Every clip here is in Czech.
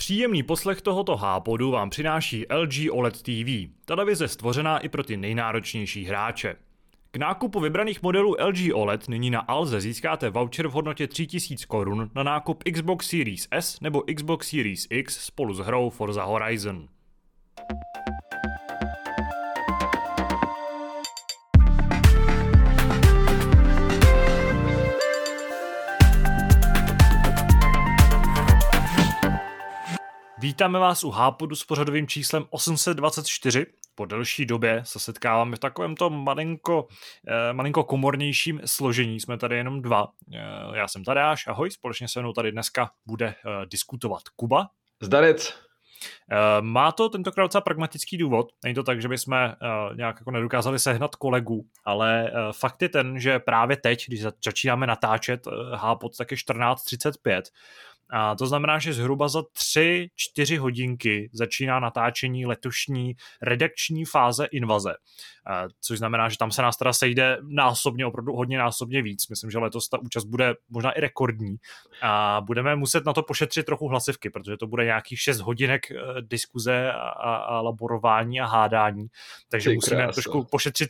Příjemný poslech tohoto hápodu vám přináší LG OLED TV, televize stvořená i pro ty nejnáročnější hráče. K nákupu vybraných modelů LG OLED nyní na Alze získáte voucher v hodnotě 3000 korun na nákup Xbox Series S nebo Xbox Series X spolu s hrou Forza Horizon. Vítáme vás u hápodu s pořadovým číslem 824. Po delší době se setkáváme v takovémto malinko komornějším složení. Jsme tady jenom dva. Já jsem Tadeáš, ahoj, společně se mnou tady dneska bude diskutovat Kuba. Zdarec. Má to tentokrát docela pragmatický důvod. Není to tak, že bychom nějak jako nedokázali sehnat kolegu, ale fakt je ten, že právě teď, když začínáme natáčet hápod, tak je 14:35. A to znamená, že zhruba za 3-4 hodinky začíná natáčení letošní redakční fáze Invaze. Což znamená, že tam se nás teda sejde násobně, opravdu hodně násobně víc. Myslím, že letos ta účast bude možná i rekordní. A budeme muset na to pošetřit trochu hlasivky, protože to bude nějakých 6 hodinek diskuze a laborování a hádání. Takže musíme trošku pošetřit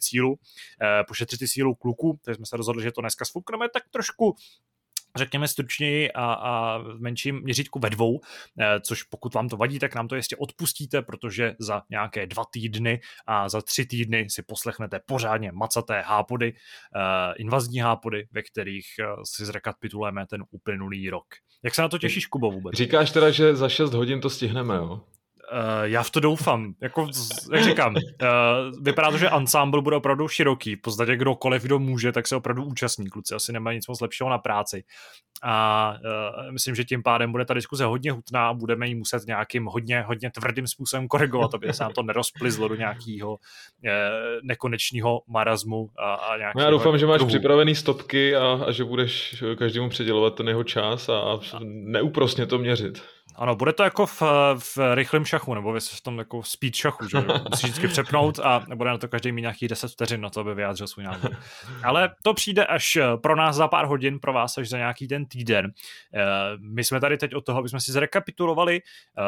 sílu kluků. Takže jsme se rozhodli, že to dneska sfoukneme tak trošku, řekněme stručněji a v menším měřítku ve dvou, což pokud vám to vadí, tak nám to jistě odpustíte, protože za nějaké 2 týdny a za 3 týdny si poslechnete pořádně macaté hápody, invazní hápody, ve kterých si zrekapitulujeme ten uplynulý rok. Jak se na to těšíš, Kubo, vůbec? Říkáš teda, že za 6 hodin to stihneme, jo? Já v to doufám. Jako, jak říkám, vypadá to, že ansámbl bude opravdu široký. V podstatě kdokoliv, kdo může, tak se opravdu účastní. Kluci asi nemají nic moc lepšího na práci. A myslím, že tím pádem bude ta diskuze hodně hutná a budeme ji muset nějakým hodně tvrdým způsobem korigovat, aby se nám to nerozplizlo do nějakého nekonečného marazmu a nějakého. Já doufám, že máš připravený stopky a že budeš každému předělovat ten jeho čas a neúprosně to měřit. Ano, bude to jako v rychlém šachu, nebo v tom jako speed šachu, že musíš vždycky přepnout a bude na to každý mít nějakých 10 vteřin na to, aby vyjádřil svůj názor. Ale to přijde až pro nás za pár hodin, pro vás až za nějaký ten týden. My jsme tady teď od toho, aby jsme si zrekapitulovali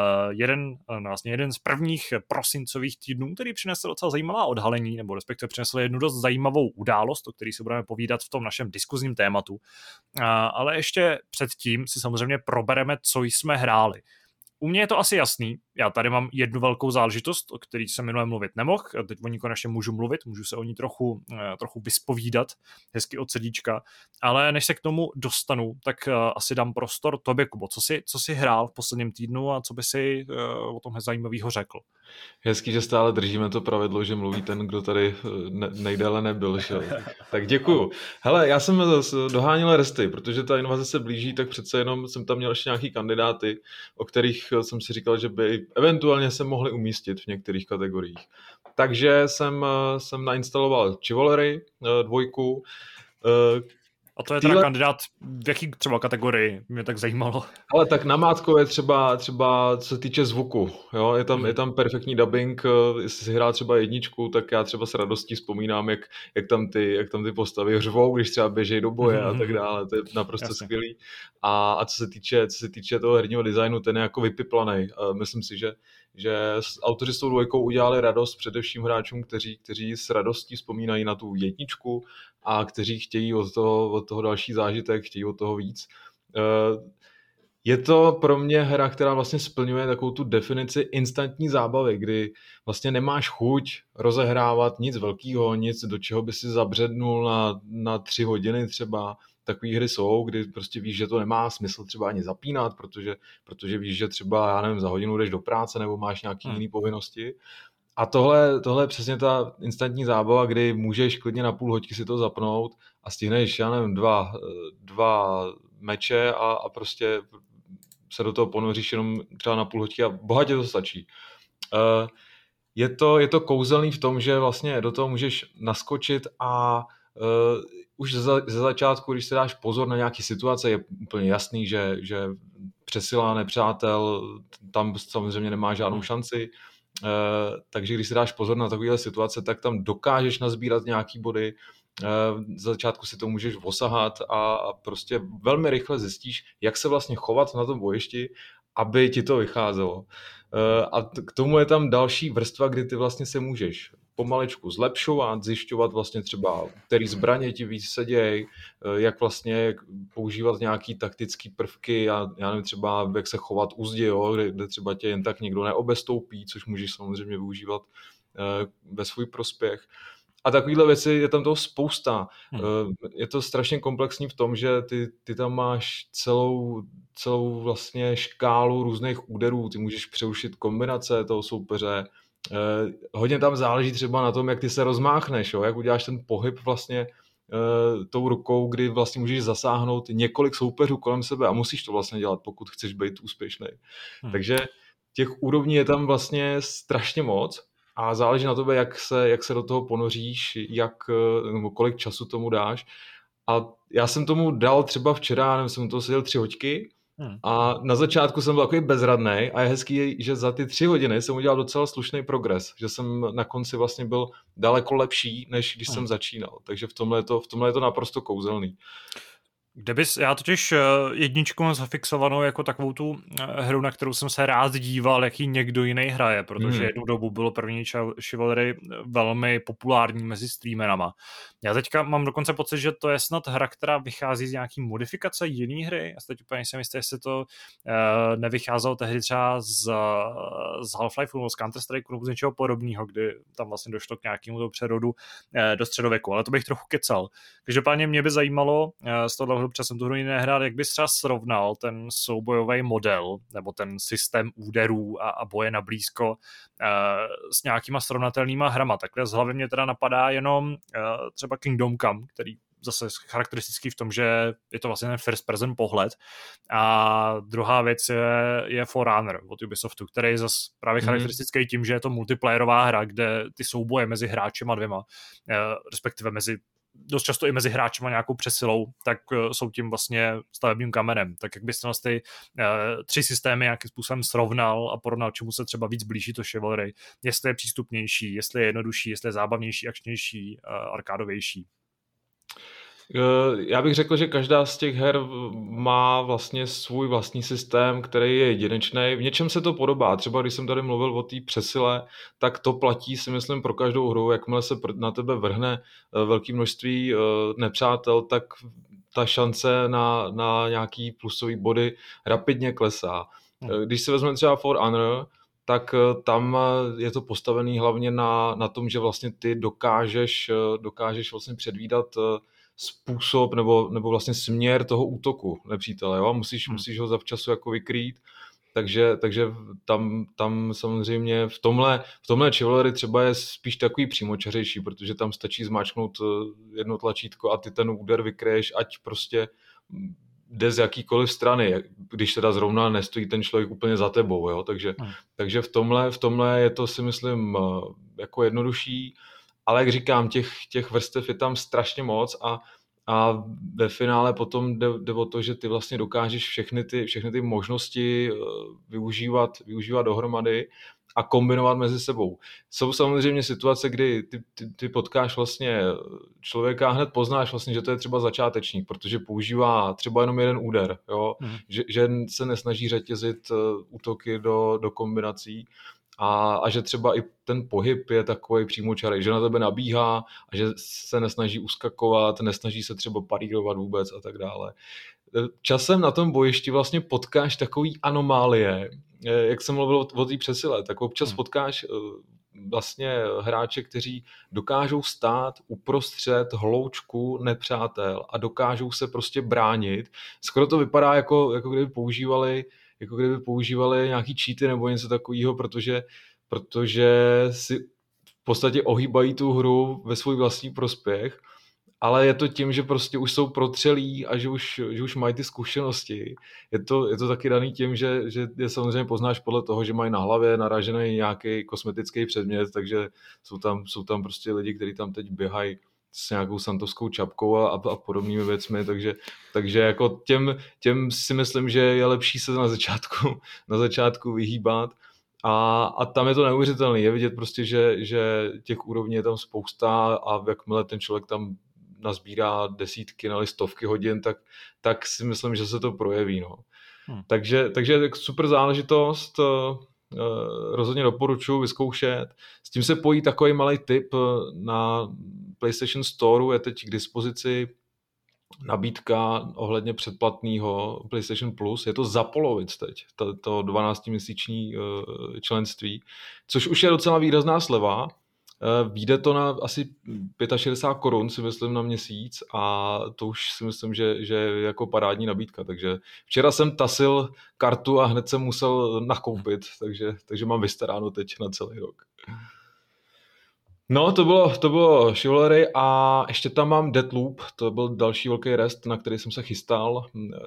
jeden z prvních prosincových týdnů, který přinesl docela zajímavá odhalení, nebo respektive přinesl jednu dost zajímavou událost, o který si budeme povídat v tom našem diskuzním tématu. Ale ještě předtím si samozřejmě probereme, co jsme hráli. U mě je to asi jasný, já tady mám jednu velkou záležitost, o který jsem minule mluvit nemohl, teď o ní konečně můžu mluvit, můžu se o ní trochu vyspovídat, hezky od srdíčka, ale než se k tomu dostanu, tak asi dám prostor tobě, Kubo, co jsi hrál v posledním týdnu a co by si o tomhle zajímavého řekl? Hezký, že stále držíme to pravidlo, že mluví ten, kdo tady nejdéle nebyl. Že? Tak děkuju. Hele, já jsem doháněl resty, protože ta invaze se blíží, tak přece jenom jsem tam měl ještě nějaký kandidáty, o kterých jsem si říkal, že by eventuálně se mohli umístit v některých kategoriích. Takže jsem nainstaloval Chivalry 2. A to je teda kandidát v jaký třeba kategorii? Mě tak zajímalo. Ale tak namátkově třeba co se týče zvuku. Jo? Je tam perfektní dubbing, jestli si hrál třeba 1, tak já třeba s radostí vzpomínám, jak tam ty postavy řvou, když třeba běžejí do boje a tak dále. To je naprosto skvělý. A co se týče toho herního designu, ten je jako vypiplanej. Myslím si, že autoři s tou 2 udělali radost především hráčům, kteří s radostí vzpomínají na tu 1 a kteří chtějí od toho další zážitek, chtějí od toho víc. Je to pro mě hra, která vlastně splňuje takovou tu definici instantní zábavy, kdy vlastně nemáš chuť rozehrávat nic velkého, nic, do čeho by si zabřednul na 3 hodiny třeba. Takové hry jsou, kdy prostě víš, že to nemá smysl třeba ani zapínat, protože víš, že třeba, já nevím, za hodinu jdeš do práce nebo máš nějaké jiné povinnosti. A tohle je přesně ta instantní zábava, kdy můžeš klidně na půl hoďky si to zapnout a stihneš, já nevím, dva meče a prostě se do toho ponoříš jenom třeba na půl hoďky a bohatě to stačí. Je to kouzelný v tom, že vlastně do toho můžeš naskočit a už ze začátku, když se dáš pozor na nějaký situace, je úplně jasný, že přesila nepřátel, tam samozřejmě nemá žádnou šanci, takže když si dáš pozor na takovéhle situace, tak tam dokážeš nazbírat nějaký body, za začátku si to můžeš osahat a prostě velmi rychle zjistíš, jak se vlastně chovat na tom bojišti aby ti to vycházelo. A k tomu je tam další vrstva, kdy ty vlastně se můžeš pomalečku zlepšovat, zjišťovat vlastně třeba, který zbraně ti víc sedějí, jak vlastně používat nějaký taktický prvky, já nevím třeba, jak se chovat u zdi, jo, kde třeba tě jen tak nikdo neobestoupí, což můžeš samozřejmě využívat ve svůj prospěch. A takovýhle věci je tam toho spousta. Je to strašně komplexní v tom, že ty tam máš celou vlastně škálu různých úderů, ty můžeš přeušit kombinace toho soupeře. Hodně tam záleží třeba na tom, jak ty se rozmáchneš, jo? Jak uděláš ten pohyb vlastně tou rukou, kdy vlastně můžeš zasáhnout několik soupeřů kolem sebe a musíš to vlastně dělat, pokud chceš být úspěšný. Takže těch úrovní je tam vlastně strašně moc a záleží na tobě, jak se do toho ponoříš, nebo kolik času tomu dáš. A já jsem tomu dal třeba včera, nevím, jsem toho seděl 3 hoďky a na začátku jsem byl takový bezradnej a je hezký, že za ty 3 hodiny jsem udělal docela slušný progres, že jsem na konci vlastně byl daleko lepší, než když jsem začínal. Takže v tomhle je to naprosto kouzelný. Já totiž jedničku mám zafixovanou jako takovou tu hru, na kterou jsem se rád díval, jaký někdo jiný hraje, protože jednu dobu bylo první Chivalry velmi populární mezi streamerama. Já teďka mám dokonce pocit, že to je snad hra, která vychází z nějaký modifikace jiný hry. Já se teď úplně nejsem jistý, jestli to nevycházelo tehdy třeba z Half-Life nebo z Counter-Strike nebo z něčeho podobného, kdy tam vlastně došlo k nějakému přerodu do středověku, ale to bych trochu kecal. Každopádně mě by zajímalo z toho, protože jsem tu hru nehrál, jak bys třeba srovnal ten soubojový model nebo ten systém úderů a boje na blízko s nějakýma srovnatelnýma hrama. Takhle z hlavy mě teda napadá jenom třeba Kingdom Come, který zase charakteristický v tom, že je to vlastně ten first person pohled. A druhá věc je For Honor od Ubisoftu, který je zase právě charakteristický tím, že je to multiplayerová hra, kde ty souboje mezi hráčema dvěma, respektive dost často i mezi hráčema nějakou přesilou, tak jsou tím vlastně stavebním kamenem. Tak jak byste nás ty 3 systémy nějakým způsobem srovnal a porovnal, čemu se třeba víc blíží to Chivalry, jestli je přístupnější, jestli je jednodušší, jestli je zábavnější, akčnější, arkádovější. Já bych řekl, že každá z těch her má vlastně svůj vlastní systém, který je jedinečný. V něčem se to podobá. Třeba když jsem tady mluvil o té přesile, tak to platí si myslím pro každou hru. Jakmile se na tebe vrhne velké množství nepřátel, tak ta šance na nějaký plusový body rapidně klesá. Když si vezmeme třeba For Honor, tak tam je to postavený hlavně na tom, že vlastně ty dokážeš vlastně předvídat způsob nebo vlastně směr toho útoku nepřítele, jo? Musíš ho zavčasu jako vykrýt, takže tam samozřejmě v tomhle Chivalry třeba je spíš takový přímočařejší, protože tam stačí zmáčknout jedno tlačítko a ty ten úder vykryješ, ať prostě jde z jakýkoliv strany, když teda zrovna nestojí ten člověk úplně za tebou, jo? Takže v tomhle je to si myslím jako jednodušší, ale jak říkám, těch vrstev je tam strašně moc a ve finále potom jde o to, že ty vlastně dokážeš všechny ty možnosti využívat dohromady a kombinovat mezi sebou. Jsou samozřejmě situace, kdy ty potkáš vlastně člověka a hned poznáš vlastně, že to je třeba začátečník, protože používá třeba jenom jeden úder, jo? Že se nesnaží řetězit útoky do kombinací. A že třeba i ten pohyb je takový přímočarej, že na tebe nabíhá a že se nesnaží uskakovat, nesnaží se třeba parírovat vůbec a tak dále. Časem na tom bojišti vlastně potkáš takový anomálie, jak jsem mluvil o té přesile, tak občas potkáš vlastně hráče, kteří dokážou stát uprostřed hloučku nepřátel a dokážou se prostě bránit. Skoro to vypadá, jako kdyby používali nějaký cheaty nebo něco takového, protože si v podstatě ohýbají tu hru ve svůj vlastní prospěch, ale je to tím, že prostě už jsou protřelí a že už mají ty zkušenosti. Je to taky daný tím, že je samozřejmě poznáš podle toho, že mají na hlavě naražený nějaký kosmetický předmět, takže jsou tam prostě lidi, kteří tam teď běhají s nějakou santovskou čapkou a podobnými věcmi, takže jako těm si myslím, že je lepší se na začátku vyhýbat a tam je to neuvěřitelné. Je vidět prostě, že těch úrovní je tam spousta a jakmile ten člověk tam nazbírá desítky, stovky hodin, tak si myslím, že se to projeví. No. Takže super záležitost, rozhodně doporučuji vyzkoušet. S tím se pojí takový malý tip na PlayStation Store, je teď k dispozici nabídka ohledně předplatného PlayStation Plus. Je to za polovic teď, to 12-měsíční členství, což už je docela výrazná sleva. Vyjde to na asi 65 korun, si myslím, na měsíc a to už si myslím, že je jako parádní nabídka. Takže včera jsem tasil kartu a hned jsem musel nakoupit, takže mám vystaráno teď na celý rok. No, to bylo Chivalry a ještě tam mám Deathloop, to byl další velký rest, na který jsem se chystal.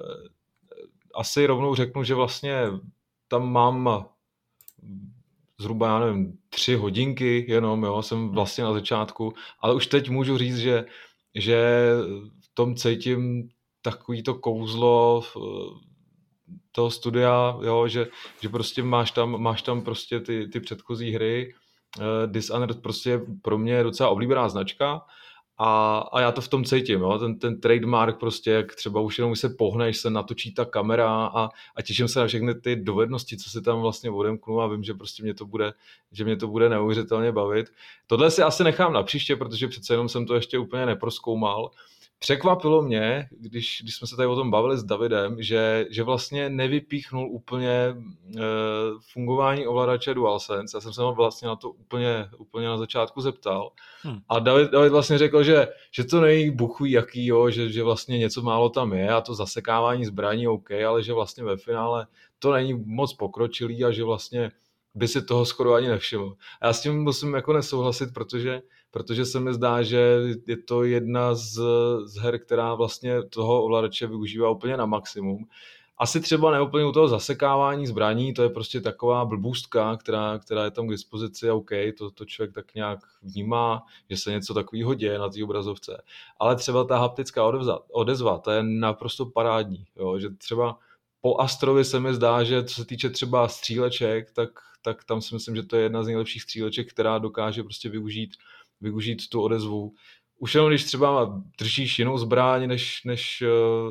Asi rovnou řeknu, že vlastně tam mám zhruba, já nevím, 3 hodinky jenom, jo, jsem vlastně na začátku, ale už teď můžu říct, že v tom cítím takový to kouzlo toho studia, jo, že prostě máš tam prostě ty předchozí hry. Dishonored prostě je pro mě docela oblíbená značka a já to v tom cítím, jo? Ten trademark prostě, jak třeba už jenom se pohneš, se natočí ta kamera a těším se na všechny ty dovednosti, co si tam vlastně odemknu a vím, že prostě mě to bude neuvěřitelně bavit. Tohle si asi nechám na příště, protože přece jenom jsem to ještě úplně neprozkoumal. Překvapilo mě, když jsme se tady o tom bavili s Davidem, že vlastně nevypíchnul úplně fungování ovladače DualSense. Já jsem se ho vlastně na to úplně na začátku zeptal. A David vlastně řekl, že to není buchuj jaký, jo, že vlastně něco málo tam je a to zasekávání zbraní OK, ale že vlastně ve finále to není moc pokročilý a že vlastně by si toho skoro ani nevšiml. A já s tím musím jako nesouhlasit, protože se mi zdá, že je to jedna z her, která vlastně toho ovladače využívá úplně na maximum. Asi třeba neúplně u toho zasekávání zbraní, to je prostě taková blbůstka, která je tam k dispozici a OK, to člověk tak nějak vnímá, že se něco takového děje na té obrazovce. Ale třeba ta haptická odezva, to je naprosto parádní. Jo? Že třeba po Astrovi se mi zdá, že co se týče třeba stříleček, tak tam si myslím, že to je jedna z nejlepších stříleček, která dokáže prostě využít tu odezvu. Už jenom když třeba držíš jinou zbraň než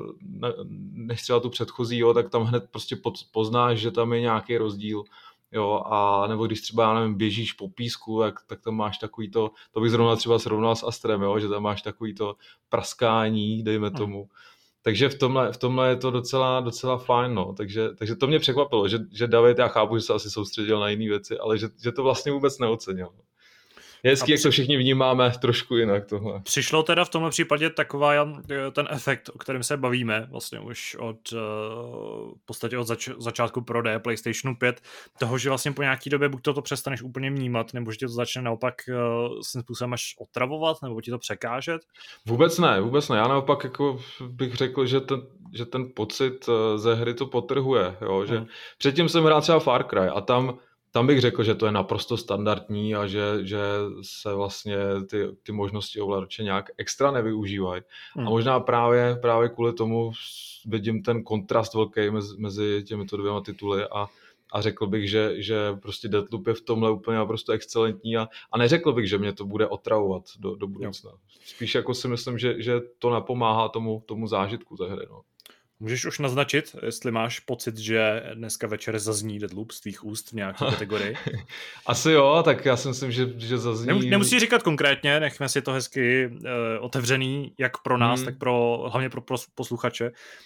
třeba tu předchozí, jo, tak tam hned prostě poznáš, že tam je nějaký rozdíl. Jo, a nebo když třeba, já nevím, běžíš po písku, tak tam máš takový to bych zrovna třeba srovnal s Astrem, jo, že tam máš takový to praskání, dejme tomu. Takže v tomhle je to docela fajn, no. Takže to mě překvapilo, že David, já chápu, že se asi soustředil na jiné věci, ale že to vlastně vůbec neocenil. Je hezký, jak to všichni vnímáme trošku jinak tohle. Přišlo teda v tomhle případě taková ten efekt, o kterém se bavíme vlastně už v podstatě od začátku prodeje PlayStationu 5, toho, že vlastně po nějaký době buď to přestaneš úplně vnímat, nebo že ti to začne naopak svým způsobem až otravovat, nebo ti to překážet? Vůbec ne. Já naopak jako bych řekl, že ten pocit ze hry to potrhuje. Jo? Že předtím jsem hrál třeba Far Cry a tam bych řekl, že to je naprosto standardní a že se vlastně ty možnosti ovladače nějak extra nevyužívají. A možná právě kvůli tomu vidím ten kontrast velký mezi těmito dvěma tituly a řekl bych, že prostě Deathloop je v tomhle úplně naprosto excelentní a neřekl bych, že mě to bude otravovat do budoucna. Spíš jako si myslím, že to napomáhá tomu zážitku té hry. No. Můžeš už naznačit, jestli máš pocit, že dneska večer zazní Deathloop z tvých úst v nějaké kategorii? Asi jo, tak já si myslím, že zazní... Nemusíš říkat konkrétně, nechme si to hezky otevřený, jak pro nás, tak hlavně pro posluchače,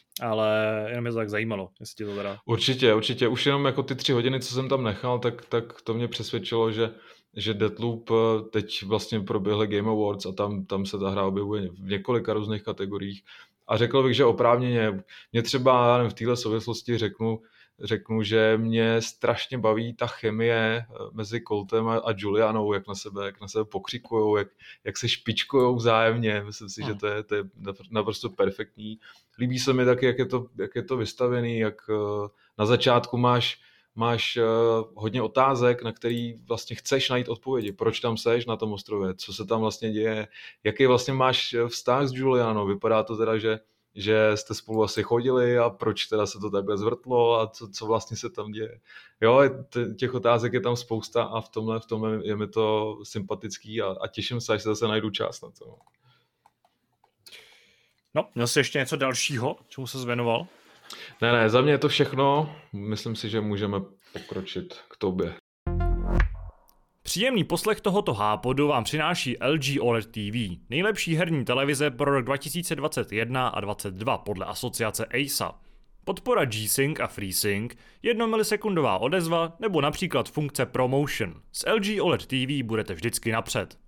ale jenom mě to tak zajímalo, jestli ti to teda... Určitě. Už jenom jako ty 3 hodiny, co jsem tam nechal, tak to mě přesvědčilo, že Deathloop teď vlastně proběhly Game Awards a tam se ta hra objevuje v několika různých kategoriích. A řekl bych, že oprávněně. Mě třeba v téhle souvislosti řeknu, že mě strašně baví ta chemie mezi Coltem a Julianou, jak na sebe pokřikujou, jak se špičkujou vzájemně. Myslím si, že to je naprosto perfektní. Líbí se mi taky, jak je to vystavený, jak na začátku máš hodně otázek, na který vlastně chceš najít odpovědi. Proč tam seš na tom ostrově? Co se tam vlastně děje? Jaký vlastně máš vztah s Julianou? Vypadá to teda, že jste spolu asi chodili a proč teda se to takhle zvrtlo a co vlastně se tam děje. Jo, těch otázek je tam spousta a v tomhle je mi to sympatický a těším se, až se zase najdu čas na to. No, měl jsi ještě něco dalšího, čemu se zvěnoval? Ne, za mě je to všechno. Myslím si, že můžeme pokročit k tobě. Příjemný poslech tohoto hápodu vám přináší LG OLED TV, nejlepší herní televize pro rok 2021 a 2022 podle asociace ASA. Podpora G-Sync a FreeSync, 1 milisekundová odezva nebo například funkce ProMotion. S LG OLED TV budete vždycky napřed.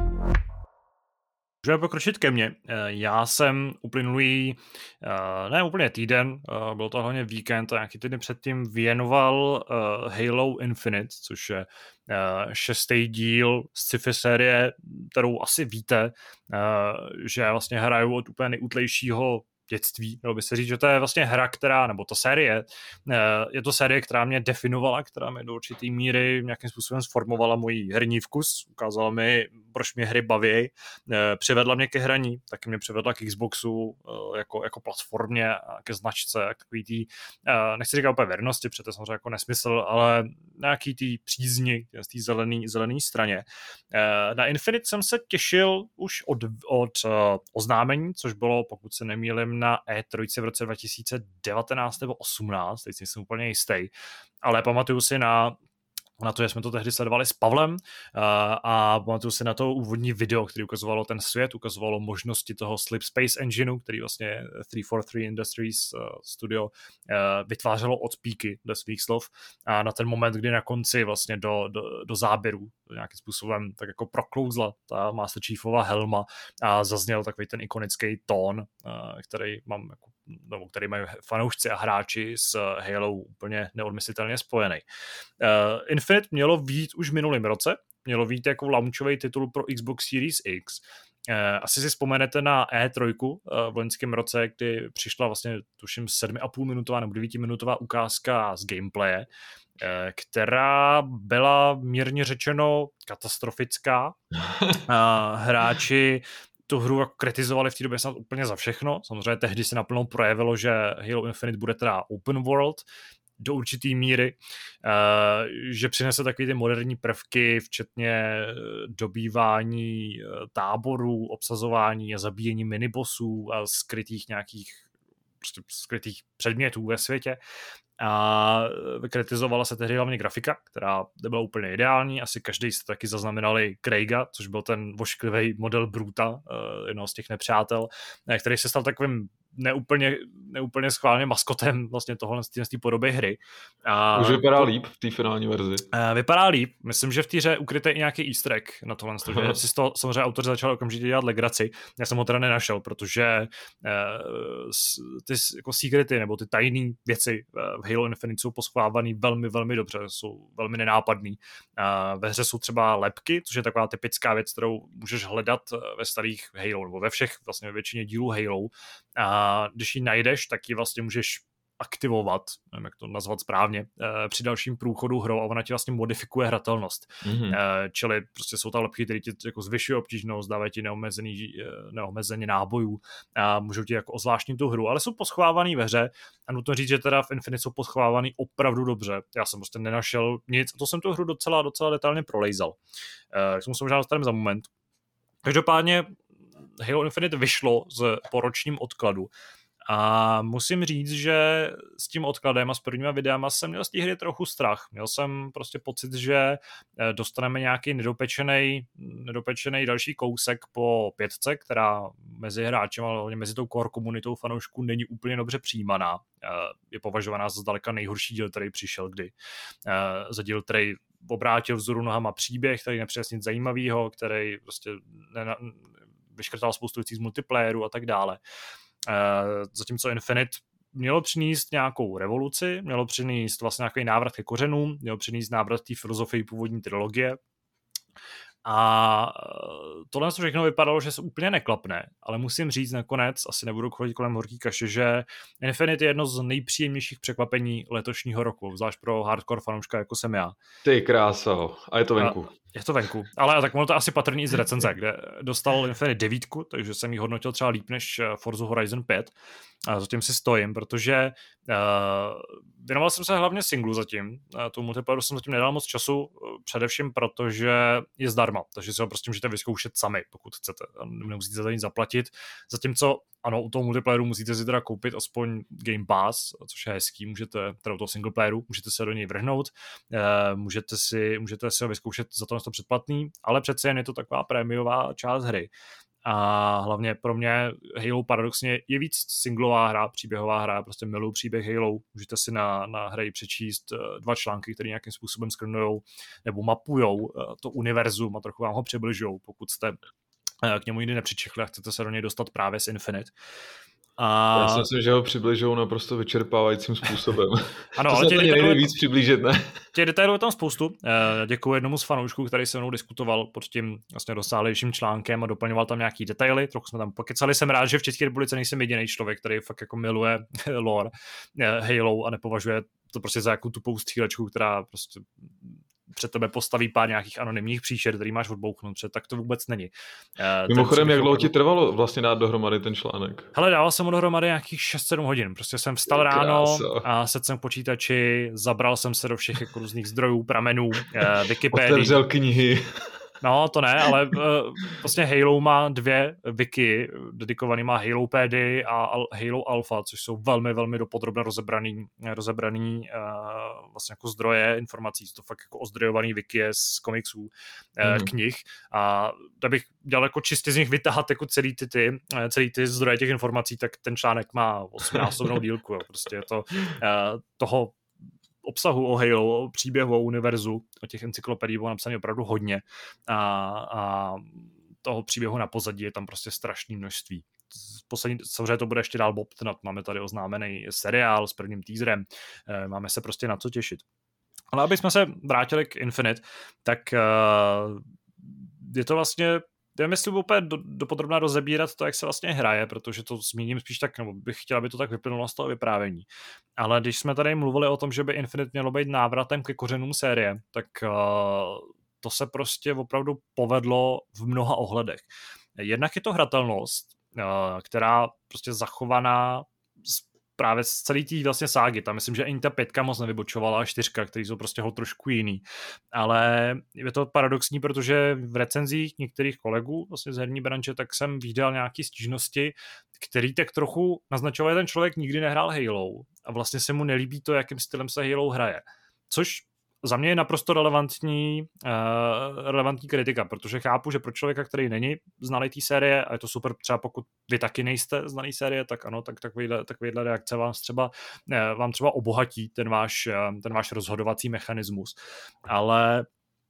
Můžeme pokročit ke mně. Já jsem uplynulý, ne úplně týden, byl to hlavně víkend a nějaký týden předtím věnoval Halo Infinite, což je 6. díl z sci-fi série, kterou asi víte, že já vlastně hraju od úplně nejútlejšího dětství. Mělo by se říct, že to je vlastně hra, nebo ta série, je to série, která mě definovala, která mě do určitý míry nějakým způsobem sformovala můj herní vkus, ukázala mi, proč mě hry baví, přivedla mě ke hraní, taky mě přivedla k Xboxu jako platformě a ke značce, jak takový tý, nechci říkat úplně věrnosti, protože to je samozřejmě jako nesmysl, ale nějaký tý přízni z té zelený straně. Na Infinite jsem se těšil už od oznámení, což bylo, pokud se nemýlím, na E3 v roce 2019 nebo 2018, teď jsem úplně jistý, ale pamatuju si na to, že jsme to tehdy sledovali s Pavlem a pamatuju si na to úvodní video, který ukazovalo ten svět, ukazovalo možnosti toho Slip Space Engineu, který vlastně 343 Industries studio vytvářelo od píky dle svých slov a na ten moment, kdy na konci vlastně do záběru nějakým způsobem tak jako proklouzla ta Master Chiefova helma a zazněl takový ten ikonický tón, který který mají fanoušci a hráči s Halo úplně neodmyslitelně spojený. Infinite mělo vyjít už v minulém roce, mělo vyjít jako launchový titul pro Xbox Series X. Asi si vzpomenete na E3 v loňském roce, kdy přišla vlastně tuším 7,5-minutová nebo 9-minutová ukázka z gameplaye, která byla mírně řečeno katastrofická. Hráči tu hru jako kritizovali v té době snad úplně za všechno. Samozřejmě tehdy se naplno projevilo, že Halo Infinite bude teda open world do určitý míry, že přinese takový ty moderní prvky, včetně dobývání táborů, obsazování a zabíjení minibossů a skrytých předmětů ve světě. A kritizovala se tehdy hlavně grafika, která nebyla úplně ideální. Asi každý jste taky zaznamenali Craiga, což byl ten vošklivý model Bruta, jednoho z těch nepřátel, který se stal takovým neúplně schválným maskotem vlastně z té podoby hry. Už vypadá líp v té finální verzi. Vypadá líp. Myslím, že v té hře ukrytý i nějaký easter egg na tohle, že si z toho samozřejmě autor začal okamžitě dělat legraci. Já jsem ho teda nenašel, protože ty jako secrety nebo ty tajné věci v Halo Infinite jsou poschovávaný velmi, velmi dobře, jsou velmi nenápadný. Ve hře jsou třeba lebky, což je taková typická věc, kterou můžeš hledat ve starých Halo, nebo ve všech, vlastně ve většině dílů Halo. A když ji najdeš, tak ji vlastně můžeš aktivovat, nevím, jak to nazvat správně, při dalším průchodu hrou a ona ti vlastně modifikuje hratelnost. Čili prostě jsou tam lepky, které ti jako zvyšují obtížnost, dávají ti neomezeně nábojů a můžou ti jako ozvláštnit tu hru, ale jsou poschovávaný ve hře a nutno říct, že teda v Infinite jsou poschovávaný opravdu dobře. Já jsem prostě nenašel nic a to jsem tu hru docela detailně prolejzal. Tak jsem se možná dostaneme za moment. Každopádně Halo Infinite vyšlo po ročním odkladu a musím říct, že s tím odkladem a s prvníma videama jsem měl z té hry trochu strach. Měl jsem prostě pocit, že dostaneme nějaký nedopečený další kousek po 5, která mezi hráčem, ale hlavně mezi tou core komunitou fanoušků není úplně dobře přijímaná. Je považovaná za zdaleka nejhorší díl, který přišel kdy. Za díl, který obrátil vzoru nohama příběh, který nepřinesl nic zajímavého, který prostě vyškrtal spoustu věcí z multiplayeru a tak dále. Zatímco Infinite mělo přinést nějakou revoluci, mělo přinést vlastně nějaký návrat ke kořenům, mělo přinést návrat té filozofii původní trilogie. A tohle všechno vypadalo, že se úplně neklapne, ale musím říct nakonec, asi nebudu chodit kolem horký kaše, že Infinite je jedno z nejpříjemnějších překvapení letošního roku, zvlášť pro hardcore fanouška, jako jsem já. Ty kráso, a je to venku. Je to venku, ale tak ono to asi patrný i z recenze, kde dostal Infinite 9, takže jsem ji hodnotil třeba líp než Forza Horizon 5 a zatím si stojím, protože věnoval jsem se hlavně singlu zatím, tomu multiplayeru jsem zatím nedal moc času, především protože je zdarma, takže si ho prostě můžete vyzkoušet sami, pokud chcete, nemusíte za to nic zaplatit, zatímco ano, u toho multiplayeru musíte si teda koupit aspoň Game Pass, což je hezký, můžete, teda u toho single playeru, můžete se do něj vrhnout, můžete si ho vyzkoušet za to předplatný, ale přece jen je to taková prémiová část hry. A hlavně pro mě Halo paradoxně je víc singlová hra, příběhová hra, prostě miluji příběh Halo, můžete si na hře přečíst 2 články, které nějakým způsobem skrnujou nebo mapujou to univerzum a trochu vám ho přibližujou, pokud jste k němu nikdy nepřičechli a chcete se do něj dostat právě z Infinite. Já si myslím, že ho přibližují naprosto vyčerpávajícím způsobem. Ano, to ale se to nejde víc přiblížit, ne? Těch detailů je tam spoustu. Děkuji jednomu z fanoušků, který se mnou diskutoval pod tím vlastně rozsáhlejším článkem a doplňoval tam nějaký detaily. Trochu jsme tam pokecali. Jsem rád, že v České republice nejsem jediný člověk, který fakt jako miluje lore Halo a nepovažuje to prostě za jakou tupou střílečku, která prostě před tebe postaví pár nějakých anonymních příšer, který máš odbouknout, protože tak to vůbec není. Mimochodem, jak dlouho ti trvalo vlastně dát dohromady ten článek? Hele, dával jsem mu dohromady nějakých 6-7 hodin. Prostě jsem vstal ráno a sedl jsem k počítači, zabral jsem se do všech jako různých zdrojů, pramenů, Wikipedii. Otevřel knihy. No, to ne, ale vlastně Halo má 2 wiki dedikovaný, má Halopedii a Halo Alpha, což jsou velmi, velmi dopodrobně rozebraný vlastně jako zdroje informací, to fakt jako ozdrojovaný wiki z komiksů, knih a da bych dělal jako čistě z nich vytahat jako celý ty zdroje těch informací, tak ten článek má 8násobnou dílku, jo. Prostě je to toho obsahu o Halo, o příběhu, o univerzu, o těch encyklopedií bylo napsané opravdu hodně a toho příběhu na pozadí je tam prostě strašné množství. Samozřejmě to bude ještě dál bobtnat, máme tady oznámený seriál s prvním teaserem, máme se prostě na co těšit. Ale aby jsme se vrátili k Infinite, tak je to vlastně, nevím, jestli úplně dopodrobná rozebírat to, jak se vlastně hraje, protože to zmíním spíš tak, nebo bych chtěl, aby to tak vyplynulo z toho vyprávění. Ale když jsme tady mluvili o tom, že by Infinite mělo být návratem ke kořenům série, tak to se prostě opravdu povedlo v mnoha ohledech. Jednak je to hratelnost, která prostě zachovaná právě z celý té vlastně ságy. Tam myslím, že ani ta 5 moc nevybočovala, a 4, který jsou prostě trošku jiný. Ale je to paradoxní, protože v recenzích některých kolegů vlastně z herní branže, tak jsem viděl nějaký stížnosti, který tak trochu naznačoval, že ten člověk nikdy nehrál Halo a vlastně se mu nelíbí to, jakým stylem se Halo hraje. Což za mě je naprosto relevantní kritika, protože chápu, že pro člověka, který není znalý té série, a je to super, třeba pokud vy taky nejste znalý série, tak ano, tak takovýhle reakce vám třeba obohatí ten váš rozhodovací mechanismus. Ale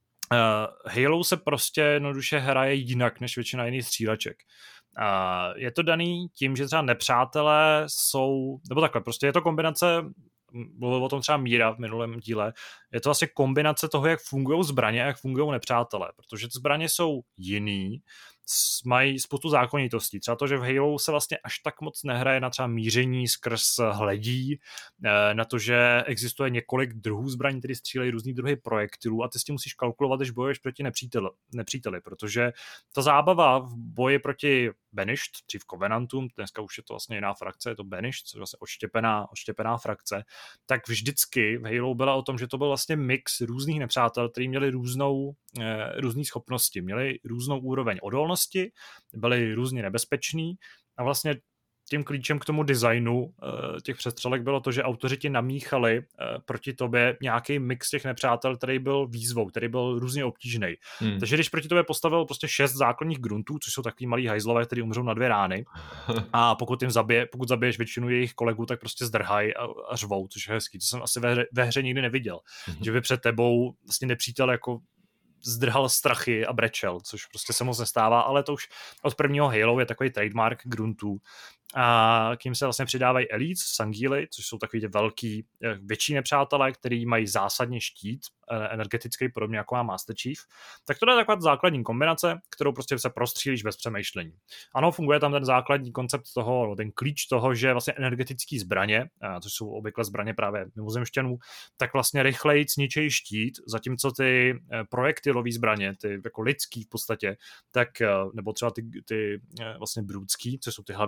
Halo se prostě jednoduše hraje jinak než většina jiných stříleček. Je to daný tím, že třeba nepřátelé jsou, nebo takhle, prostě je to kombinace, mluvil o tom třeba Míra v minulém díle, je to vlastně kombinace toho, jak fungují zbraně a jak fungují nepřátelé, protože ty zbraně jsou jiný, mají spoustu zákonitostí. Třeba to, že v Halo se vlastně až tak moc nehraje na třeba míření skrz hledí, na to, že existuje několik druhů zbraní, které střílejí různý druhy projektilů a ty s tím musíš kalkulovat, když bojuješ proti nepříteli, protože ta zábava v boji proti Banished, dřív Covenantům, dneska už je to vlastně jiná frakce, je to Banished, což je vlastně odštěpená frakce, tak vždycky v Halo byla o tom, že to byl vlastně mix různých nepřátel, kteří měli různé schopnosti, měli různou úroveň odolnosti, byli různě nebezpeční a vlastně tím klíčem k tomu designu těch přestřelek bylo to, že autoři ti namíchali proti tobě nějaký mix těch nepřátel, který byl výzvou, který byl různě obtížný. Takže když proti tobě postavil prostě 6 základních gruntů, což jsou takový malí hajzlové, kteří umřou na 2 rány, a pokud zabiješ většinu jejich kolegů, tak prostě zdrhají a řvou, což je hezký. To jsem asi ve hře nikdy neviděl. Že by před tebou vlastně nepřítel jako zdrhal strachy a brečel, což prostě se moc nestává, ale to už od prvního Halo je takový trademark gruntů. A k ním se vlastně přidávají Elites, Sangíly, což jsou takový velký, větší nepřátelé, který mají zásadně štít energetický, podobně jako má Master Chief. Tak to je taková základní kombinace, kterou prostě se prostřílíš bez přemýšlení. Ano, funguje tam ten základní koncept toho, ten klíč toho, že vlastně energetický zbraně, což jsou obvykle zbraně právě mimozemšťanů, tak vlastně rychleji zničejí štít, zatímco ty projektilové zbraně, ty jako lidský v podstatě, tak, nebo třeba ty vlastně brůdský, což jsou ty hlavní nepřátelé,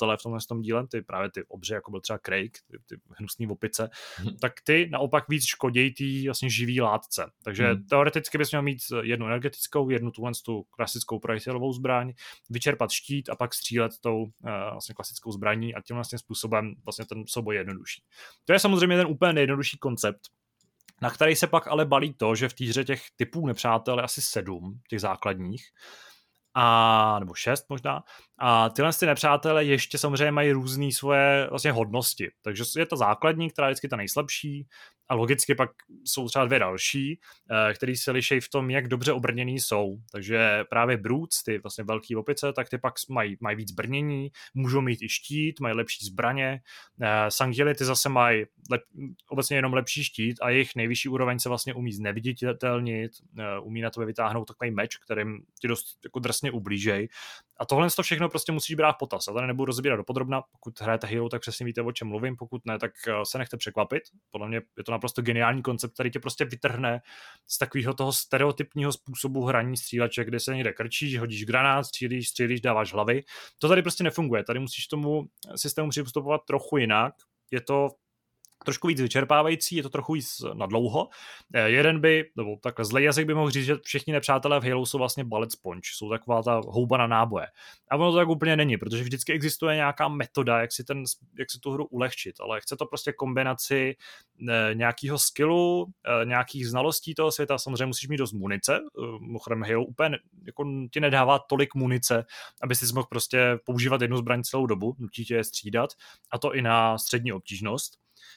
nepřátelé v tomhle tom díle, právě ty obře, jako byl třeba Craig, ty hnusný opice, tak ty naopak víc škodějí tý vlastně živý látce. Takže teoreticky bys měl mít jednu energetickou, jednu tu klasickou projektilovou zbraň, vyčerpat štít a pak střílet tou vlastně klasickou zbraní a tím vlastně způsobem vlastně ten souboj je jednodušší. To je samozřejmě ten úplně nejjednodušší koncept, na který se pak ale balí to, že v té hře těch typů nepřátel je asi 7, těch základních, nebo 6 možná. A tyhle ty nepřátelé ještě samozřejmě mají různé svoje vlastně hodnosti. Takže je ta základní, která je vždycky ta nejslabší, a logicky pak jsou třeba 2 další, který se liší v tom, jak dobře obrněný jsou. Takže právě Brutes, ty vlastně velký opice, tak ty pak mají víc brnění, můžou mít i štít, mají lepší zbraně. Sangili ty zase mají obecně jenom lepší štít a jejich nejvyšší úroveň se vlastně umí zneviditelnit, umí na tebe vytáhnout takový meč, kterým ti dost jako drsně ublížej. A tohle to všechno prostě musíš brát v potaz. Já tady nebudu rozbírat dopodrobna, pokud hrajete Halo, tak přesně víte, o čem mluvím, pokud ne, tak se nechte překvapit. Podle mě je to naprosto geniální koncept, který tě prostě vytrhne z takového toho stereotypního způsobu hraní stříleček, kde se někde krčíš, hodíš granát, střílíš, dáváš hlavy. To tady prostě nefunguje. Tady musíš tomu systému přistupovat trochu jinak. Je to trošku víc vyčerpávající, je to trochu víc nadlouho. Nebo takhle zlej jazyk by mohl říct, že všichni nepřátelé v Halo jsou vlastně bullet sponge, jsou taková ta houba na náboje. A ono to tak úplně není, protože vždycky existuje nějaká metoda, jak si tu hru ulehčit, ale chce to prostě kombinaci nějakého skillu, nějakých znalostí toho světa, samozřejmě musíš mít dost munice, mimochodem Halo úplně jako ti nedává tolik munice, aby si mohl prostě používat jednu zbraň celou dobu, nutí tě je střídat, a to i na střední obtížnost.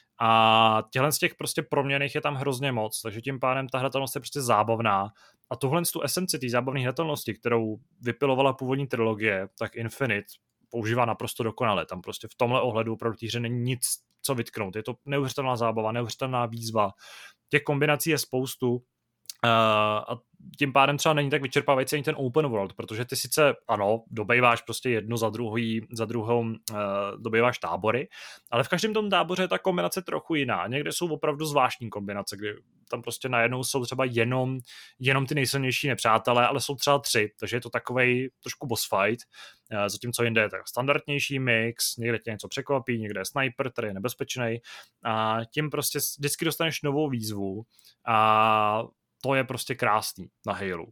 A těchhle z těch prostě proměnných je tam hrozně moc, takže tím pádem ta hratelnost je prostě zábavná. A tuhle tu esenci té zábavné hratelnosti, kterou vypilovala původní trilogie, tak Infinite používá naprosto dokonale. Tam prostě v tomhle ohledu opravdu té hře není nic, co vytknout. Je to neuvěřitelná zábava, neuvěřitelná výzva. Těch kombinací je spoustu. A tím pádem třeba není tak vyčerpávající ani ten open world, protože ty sice, ano, dobejváš prostě jedno za druhou, dobejváš tábory, ale v každém tom táboře je ta kombinace trochu jiná. Někde jsou opravdu zvláštní kombinace, kdy tam prostě najednou jsou třeba jenom ty nejsilnější nepřátelé, ale jsou třeba 3, takže je to takovej trošku boss fight, zatímco jinde je tak standardnější mix, někde tě něco překvapí, někde je sniper, který je nebezpečný, a tím prostě vždycky dostaneš novou výzvu a to je prostě krásný na Halo.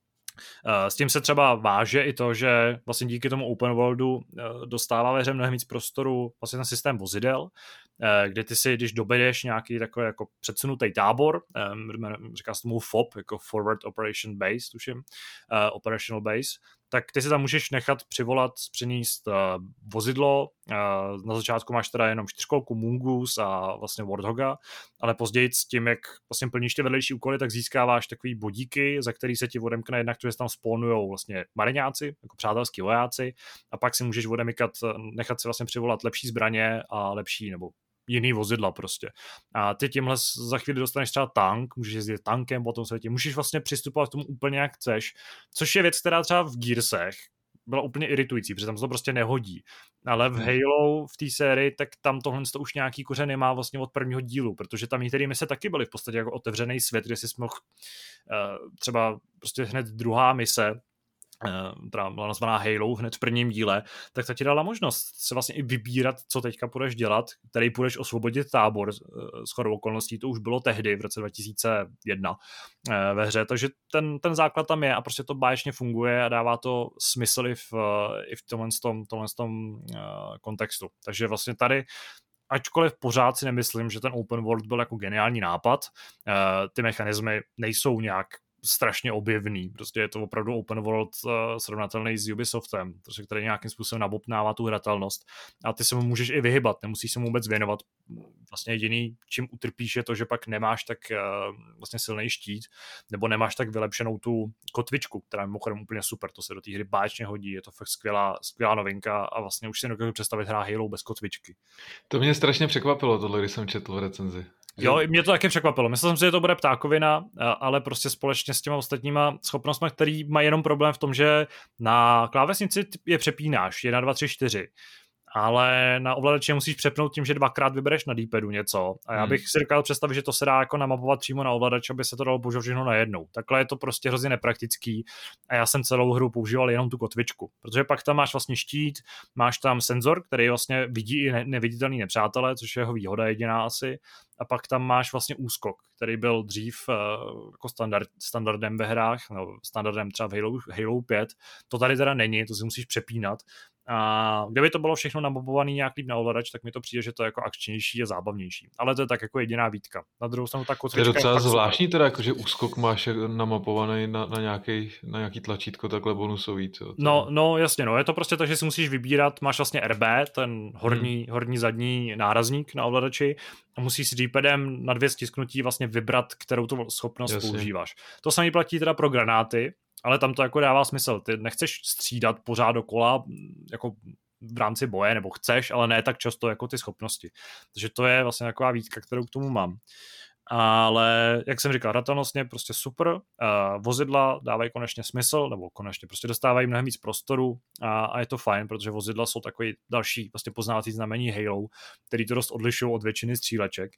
S tím se třeba váže i to, že vlastně díky tomu open worldu dostává ve hře mnohem víc prostoru vlastně ten systém vozidel, kde ty si, když dovedeš nějaký takový jako předsunutý tábor, říká se tomu FOB, jako Forward Operation Base, tuším, Operational Base, tak ty si tam můžeš nechat přinést vozidlo. Na začátku máš teda jenom 4kolku Mongoose a vlastně Warthoga, ale později s tím, jak vlastně plníš ty vedlejší úkoly, tak získáváš takový bodíky, za který se ti odemkne jednak, že tam spawnujou vlastně mariňáci, jako přátelský vojáci, a pak si můžeš nechat si vlastně přivolat lepší zbraně a lepší nebo jiný vozidla prostě. A ty tímhle za chvíli dostaneš třeba tank, můžeš jezdit tankem po tom světě, můžeš vlastně přistupovat k tomu úplně jak chceš, což je věc, která třeba v Gearsech byla úplně iritující, protože tam se to prostě nehodí. Ale v Halo, v té sérii, tak tam tohle to už nějaký kořeny má vlastně od prvního dílu, protože tam některé mise taky byly v podstatě jako otevřený svět, kde si mohl třeba prostě hned druhá mise, která byla nazvaná Halo hned v prvním díle, tak ta ti dala možnost se vlastně i vybírat, co teďka půjdeš dělat, který půjdeš osvobodit tábor s shodou okolností, to už bylo tehdy v roce 2001 ve hře, takže ten základ tam je a prostě to báječně funguje a dává to smysl i v tomhle kontextu. Takže vlastně tady ačkoliv pořád si nemyslím, že ten open world byl jako geniální nápad, ty mechanismy nejsou nějak strašně objevný. Prostě je to opravdu open world srovnatelný s Ubisoftem, který nějakým způsobem nabopnává tu hratelnost. A ty se mu můžeš i vyhybat, nemusíš se mu vůbec věnovat. Vlastně jediný, čím utrpíš, je to, že pak nemáš tak vlastně silný štít, nebo nemáš tak vylepšenou tu kotvičku, která je mimochodem úplně super, to se do té hry báječně hodí, je to fakt skvělá novinka a vlastně už si nedokážu představit hrát Halo bez kotvičky. To mě strašně překvapilo tohle, když jsem četl v recenzi. Jo, mě to taky překvapilo. Myslel jsem si, že to bude ptákovina, ale prostě společně s těma ostatníma schopnostmi, který mají jenom problém v tom, že na klávesnici je přepínáš 1, 2, 3, 4. ale na ovladači musíš přepnout tím, že dvakrát vybereš na D-padu něco. A já bych si dokázal představit, že to se dá jako namapovat přímo na ovladač, aby se to dalo používat všechno najednou. Takhle je to prostě hrozně nepraktický a já jsem celou hru používal jenom tu kotvičku, protože pak tam máš vlastně štít, máš tam senzor, který vlastně vidí i neviditelný nepřátelé, což je jeho výhoda jediná asi. A pak tam máš vlastně úskok, který byl dřív jako standardem ve hrách, no, standardem třeba v Halo 5. To tady teda není, to si musíš přepínat. A kdyby to bylo všechno namapované nějak líp na ovladač, tak mi to přijde, že to je jako akčnější a zábavnější. Ale to je tak jako jediná výtka. Na druhou stranu ta kotvička je docela zvláštní teda, jakože úskok máš namapovaný na nějaký tlačítko takhle bonusový. No jasně, no je to prostě tak, že si musíš vybírat, máš vlastně RB, ten horní zadní nárazník na ovladači a musíš s D-padem na 2 stisknutí vlastně vybrat, kterou tu schopnost používáš. To samé platí teda pro granáty, ale tam to jako dává smysl. Ty nechceš střídat pořád dokola jako v rámci boje, nebo chceš, ale ne tak často jako ty schopnosti. Takže to je vlastně taková výtka, kterou k tomu mám. Ale jak jsem říkal, hratelnostně prostě super. Vozidla dávají konečně smysl, nebo konečně prostě dostávají mnohem víc prostoru a je to fajn, protože vozidla jsou takový další vlastně poznávací znamení Halo, který to dost odlišují od většiny stříleček.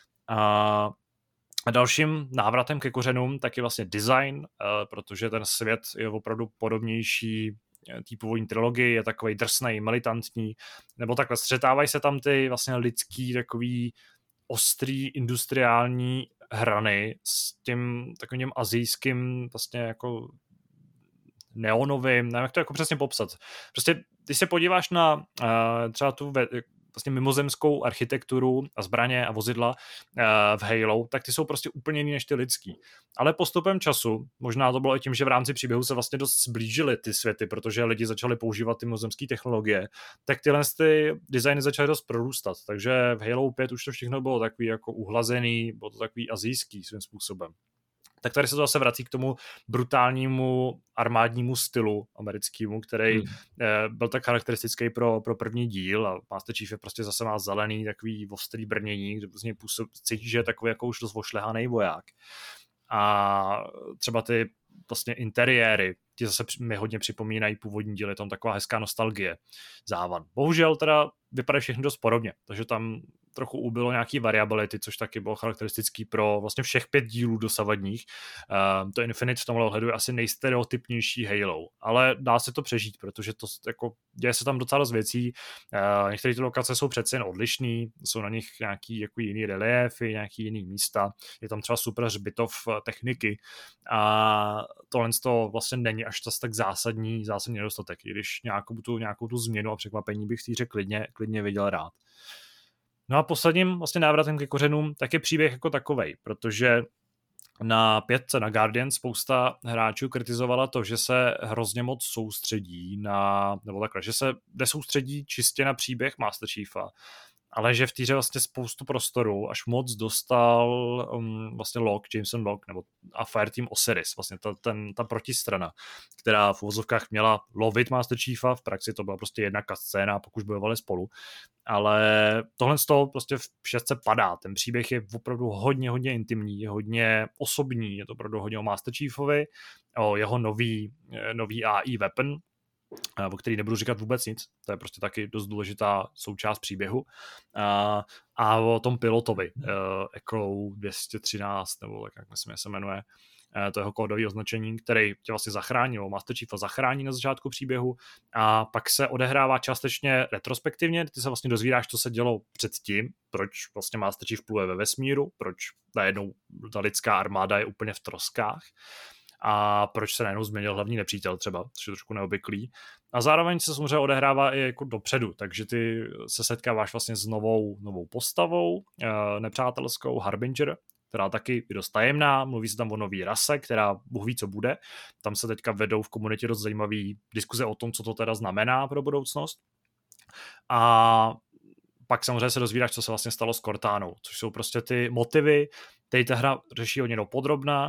A dalším návratem ke kořenům tak je vlastně design, protože ten svět je opravdu podobnější té původní trilogii, je takový drsnej, militantní, nebo takhle střetávají se tam ty vlastně lidský takový ostrý industriální hrany s tím takovým asijským vlastně jako neonovým, nevím, jak to jako přesně popsat. Prostě, když se podíváš na třeba tu vlastně mimozemskou architekturu a zbraně a vozidla v Halo, tak ty jsou prostě úplně jiný než ty lidský. Ale postupem času, možná to bylo i tím, že v rámci příběhu se vlastně dost zblížily ty světy, protože lidi začali používat ty mimozemské technologie, tak tyhle ty designy začaly dost prorůstat. Takže v Halo 5 už to všechno bylo takový jako uhlazený, bylo to takový asijský svým způsobem. Tak tady se to zase vrací k tomu brutálnímu armádnímu stylu americkému, který byl tak charakteristický pro první díl a Master Chief je prostě zase má zelený takový ostrý brnění, kde vlastně cítí, že je takový jako už dost ošlehaný voják. A třeba ty vlastně interiéry, ti zase mi hodně připomínají původní díly, tam taková hezká nostalgie, závan. Bohužel teda vypadají všechny dost podobně, takže tam trochu ubylo nějaký variability, což taky bylo charakteristický pro vlastně všech 5 dílů dosavadních. To Infinite v tomhle ohledu je asi nejstereotypnější Halo, ale dá se to přežít, protože to jako děje se tam docela dost věcí. Některé ty lokace jsou přece jen odlišný, jsou na nich nějaký jako jiný reliéfy, nějaký jiný místa, je tam třeba super hřbitov techniky a tohle to vlastně není až tak zásadní nedostatek, i když nějakou tu změnu a překvapení bych v té hře klidně viděl rád. No a posledním vlastně návratem ke kořenům tak je příběh jako takovej, protože na 5 na Guardian spousta hráčů kritizovala to, že se hrozně moc soustředí nebo takhle, že se nesoustředí čistě na příběh Master Chiefa, ale že v týře vlastně spoustu prostoru, až moc dostal vlastně Jameson Locke a Fireteam Osiris, vlastně ta protistrana, která v uvozovkách měla lovit Master Chiefa, v praxi to byla prostě jedna cutscéna, pokud bojovali spolu, ale tohle z toho prostě v 6 padá, ten příběh je opravdu hodně intimní, je hodně osobní, je to opravdu hodně o Master Chiefovi, o jeho nový AI weapon, o který nebudu říkat vůbec nic, to je prostě taky dost důležitá součást příběhu. A o tom pilotovi, Echo 213, nebo tak, jak myslím, se jmenuje, to jeho kódové označení, který tě vlastně zachránil, Master Chiefa zachrání na začátku příběhu a pak se odehrává částečně retrospektivně, ty se vlastně dozvídáš, co se dělo předtím, proč vlastně Master Chief pluje ve vesmíru, proč najednou ta lidská armáda je úplně v troskách a proč se najednou změnil hlavní nepřítel třeba, což je trošku neobvyklý. A zároveň se samozřejmě odehrává i jako dopředu, takže ty se setkáváš vlastně s novou postavou, nepřátelskou Harbinger, která taky je dost tajemná, mluví se tam o nový rase, která Bůh ví, co bude. Tam se teďka vedou v komunitě dost zajímavý diskuze o tom, co to teda znamená pro budoucnost. A pak samozřejmě se dozvídáš, co se vlastně stalo s Cortánou, což jsou prostě ty motivy, tady ta hra řeší hodně dopodrobna.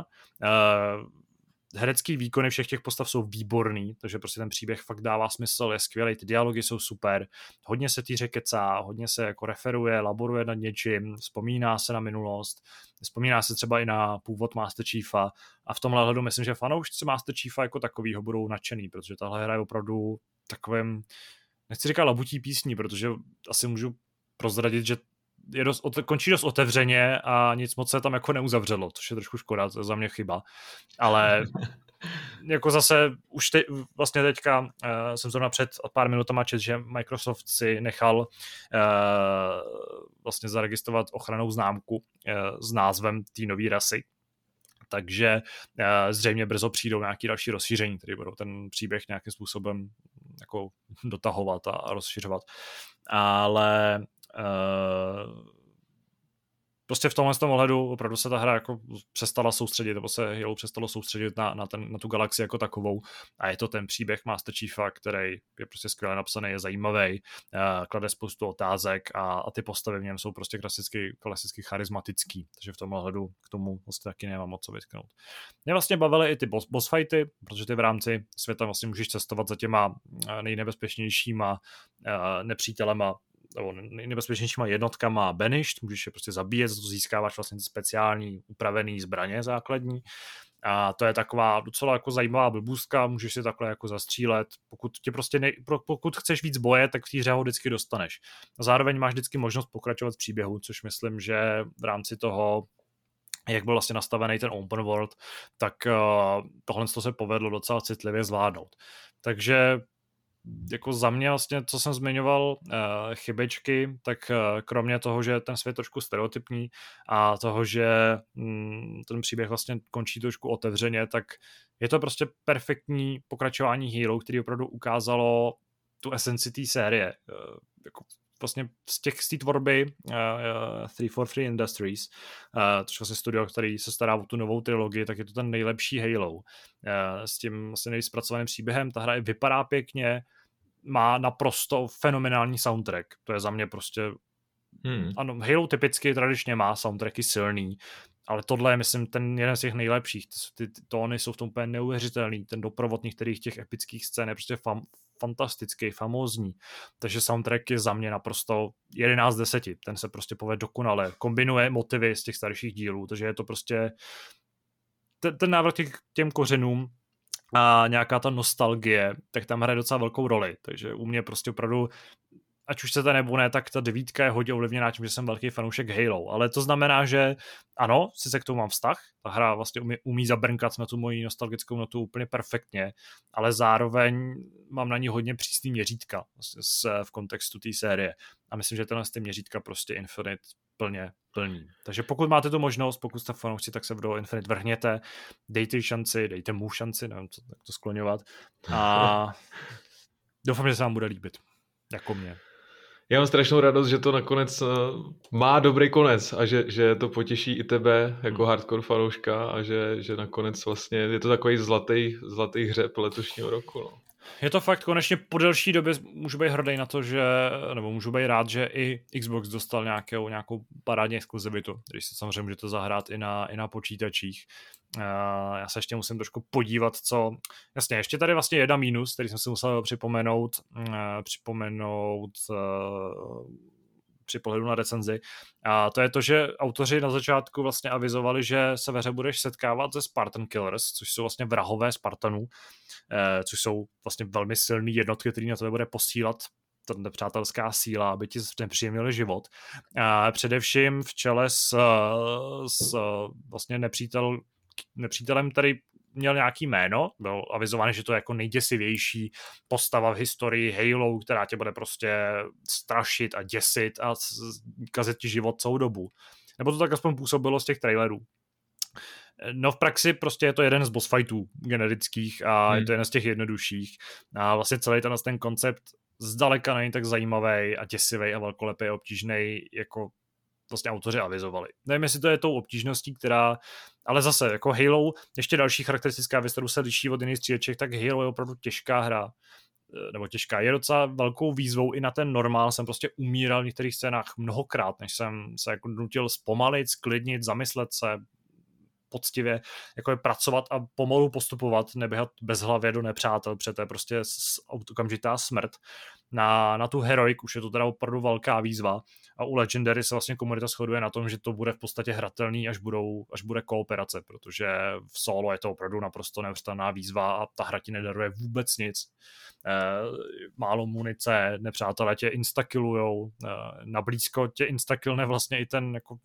Herecký výkony všech těch postav jsou výborný, takže prostě ten příběh fakt dává smysl, je skvělý, ty dialogy jsou super, hodně se týře kecá, hodně se jako referuje, laboruje nad něčím, vzpomíná se na minulost, vzpomíná se třeba i na původ Master Chiefa a v tomhle hledu myslím, že fanoušci Master Chiefa jako takovýho budou nadšený, protože tahle hra je opravdu takovým nechci říkat labutí písní, protože asi můžu prozradit, že končí dost otevřeně a nic moc se tam jako neuzavřelo, což je trošku škoda, to je za mě chyba. Ale jako zase už vlastně teďka jsem zrovna před pár minutama čet, že Microsoft si nechal vlastně zaregistrovat ochrannou známku s názvem té nové rasy. Takže zřejmě brzo přijdou nějaké další rozšíření, které budou ten příběh nějakým způsobem jako dotahovat a rozšiřovat. Ale prostě v tomhle ohledu opravdu se ta hra jako přestala soustředit, nebo se Halo přestalo soustředit na tu galaxii jako takovou a je to ten příběh Master Chiefa, který je prostě skvěle napsaný, je zajímavý, klade spoustu otázek a ty postavy v něm jsou prostě klasicky charismatický, takže v tomhle ohledu k tomu vlastně taky nemám moc co vytknout. Mě vlastně bavily i ty boss fighty, protože ty v rámci světa vlastně můžeš cestovat za těma nejnebezpečnějšíma nepřítelema nebo nejnebezpečnějšíma jednotkama Banished, můžeš je prostě zabíjet, za to získáváš vlastně speciální upravený zbraně základní a to je taková docela jako zajímavá blbůstka, můžeš si takhle jako zastřílet, pokud chceš víc boje, tak v té hře ho vždycky dostaneš. A zároveň máš vždycky možnost pokračovat v příběhu, což myslím, že v rámci toho, jak byl vlastně nastavený ten open world, tak tohle se povedlo docela citlivě zvládnout. Takže jako za mě vlastně, co jsem zmiňoval, chybečky, tak kromě toho, že ten svět je trošku stereotypní a toho, že ten příběh vlastně končí trošku otevřeně, tak je to prostě perfektní pokračování Halo, který opravdu ukázalo tu esenci té série. Jako vlastně z té tvorby 343 Industries, což je vlastně studio, který se stará o tu novou trilogii, tak je to ten nejlepší Halo. S tím vlastně nejvíc zpracovaným příběhem, ta hra i vypadá pěkně, má naprosto fenomenální soundtrack. To je za mě prostě... Ano, Halo typicky tradičně má soundtracky silný, ale tohle je, myslím, ten jeden z těch nejlepších. Ty tóny jsou v tom úplně neuvěřitelný. Ten doprovod některých těch epických scén je prostě fantastický, famózní. Takže soundtrack je za mě naprosto 11 z 10. Ten se prostě povede dokonale. Kombinuje motivy z těch starších dílů, takže je to prostě ten návrat k těm kořenům a nějaká ta nostalgie, tak tam hraje docela velkou roli. Takže u mě prostě opravdu, ať už chcete nebo ne, tak ta 9 je hodně ovlivněná tím, že jsem velký fanoušek Halo. Ale to znamená, že ano, sice k tomu mám vztah, ta hra vlastně umí zabrnkat na tu moji nostalgickou notu úplně perfektně, ale zároveň mám na ní hodně přísný měřítka vlastně v kontextu té série. A myslím, že ty měřítka prostě Infinite plně plní. Takže pokud máte tu možnost, pokud jste fanoušci, tak se do Infinite vrhněte, dejte mu šanci, nevím, co tak to skloňovat. A doufám, že se vám bude líbit. Jako mě. Já mám strašnou radost, že to nakonec má dobrý konec a že to potěší i tebe jako hardcore fanouška a že nakonec vlastně je to takový zlatý hřeb letošního roku. No. Je to fakt, konečně po delší době můžu být hrdý na to, nebo můžu být rád, že i Xbox dostal nějakou parádní exkluzivitu, když se samozřejmě můžete zahrát i na počítačích. Já se ještě musím trošku podívat, Jasně, ještě tady vlastně jedna mínus, který jsem si musel připomenout při pohledu na recenzi. A to je to, že autoři na začátku vlastně avizovali, že se ve hře budeš setkávat se Spartan Killers, což jsou vlastně vrahové Spartanů, což jsou vlastně velmi silný jednotky, který na tebe bude posílat ta nepřátelská síla, aby ti nepříjemnili život. A především v čele s vlastně nepřítelem, který měl nějaký jméno, byl avizovaný, že to je jako nejděsivější postava v historii Halo, která tě bude prostě strašit a děsit a kazit ti život celou dobu. Nebo to tak aspoň působilo z těch trailerů. No v praxi prostě je to jeden z boss fightů generických a je to jeden z těch jednodušších. A vlastně celý ten koncept zdaleka není tak zajímavý a děsivý a velkolepý a obtížný, jako vlastně autoři avizovali. Nevím, jestli to je tou obtížností, ale zase, jako Halo, ještě další charakteristická věc, kterou se liší od jiných stříleček, tak Halo je opravdu těžká hra. Nebo těžká. Je docela velkou výzvou i na ten normál. Jsem prostě umíral v některých scénách mnohokrát, než jsem se jako nutil zpomalit, sklidnit, zamyslet se, poctivě jako je pracovat a pomalu postupovat, neběhat bezhlavě do nepřátel, protože to je prostě okamžitá smrt. Na tu Heroic už je to teda opravdu velká výzva a u Legendary se vlastně komunita shoduje na tom, že to bude v podstatě hratelný, až bude kooperace, protože v solo je to opravdu naprosto neuvěřitelná výzva a ta hra ti nedaruje vůbec nic. Málo munice, nepřátelé tě instakillujou, nablízko tě instakillne vlastně i ten jako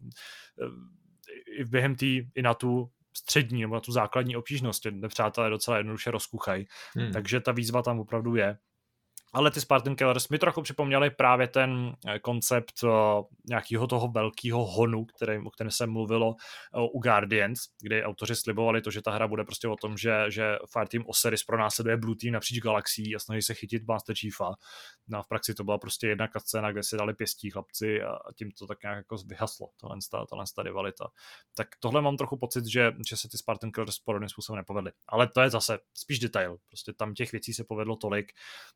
i během i na tu střední nebo na tu základní obtížnost, nepřátelé docela jednoduše rozkuchají. Takže ta výzva tam opravdu je. Ale ty Spartan Killers mi trochu připomněli právě ten koncept nějakého toho velkého honu, o kterém se mluvilo u Guardians, kdy autoři slibovali to, že ta hra bude prostě o tom, že Fireteam Osiris pronásleduje Blue Team napříč galaxií a snaží se chytit Master Chiefa. No a v praxi to byla prostě jedna cutscéna, kde si dali pěstí chlapci a tím to tak nějak jako vyhaslo, tohle rivalita. Tak tohle mám trochu pocit, že se ty Spartan Killers podobným způsobem nepovedly. Ale to je zase spíš detail. Prostě tam těch věcí se povedlo tolik,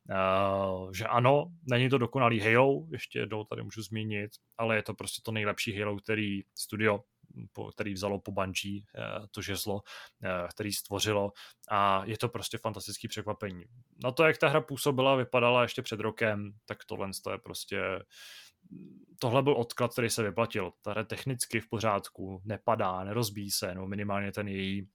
že ano, není to dokonalý Halo, ještě jednou tady můžu zmínit, ale je to prostě to nejlepší Halo, který vzalo po Bungie to žezlo, který stvořilo a je to prostě fantastický překvapení. Na to, jak ta hra působila, vypadala ještě před rokem, tak tohle je prostě... Tohle byl odklad, který se vyplatil. Ta hra technicky v pořádku, nepadá, nerozbíjí se, no minimálně ten její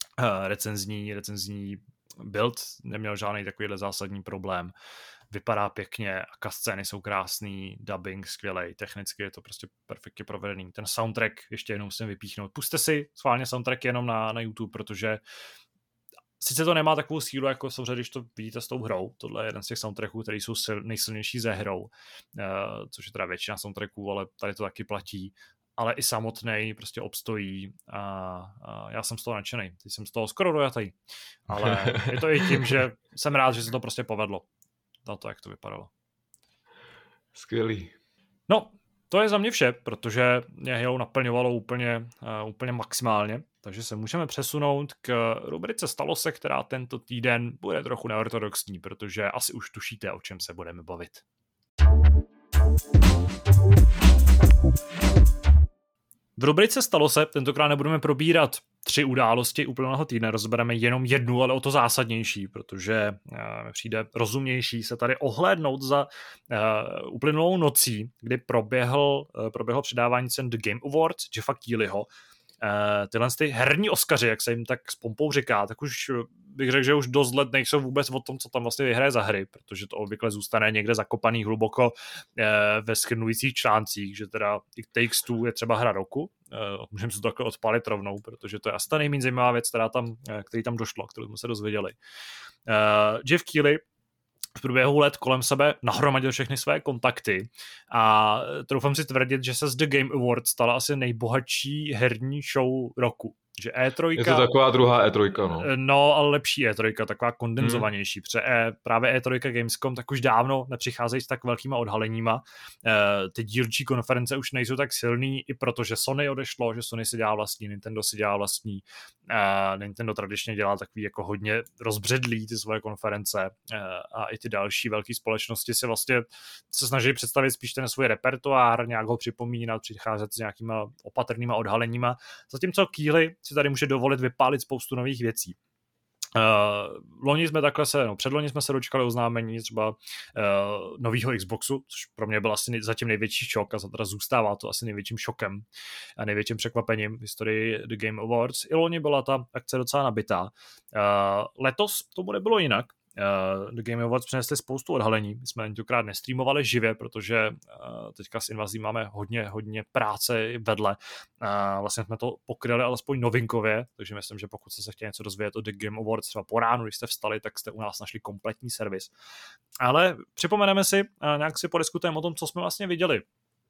recenzní build neměl žádný takovýhle zásadní problém. Vypadá pěkně a scény jsou krásný, dubbing skvělej, technicky je to prostě perfektně provedený. Ten soundtrack ještě jednou musím vypíchnout. Puste si schválně soundtrack jenom na YouTube, protože sice to nemá takovou sílu, jako samozřejmě, když to vidíte s tou hrou. Tohle je jeden z těch soundtracků, který jsou nejsilnější ze hrou, což je teda většina soundtracků, ale tady to taky platí. Ale i samotný prostě obstojí a já jsem z toho nadšenej. Teď jsem z toho skoro dojatý. Ale je to i tím, že jsem rád, že se to prostě povedlo. Na to, jak to vypadalo. Skvělý. No, to je za mě vše, protože mě Halo naplňovalo úplně maximálně, takže se můžeme přesunout k rubrice Stalo se, která tento týden bude trochu neortodoxní, protože asi už tušíte, o čem se budeme bavit. V rubrice Stalo se tentokrát nebudeme probírat 3 události uplynulého týdne, rozbereme jenom jednu, ale o to zásadnější, protože mi přijde rozumnější se tady ohlédnout za uplynulou nocí, kdy proběhlo předávání cen The Game Awards Jeffa Keighleyho. Tyhle ty herní Oscaři, jak se jim tak s pompou říká, tak už bych řekl, že už dost let nejsou vůbec o tom, co tam vlastně vyhraje za hry, protože to obvykle zůstane někde zakopaný hluboko ve shrnujících článcích, že teda It Takes Two je třeba hra roku, můžeme se to takhle odpálit rovnou, protože to je asi ta nejméně zajímavá věc, který tam došlo, kterou jsme se dozvěděli. Jeff Keighley v průběhu let kolem sebe nahromadil všechny své kontakty a troufám si tvrdit, že se z The Game Awards stala asi nejbohatší herní show roku. Že E3... Je to taková druhá E3, no. No, ale lepší E3, taková kondenzovanější. Právě E3 Gamescom tak už dávno nepřicházejí s tak velkýma odhaleníma. Ty dílčí konference už nejsou tak silný, i protože Sony odešlo, že Sony si dělá vlastní, Nintendo si dělá vlastní. Nintendo tradičně dělá takový jako hodně rozbředlý ty svoje konference a i ty další velké společnosti se vlastně se snaží představit spíš ten svůj repertoár, nějak ho připomínat, přicházet s nějakýma opatrnýma odhaleníma. Zatímco Keighley si tady může dovolit vypálit spoustu nových věcí. Předloni jsme se dočkali oznámení třeba novýho Xboxu, což pro mě byl asi zatím největší šok a teda zůstává to asi největším šokem a největším překvapením v historii The Game Awards. I loni byla ta akce docela nabitá. Letos to bude bylo jinak. The Game Awards přinesli spoustu odhalení. My jsme tentokrát nestreamovali živě, protože teďka s Invazí máme hodně práce vedle. Vlastně jsme to pokryli alespoň novinkově, takže myslím, že pokud jste se chtěli něco dozvědět o The Game Awards třeba po ránu, když jste vstali, tak jste u nás našli kompletní servis. Ale připomeneme si, nějak si podiskutujeme o tom, co jsme vlastně viděli.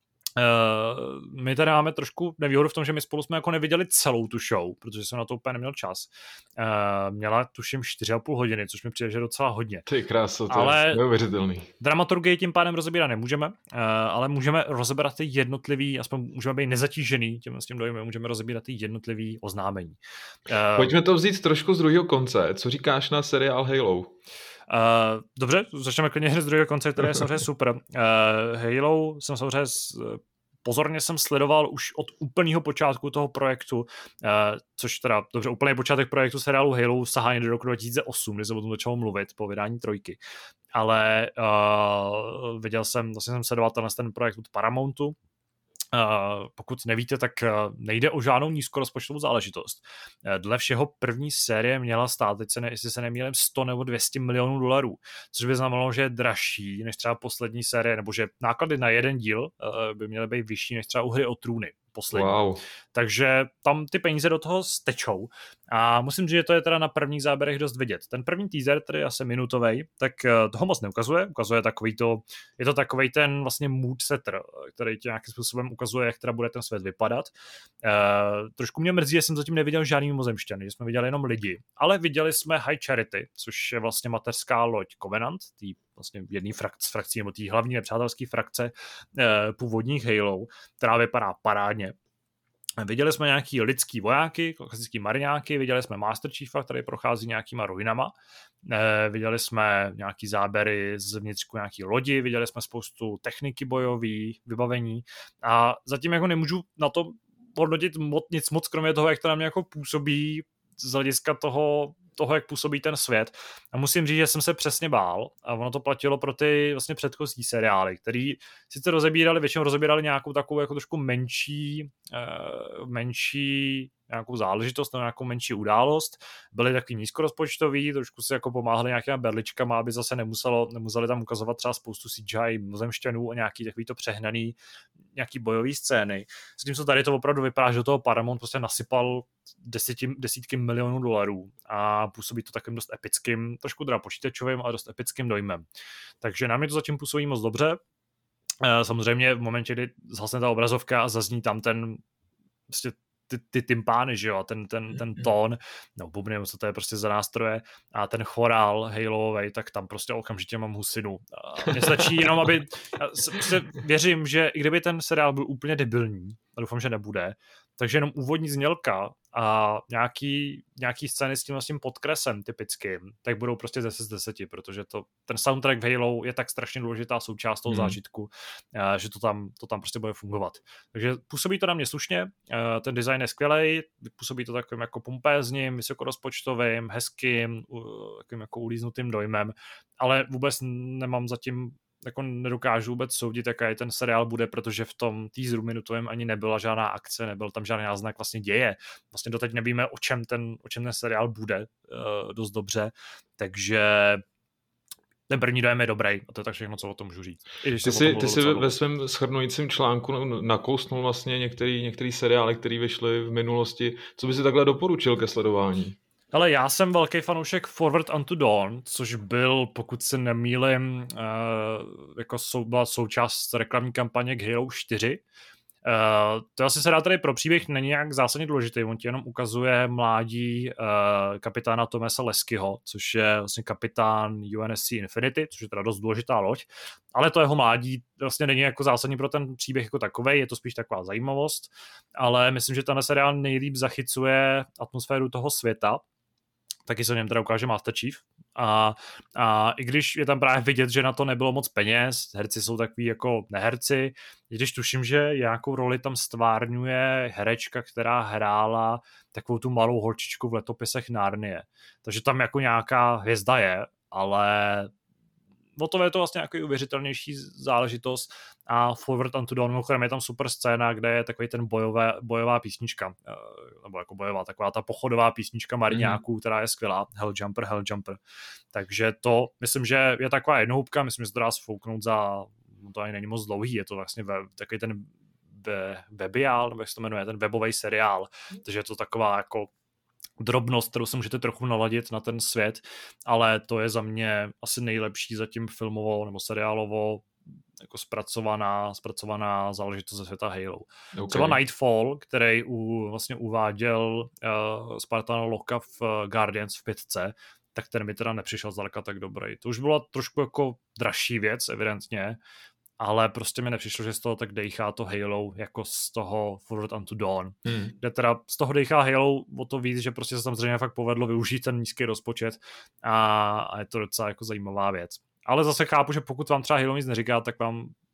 My tady máme trošku nevýhodu v tom, že my spolu jsme jako neviděli celou tu show, protože jsem na to úplně neměl čas. Měla tuším 4,5 hodiny, což mi přijde, že docela hodně. Ty krása, to je neuvěřitelný. Dramaturgii tím pádem rozebírat nemůžeme, ale můžeme rozebrat ty jednotlivý, aspoň můžeme být nezatížený s tím dojmem, můžeme rozebírat ty jednotlivý oznámení. Pojďme to vzít trošku z druhého konce. Co říkáš na seriál Halo? Dobře, začneme klidně hned z druhého konce, který je samozřejmě super. Halo jsem samozřejmě pozorně jsem sledoval už od úplného počátku toho projektu, což teda, dobře, úplný počátek projektu seriálu Halo sahá do roku 2008, kdy se o tom začalo mluvit po vydání 3. Ale viděl jsem, vlastně jsem sledoval ten projekt od Paramountu. Pokud nevíte, tak nejde o žádnou nízkorozpočtovou záležitost. Dle všeho první série měla stát, teď jestli se nemýlím, 100 nebo 200 milionů dolarů, což by znamenalo, že je dražší než třeba poslední série, nebo že náklady na jeden díl by měly být vyšší než třeba u Hry o trůny. Poslední. Wow. Takže tam ty peníze do toho stečou a musím říct, že to je teda na prvních záběrech dost vidět. Ten první teaser, který je asi minutovej, tak toho moc neukazuje, je to takovej ten vlastně mood setter, který ti nějakým způsobem ukazuje, jak teda bude ten svět vypadat. Trošku mě mrzí, že jsem zatím neviděl žádný mimozemšťany, že jsme viděli jenom lidi, ale viděli jsme High Charity, což je vlastně mateřská loď Covenant, tý vlastně jedný frakcí, nebo tý hlavní nepřátelský frakce původních Halo, která vypadá parádně. Viděli jsme nějaký lidský vojáky, klasický mariňáky, viděli jsme Master Chiefa, který prochází nějakýma ruinama, viděli jsme nějaký záběry z vnitřku nějaký lodi, viděli jsme spoustu techniky bojový, vybavení a zatím jako nemůžu na to hodnotit nic moc, kromě toho, jak to na mě jako působí z hlediska toho, jak působí ten svět. A musím říct, že jsem se přesně bál a ono to platilo pro ty vlastně předchozí seriály, který sice většinou rozebírali nějakou takovou jako trošku menší nějakou záležitost nebo nějakou menší událost, byly taky nízkorozpočtový, trošku si jako pomáhali nějakýma berličkama, aby zase nemuseli tam ukazovat třeba spoustu CGI mimozemšťanů a nějaký takovýto přehnaný nějaký bojový scény. S tím, co tady to opravdu vypadá, že do toho Paramount prostě nasypal desítky milionů dolarů a působí to takovým dost epickým, trošku teda počítačovým, ale dost epickým dojmem. Takže na mě to zatím působí moc dobře. Samozřejmě v momentě, kdy zhasne ta obrazovka a zazní tam ten prostě ty tympány, že jo, ten tón, no bubny, co to je prostě za nástroje a ten chorál Haloovej, tak tam prostě okamžitě mám husinu. Mně stačí jenom, aby, prostě věřím, že i kdyby ten seriál byl úplně debilní, a doufám, že nebude, takže jenom úvodní znělka a nějaký scény s tím podkresem typickým, tak budou prostě 10 z 10, protože ten soundtrack v Halo je tak strašně důležitá součást toho zážitku, že to tam prostě bude fungovat. Takže působí to na mě slušně, ten design je skvělej, působí to takovým jako pompézním, vysokorozpočtovým, hezkým, takovým jako ulíznutým dojmem, ale vůbec nemám zatím jako nedokážu vůbec soudit, jaká ten seriál bude, protože v tom teaseru minutovém ani nebyla žádná akce, nebyl tam žádný náznak vlastně děje. Vlastně doteď nevíme, o čem ten seriál bude dost dobře, takže ten první dojem je dobrý a to je tak všechno, co o tom můžu říct. Ty jsi ve svém shrnujícím článku nakousnul vlastně některé seriály, které vyšly v minulosti. Co by si takhle doporučil ke sledování? Ale já jsem velký fanoušek Forward Unto Dawn, což byl, pokud se nemýlim, jako byla součást reklamní kampaně k Halo 4. To asi se dá tady pro příběh není nějak zásadně důležitý, on ti jenom ukazuje mládí kapitána Thomase Leskyho, což je vlastně kapitán UNSC Infinity, což je teda dost důležitá loď, ale to jeho mládí vlastně není jako zásadní pro ten příběh jako takovej, je to spíš taková zajímavost, ale myslím, že ten seriál nejlíp zachycuje atmosféru toho světa. Taky se v něm teda ukáže Master Chief. A i když je tam právě vidět, že na to nebylo moc peněz, herci jsou takový jako neherci, i když tuším, že nějakou roli tam stvárňuje herečka, která hrála takovou tu malou holčičku v Letopisech Narnie. Takže tam jako nějaká hvězda je, ale to je to vlastně nějaký uvěřitelnější záležitost a Forward Unto Dawn, mimochodem je tam super scéna, kde je takový ten bojová písnička, nebo jako bojová, taková ta pochodová písnička mariňáků, která je skvělá, Hell Jumper. Takže to, myslím, že je taková jednohubka, myslím, že se to dá sfouknout to ani není moc dlouhý, je to vlastně takový ten webiál, nebo jak se to jmenuje, ten webový seriál, takže je to taková jako drobnost, kterou se můžete trochu naladit na ten svět, ale to je za mě asi nejlepší zatím filmovo nebo seriálovo jako zpracovaná záležitost ze světa Halo. Okay. Třeba Nightfall, který vlastně uváděl Spartana Locka v Guardians v 5, tak ten mi teda nepřišel zdaleka tak dobrý. To už byla trošku jako dražší věc, evidentně, ale prostě mi nepřišlo, že z toho tak dejchá to Halo jako z toho Forward Unto Dawn. Kde teda z toho dejchá Halo o to víc, že prostě se samozřejmě fakt povedlo využít ten nízký rozpočet a je to docela jako zajímavá věc. Ale zase chápu, že pokud vám třeba Halo nic neříká, tak vám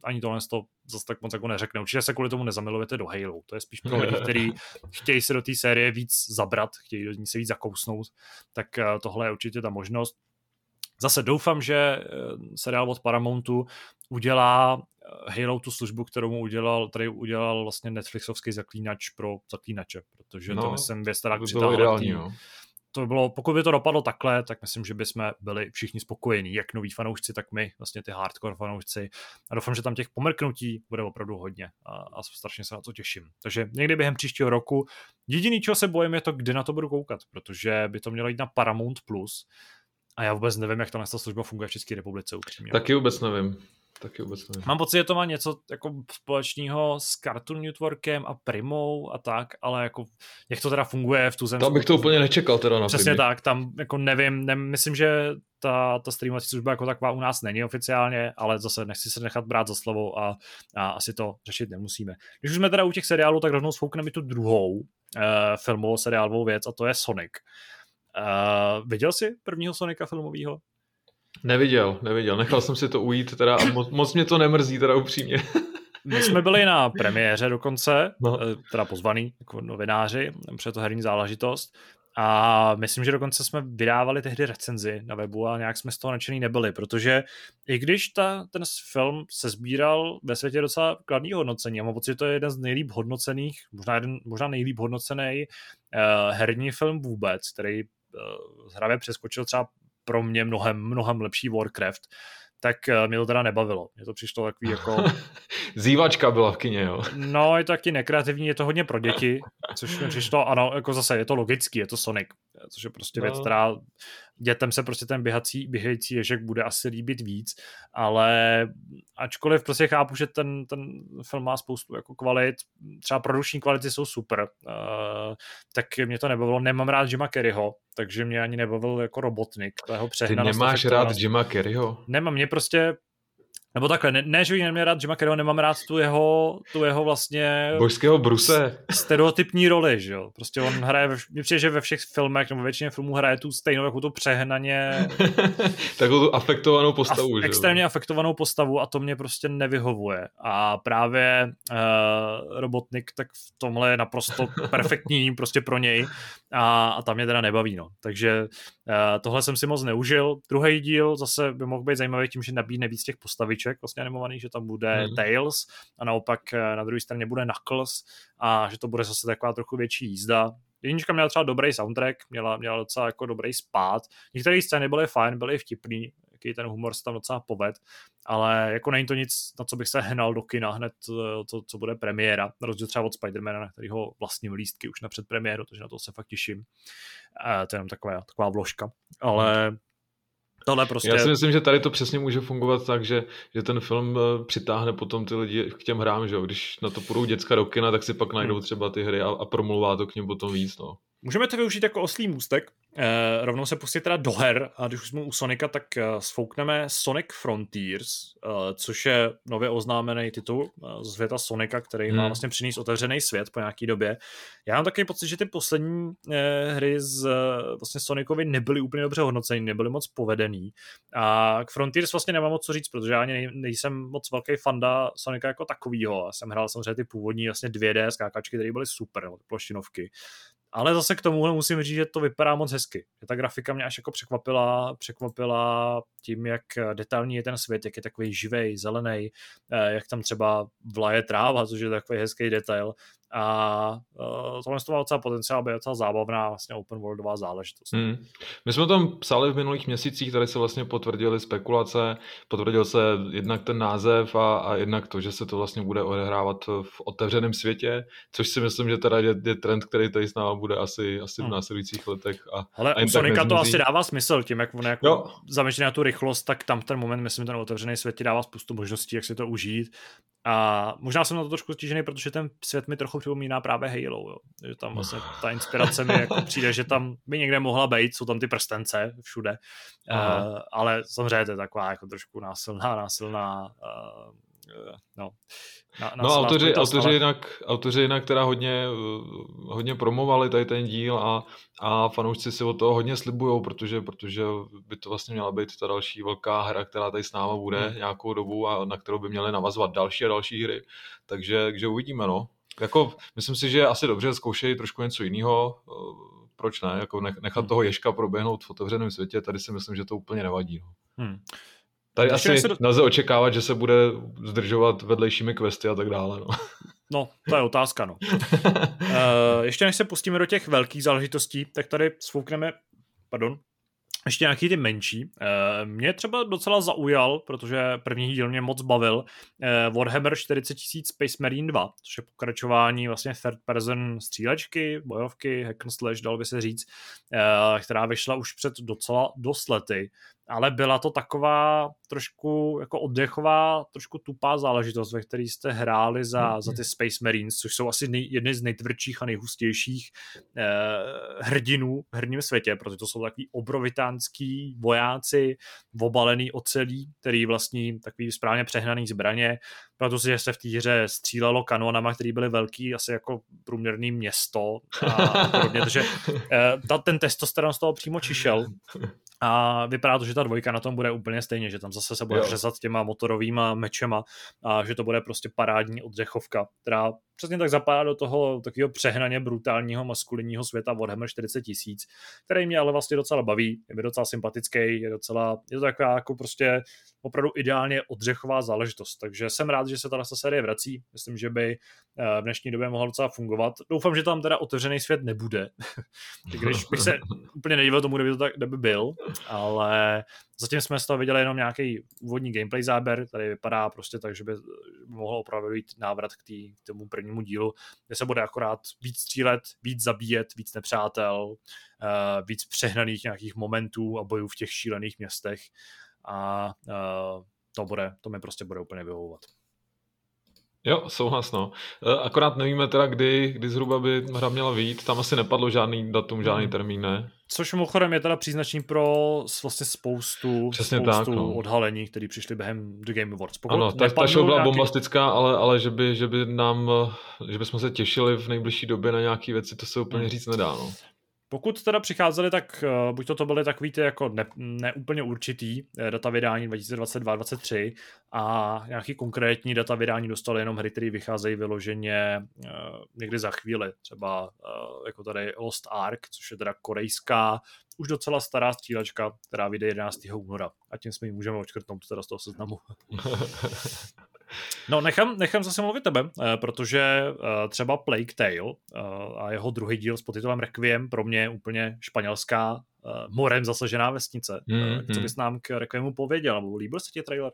ani tohle to zase tak moc jako neřekne. Určitě se kvůli tomu nezamilujete do Halo. To je spíš pro lidi, kteří chtějí se do té série víc zabrat, chtějí do ní se víc zakousnout, tak tohle je určitě ta možnost. Zase doufám, že seriál od Paramountu udělá Halo tu službu, kterou udělal vlastně Netflixovský Zaklínač pro zaklínače, protože to myslím věc, která přitáhla to bylo, pokud by to dopadlo takhle, tak myslím, že bychom byli všichni spokojení, jak noví fanoušci, tak my, vlastně ty hardcore fanoušci. A doufám, že tam těch pomrknutí bude opravdu hodně a strašně se na to těším. Takže někdy během příštího roku jediný, čeho se bojím, je to, kde na to budu koukat, protože by to mělo jít na Paramount+. A já vůbec nevím, jak ta služba funguje v České republice upřímně. Taky vůbec nevím. Mám pocit, že to má něco jako společného s Cartoon Networkem a Primou a tak, ale jako jak to teda funguje v tu zemi. Tam bych to úplně nečekal teda na Přesně tak, tam jako nevím, myslím, že ta streamovací služba jako taková u nás není oficiálně, ale zase nechci se nechat brát za slovo a asi to řešit nemusíme. Když už jsme teda u těch seriálů, tak rovnou sfoukneme tu druhou filmovou seriálovou věc a to je Sonic. Viděl jsi prvního Sonika filmového? Neviděl. Nechal jsem si to ujít teda a moc mě to nemrzí teda upřímně. My jsme byli na premiéře dokonce, teda pozvaný jako novináři, protože to herní záležitost. A myslím, že dokonce jsme vydávali tehdy recenzi na webu a nějak jsme z toho nadšený nebyli, protože i když ten film se sbíral ve světě docela kladný hodnocení, a mám pocit, že to je jeden z nejlíp hodnocených, možná nejlíp hodnocený herní film vůbec, který hravě přeskočil třeba pro mě mnohem lepší Warcraft, tak mě to teda nebavilo. Mně to přišlo takový jako... Zývačka byla v kině, jo. No, je to taky nekreativní, je to hodně pro děti, což mi přišlo, ano, jako zase je to logický, je to Sonic, což je prostě věc, která dětem se prostě ten běhající ježek bude asi líbit víc, ale ačkoliv prostě chápu, že ten film má spoustu jako kvalit, třeba produkční kvality jsou super, tak mě to nebavilo, nemám rád Jima Carreyho, takže mě ani nebavil jako Robotnik, ta jeho přehnanost. Ty nemáš rád Jima Carreyho? Nemám, mě prostě nebo takhle, ne že bych neměl rád Jima Carreyho, nemám rád tu jeho vlastně... Božského Bruse. Stereotypní roli, že jo. Prostě on hraje, mně přijde, že ve všech filmech, nebo většině filmů hraje tu stejnou, jako tu přehnaně... Takovou tu afektovanou postavu, že jo. Extrémně afektovanou postavu a to mě prostě nevyhovuje. A právě Robotnik tak v tomhle je naprosto perfektní prostě pro něj a tam mě teda nebaví, no. Takže tohle jsem si moc neužil. Druhý díl zase by mohl být zajímavý tím, že nabídne víc těch postaviček vlastně animovaných, že tam bude Tails a naopak na druhé straně bude Knuckles a že to bude zase taková trochu větší jízda. Jednička měla třeba dobrý soundtrack, měla docela jako dobrý spát. Některé scény byly fajn, byly vtipný, jaký ten humor se tam docela poved, ale jako není to nic, na co bych se hnal do kina hned, co bude premiéra, na rozdíl třeba od Spidermana, na kterýho vlastním lístky už na předpremiéru, takže na to se fakt těším. To je jenom taková vložka, ale tohle prostě... Já si myslím, že tady to přesně může fungovat tak, že ten film přitáhne potom ty lidi k těm hrám, že jo? Když na to půjdou děcka do kina, tak si pak najdou třeba ty hry a promluvá to k nim potom víc, no. Můžeme to využít jako oslý můstek, rovnou se pustit teda do her a když už jsme u Sonika, tak sfoukneme Sonic Frontiers, což je nově oznámený titul z světa Sonika, který má vlastně přinést otevřený svět po nějaký době. Já mám takový pocit, že ty poslední hry z vlastně Sonicovi nebyly úplně dobře hodnoceny, nebyly moc povedený a k Frontiers vlastně nemám moc co říct, protože já ani nejsem moc velký fanda Sonika jako takovýho. Já jsem hrál samozřejmě ty původní vlastně 2D skákačky, které byly super, ploštinovky. Ale zase k tomu musím říct, že to vypadá moc hezky. Ta grafika mě až jako překvapila tím, jak detailní je ten svět, jak je takový živej, zelený, jak tam třeba vlaje tráva, což je takový hezký detail. A tohle to má docela potenciál, aby je docela zábavná vlastně open worldová záležitost. My jsme tam psali v minulých měsících, tady se vlastně potvrdily spekulace, potvrdil se jednak ten název a jednak to, že se to vlastně bude odehrávat v otevřeném světě, což si myslím, že teda je trend, který tady s náma bude asi v následujících letech. Ale u Sonika to asi dává smysl, tím jak on jako zaměřený na tu rychlost, tak tam ten moment, myslím, ten otevřený svět ti dává spoustu možností, jak si to užít. A možná jsem na to trošku stížený, protože ten svět mi trochu připomíná právě Halo, jo. Že tam vlastně ta inspirace mi jako přijde, že tam by někde mohla být, jsou tam ty prstence všude, ale samozřejmě to je taková jako trošku násilná no, No autoři jinak teda hodně promovali tady ten díl a fanoušci si od toho hodně slibujou, protože by to vlastně měla být ta další velká hra, která tady s náma bude nějakou dobu a na kterou by měly navazovat další a další hry. Takže uvidíme, no. Jako, myslím si, že je asi dobře zkoušejí trošku něco jiného. Proč ne? Jako nechat toho ježka proběhnout v otevřeném světě, tady si myslím, že to úplně nevadí. No. Tady asi nelze očekávat, že se bude zdržovat vedlejšími questy a tak dále. No, to je otázka, no. Ještě než se pustíme do těch velkých záležitostí, tak tady sfoukneme, ještě nějaký ty menší. Mě třeba docela zaujal, protože první díl mě moc bavil, Warhammer 40 000 Space Marine 2, což je pokračování vlastně third person střílečky, bojovky, hack and slash, dalo by se říct, která vyšla už před docela dost lety, ale byla to taková trošku jako oddechová, trošku tupá záležitost, ve které jste hráli za ty Space Marines, což jsou asi jedny z nejtvrdších a nejhustějších hrdinů v herním světě, protože to jsou takový obrovitánský vojáci, obalený ocelí, který vlastní takový správně přehnaný zbraně, protože se v té hře střílelo kanonama, který byly velký, asi jako průměrný město a podobně, takže ten testosteron z toho přímo čišel. A vypadá to, že ta dvojka na tom bude úplně stejně, že tam zase se bude řezat těma motorovýma mečema a že to bude prostě parádní oddechovka, která přesně tak zapadá do toho takového přehnaně brutálního maskulinního světa Warhammer 40 000, který mě ale vlastně docela baví, je docela sympatický, je to taková jako prostě opravdu ideálně oddechová záležitost, takže jsem rád, že se ta série vrací, myslím, že by v dnešní době mohla docela fungovat. Doufám, že tam teda otevřený svět nebude, když bych se úplně nedíval tomu, kde by byl, ale zatím jsme z toho viděli jenom nějaký úvodní gameplay záběr, tady vypadá prostě tak, že by mohlo opravdu jít návrat k tomu prvnímu dílu, kde se bude akorát víc střílet, víc zabíjet, víc nepřátel, víc přehnaných nějakých momentů a bojů v těch šílených městech a to mi prostě bude úplně vyhovovat. Jo, souhlas, no. Akorát nevíme teda, kdy zhruba by hra měla vyjít, tam asi nepadlo žádný datum, žádný termín, ne? Což mimochodem je teda příznačný pro vlastně spoustu odhalení, které přišly během The Game Awards. Ano, ta show byla bombastická, ale že bychom se těšili v nejbližší době na nějaký věci, to se úplně říct nedá, no. Pokud teda přicházely, tak buď to byly takový ty jako neúplně určitý data vydání 2022-2023 a nějaký konkrétní data vydání dostaly jenom hry, které vycházejí vyloženě někdy za chvíli. Třeba jako tady Lost Ark, což je teda korejská, už docela stará střílečka, která vyjde 11. února. A tím jsme ji můžeme odškrtnout teda z toho seznamu. No, nechám zase mluvit tebe, protože třeba Plague Tale a jeho druhý díl s podtitulem Requiem pro mě je úplně španělská, morem zasažená vesnice. Co bys nám k Requiemu pověděl? Nebo líbil se ti trailer?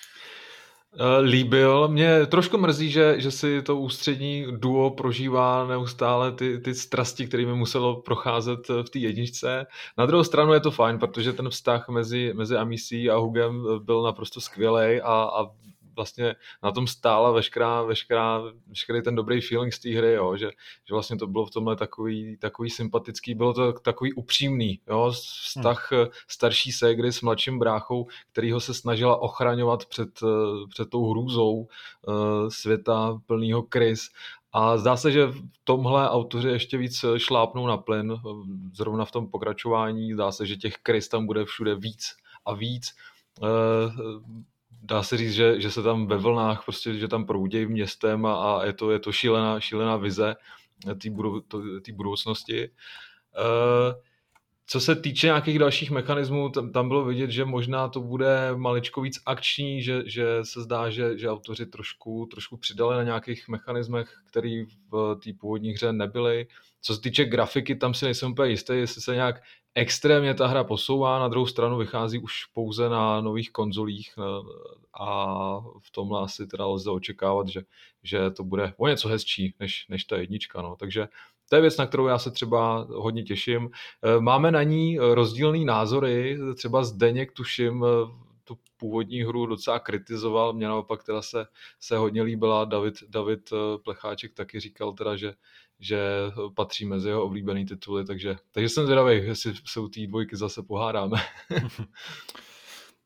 Líbil. Mě trošku mrzí, že si to ústřední duo prožívá neustále ty strasti, kterými muselo procházet v té jedničce. Na druhou stranu je to fajn, protože ten vztah mezi Amicí a Hugem byl naprosto skvělej a vlastně na tom stála veškerý ten dobrý feeling z té hry, jo, že vlastně to bylo v tomhle takový sympatický, bylo to takový upřímný, jo, vztah starší ségry s mladším bráchou, kterýho se snažila ochraňovat před tou hrůzou světa plnýho krys. A zdá se, že v tomhle autoři ještě víc šlápnou na plyn, zrovna v tom pokračování, zdá se, že těch krys tam bude všude víc a víc. Dá se říct, že se tam ve vlnách, prostě, že tam proudějí městem a je to šílená vize té budoucnosti. Co se týče nějakých dalších mechanismů, tam bylo vidět, že možná to bude maličko víc akční, že se zdá, že autoři trošku přidali na nějakých mechanismech, které v té původní hře nebyly. Co se týče grafiky, tam si nejsem úplně jistý, jestli se nějak extrémně ta hra posouvá, na druhou stranu vychází už pouze na nových konzolích a v tomhle asi teda lze očekávat, že to bude o něco hezčí než ta jednička. No. Takže to je věc, na kterou já se třeba hodně těším. Máme na ní rozdílný názory, třeba Zdeněk, tuším, tu původní hru docela kritizoval, mě naopak teda se hodně líbila, David Plecháček taky říkal teda, že patří mezi jeho oblíbený tituly, takže jsem zvědavý, jestli se u té dvojky zase pohádáme.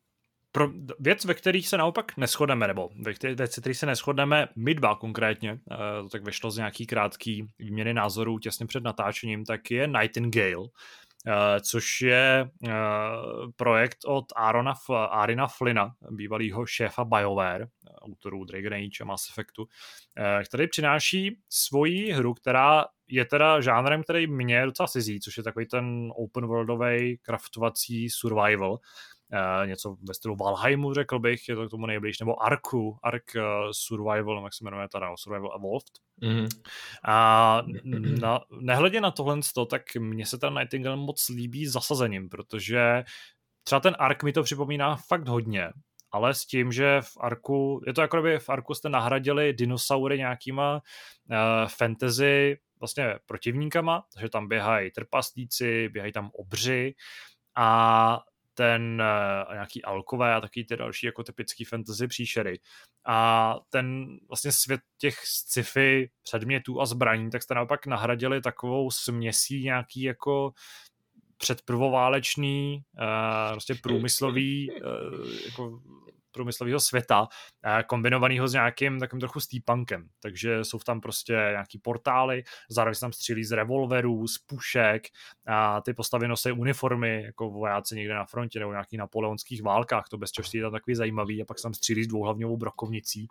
Věc, ve kterých se naopak neshodneme, nebo věci, které se neshodneme, my dva konkrétně, to tak vyšlo z nějaký krátký výměny názorů těsně před natáčením, tak je Nightingale, což je projekt od Arina Flynna, bývalého šéfa BioWare, autorů Dragon Age a Mass Effectu, který přináší svoji hru, která je teda žánrem, který mě docela cizí, což je takový ten open worldový craftovací survival, něco ve stylu Valheimu, řekl bych, je to k tomu nejblíž, nebo Ark Survival, jak se jmenuje teda, Survival Evolved. Mm-hmm. A nehledě na tohle, tak mně se ten Nightingale moc líbí zasazením, protože třeba ten Ark mi to připomíná fakt hodně, ale s tím, že v Arku, je to jako kdyby v Arku jste nahradili dinosaury nějakýma fantasy vlastně protivníkama, takže tam běhají trpaslíci, běhají tam obři a ten nějaký alkové a taky ty další jako typický fantasy příšery. A ten vlastně svět těch sci-fi předmětů a zbraní, tak jste naopak nahradili takovou směsí nějaký jako předprvoválečný, prostě průmyslový jako průmyslového světa, kombinovaného s nějakým takovým trochu steampunkem. Takže jsou tam prostě nějaký portály, zároveň se tam střílí z revolverů, z pušek a ty postavy nosí uniformy, jako vojáci někde na frontě nebo nějakých napoleonských válkách, to bez čeho je tam takový zajímavý a pak se tam střílí s dvouhlavňovou brokovnicí.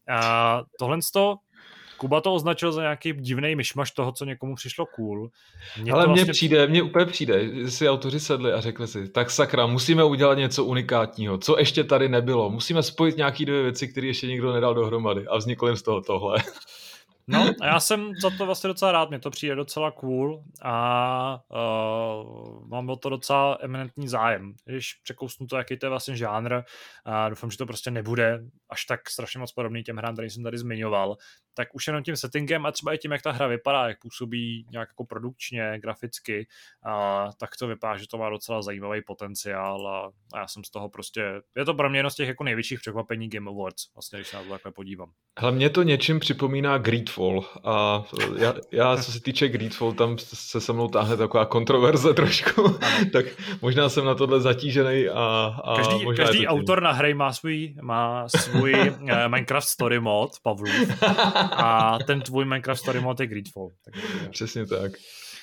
Tohle Kuba to označil za nějaký divnej myšmaš toho, co někomu přišlo cool. Ale mně úplně přijde, že si autoři sedli a řekli si, tak sakra, musíme udělat něco unikátního, co ještě tady nebylo. Musíme spojit nějaký dvě věci, které ještě nikdo nedal dohromady a vzniklo jim z toho tohle. No a já jsem za to vlastně docela rád, mně to přijde docela cool a mám o to docela eminentní zájem. Když překousnu to, jaký to je vlastně žánr a doufám, že to prostě nebude až tak strašně moc podobný těm hrám, který jsem tady zmiňoval, tak už jenom tím settingem a třeba i tím, jak ta hra vypadá, jak působí nějak jako produkčně, graficky, tak to vypadá, že to má docela zajímavý potenciál a já jsem z toho prostě, je to pro mě jedno z těch jako největších překvapení Game Awards, vlastně, když se na to takhle podívám. Hele, mě to něčím připomíná Greedfall a já co se týče Greedfall, tam se mnou táhne taková kontroverze trošku, tak možná jsem na tohle zatížený a každý autor na hry má svůj Minecraft Story mod, Pavlův, a ten tvůj Minecraft Story mod je Greedfall. Přesně tak.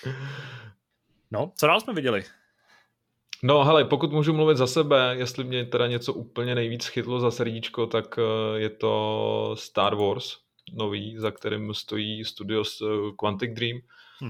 No, co dál jsme viděli? No hele, pokud můžu mluvit za sebe, jestli mě teda něco úplně nejvíc chytlo za srdíčko, tak je to Star Wars nový, za kterým stojí studio Quantic Dream.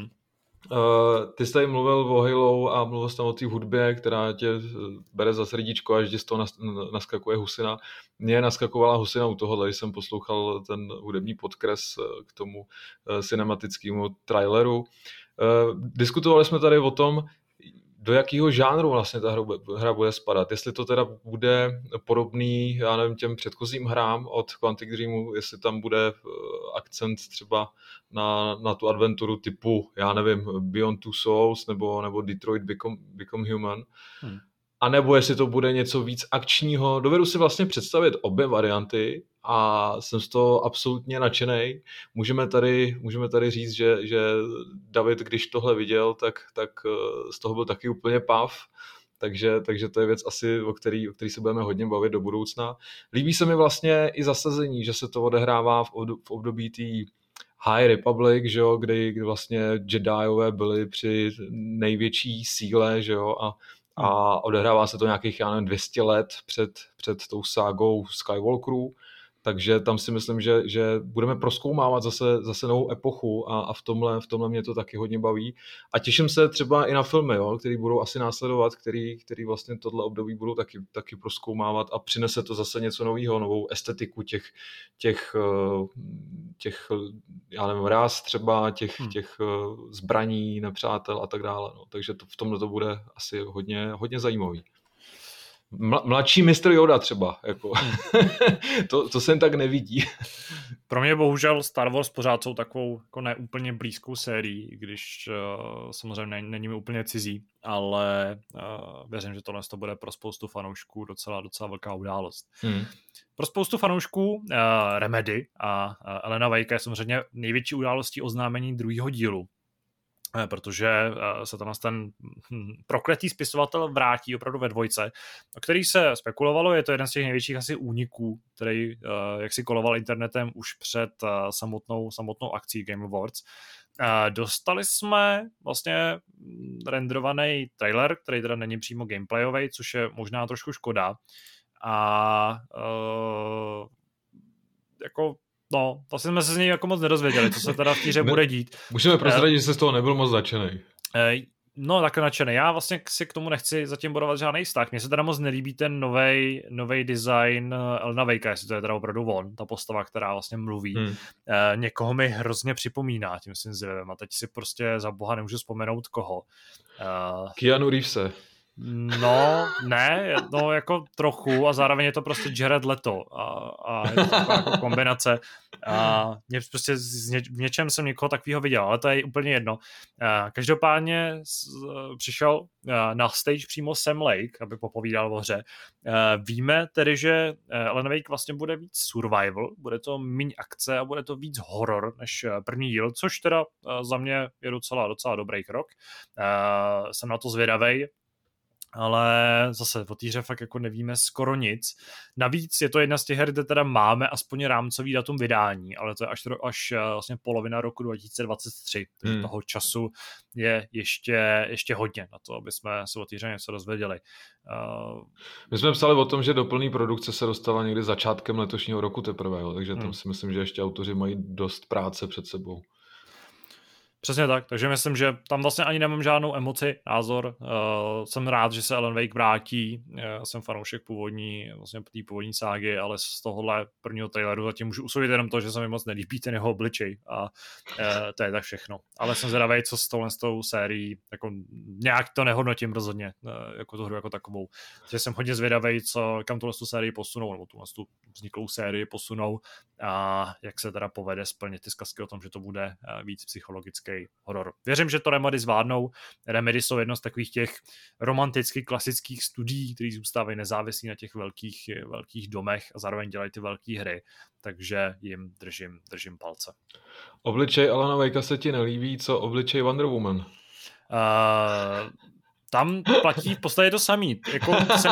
Ty jsi tady mluvil o Halo a mluvil jsi tam o té hudbě, která tě bere za srdíčko a že z toho naskakuje husina. Mně naskakovala husina u tohohle, když jsem poslouchal ten hudební podkres k tomu cinematickému traileru. Diskutovali jsme tady o tom, do jakého žánru vlastně ta hra bude spadat. Jestli to teda bude podobný, já nevím, těm předchozím hrám od Quantic Dreamu, jestli tam bude akcent třeba na tu adventuru typu, já nevím, Beyond Two Souls nebo Detroit Become Human. A nebo jestli to bude něco víc akčního. Dovedu si vlastně představit obě varianty a jsem z toho absolutně nadšenej. Můžeme tady říct, že David, když tohle viděl, tak z toho byl taky úplně pav. Takže to je věc asi, o který se budeme hodně bavit do budoucna. Líbí se mi vlastně i zasazení, že se to odehrává v období té High Republic, že jo, kdy vlastně Jediové byli při největší síle, že jo, a odehrává se to nějakých, já nevím, 200 let před tou ságou Skywalkerů, takže tam si myslím, že budeme prozkoumávat zase novou epochu a v tomhle mě to taky hodně baví. A těším se třeba i na filmy, jo, který budou asi následovat, který vlastně tohle období budou taky prozkoumávat a přinese to zase něco nového, novou estetiku těch já nevím, ráz třeba, těch zbraní, nepřátel a tak dále. No. Takže v tomhle to bude asi hodně zajímavý. Mladší mistr Yoda třeba, jako. to se jen tak nevidí. Pro mě bohužel Star Wars pořád jsou takovou jako neúplně blízkou sérií, když samozřejmě není mi úplně cizí, ale věřím, že tohle to bude pro spoustu fanoušků docela velká událost. Pro spoustu fanoušků Remedy a Elena Waike je samozřejmě největší událostí oznámení druhého dílu. protože se tam ten prokletý spisovatel vrátí opravdu ve 2, o který se spekulovalo, je to jeden z těch největších asi úniků, který jak si koloval internetem už před samotnou akcí Game Awards. Dostali jsme vlastně renderovaný trailer, který teda není přímo gameplayový, což je možná trošku škoda. A jako no, to jsme se z něj jako moc nedozvěděli, co se teda v týře bude dít. Můžeme prozradit, že se z toho nebyl moc nadšenej. No, tak nadšený. Já vlastně si k tomu nechci zatím budovat žádný vztah. Mně se teda moc nelíbí ten novej design Alana Wakea, jestli to je teda opravdu on, ta postava, která vlastně mluví. Někoho mi hrozně připomíná tím svým zjevem a teď si prostě za boha nemůžu vzpomenout koho. Keanu Reevese. No, ne, no jako trochu a zároveň je to prostě Jared Leto a je to taková jako kombinace a mě prostě v něčem jsem někoho takového viděl, ale to je úplně jedno. Každopádně přišel na stage přímo Sam Lake, aby popovídal o hře. Víme tedy, že Alan Wake vlastně bude víc survival, bude to méně akce a bude to víc horor než první díl, což teda za mě je docela dobrý krok. Jsem na to zvědavej, ale zase o té hře fakt jako nevíme skoro nic. Navíc je to jedna z těch her, kde teda máme aspoň rámcový datum vydání, ale to je až vlastně polovina roku 2023, takže toho času je ještě hodně na to, aby jsme se o té hře něco dozvěděli. My jsme psali o tom, že do plné produkce se dostala někdy začátkem letošního roku teprve, takže tam si myslím, že ještě autoři mají dost práce před sebou. Přesně tak, takže myslím, že tam vlastně ani nemám žádnou emoci, názor. Jsem rád, že se Alan Wake vrátí. Jsem fanoušek té původní ságy, ale z tohohle prvního traileru zatím můžu usoudit jenom to, že se mi moc nelíbí ten jeho obličej a to je tak všechno. Ale jsem zvědavý, co s tou sérií, jako nějak to nehodnotím rozhodně, jako tu hru jako takovou. Takže jsem hodně zvědavý, kam tu sérii posunou, nebo tu vzniklou sérii posunou a jak se teda povede splnit ty zkazky o tom, že to bude víc psychologický horor. Věřím, že to Remedy zvládnou. Remedy jsou jedno z takových těch romantických, klasických studií, který zůstávají nezávislí na těch velkých domech a zároveň dělají ty velké hry, takže jim držím palce. Obličej Alana Wakea se ti nelíbí, co obličej Wonder Woman? Tam platí v podstatě to samý. Jako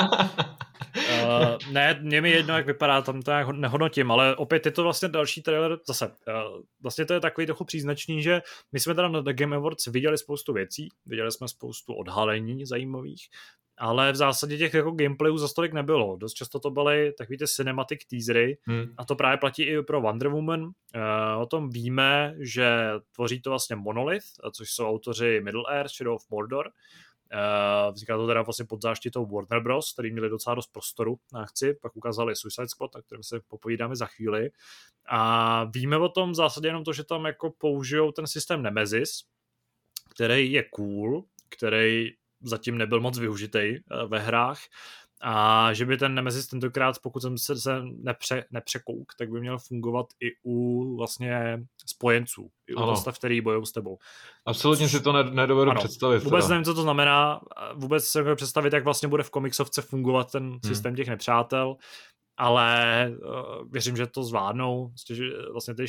ne, mě mi jedno, jak vypadá, tam to já nehodnotím, ale opět je to vlastně další trailer, zase, vlastně to je takový trochu příznačný, že my jsme teda na The Game Awards viděli spoustu věcí, viděli jsme spoustu odhalení zajímavých, ale v zásadě těch jako gameplayů za tolik nebylo. Dost často to byly takový ty cinematic teasery a to právě platí i pro Wonder Woman. O tom víme, že tvoří to vlastně Monolith, což jsou autoři Middle Earth, Shadow of Mordor. Vzniká to teda vlastně pod záštitou Warner Bros., který měli docela dost prostoru na akci, pak ukázali Suicide Squad, na kterém se popovídáme za chvíli. A víme o tom v zásadě jenom to, že tam jako použijou ten systém Nemesis, který je cool, který zatím nebyl moc využitý ve hrách, a že by ten Nemesis tentokrát, pokud jsem se nepřekouk, tak by měl fungovat i u vlastně spojenců, i u postav, který bojují s tebou. Absolutně si to nedovedu představit. Vůbec nevím, co to znamená, vůbec se můžu představit, jak vlastně bude v komiksovce fungovat ten systém těch nepřátel, ale věřím, že to zvládnou. Vlastně ty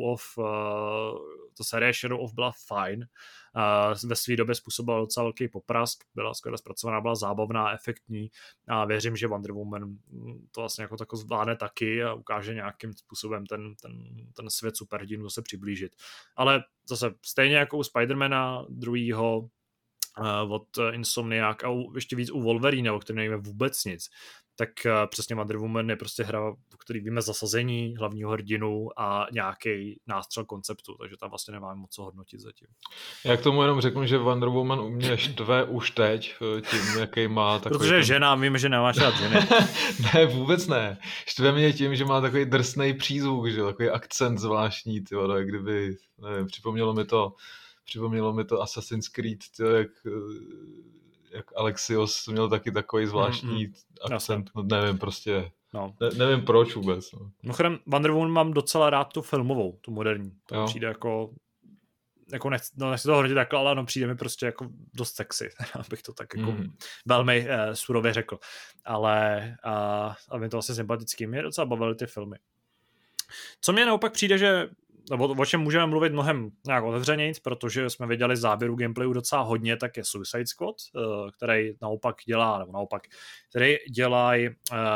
ta série Shadow of byla fajn. Ve své době způsobila docela velký poprask, byla skvěle zpracovaná, byla zábavná, efektní a věřím, že Wonder Woman to vlastně jako tako zvládne taky a ukáže nějakým způsobem ten svět superhrdinů zase přiblížit. Ale zase stejně jako u Spidermana druhýho od Insomniac a ještě víc u Wolverine, o kterém nevíme vůbec nic, tak přesně Wonder Woman je prostě hra, o který víme zasazení hlavního hrdinu a nějaký nástřel konceptu, takže tam vlastně nemáme moc co hodnotit zatím. Já k tomu jenom řeknu, že Wonder Woman u mě štve už teď, tím, jaký má takový... Protože žena, víme, že nemáš rád ženy. Ne, vůbec ne. Štve mě tím, že má takový drsnej přízvuk, že takový akcent zvláštní, tyjo, jak kdyby, nevím, připomnělo mi to Assassin's Creed, tyjo, jak Alexios měl taky takový zvláštní akcent, no, nevím, prostě, nevím proč vůbec. No. Mimochodem, Wonder Woman mám docela rád tu filmovou, tu moderní, to přijde jako nechci to hodnotit takhle, ale přijde mi prostě jako dost sexy, abych to tak jako velmi surově řekl, ale a mi to vlastně sympatický, mě docela bavily ty filmy. Co mě naopak přijde, že nebo o čem můžeme mluvit mnohem nějak otevřenějc, protože jsme viděli záběru gameplayu docela hodně, tak je Suicide Squad, který naopak dělá, nebo naopak, který dělají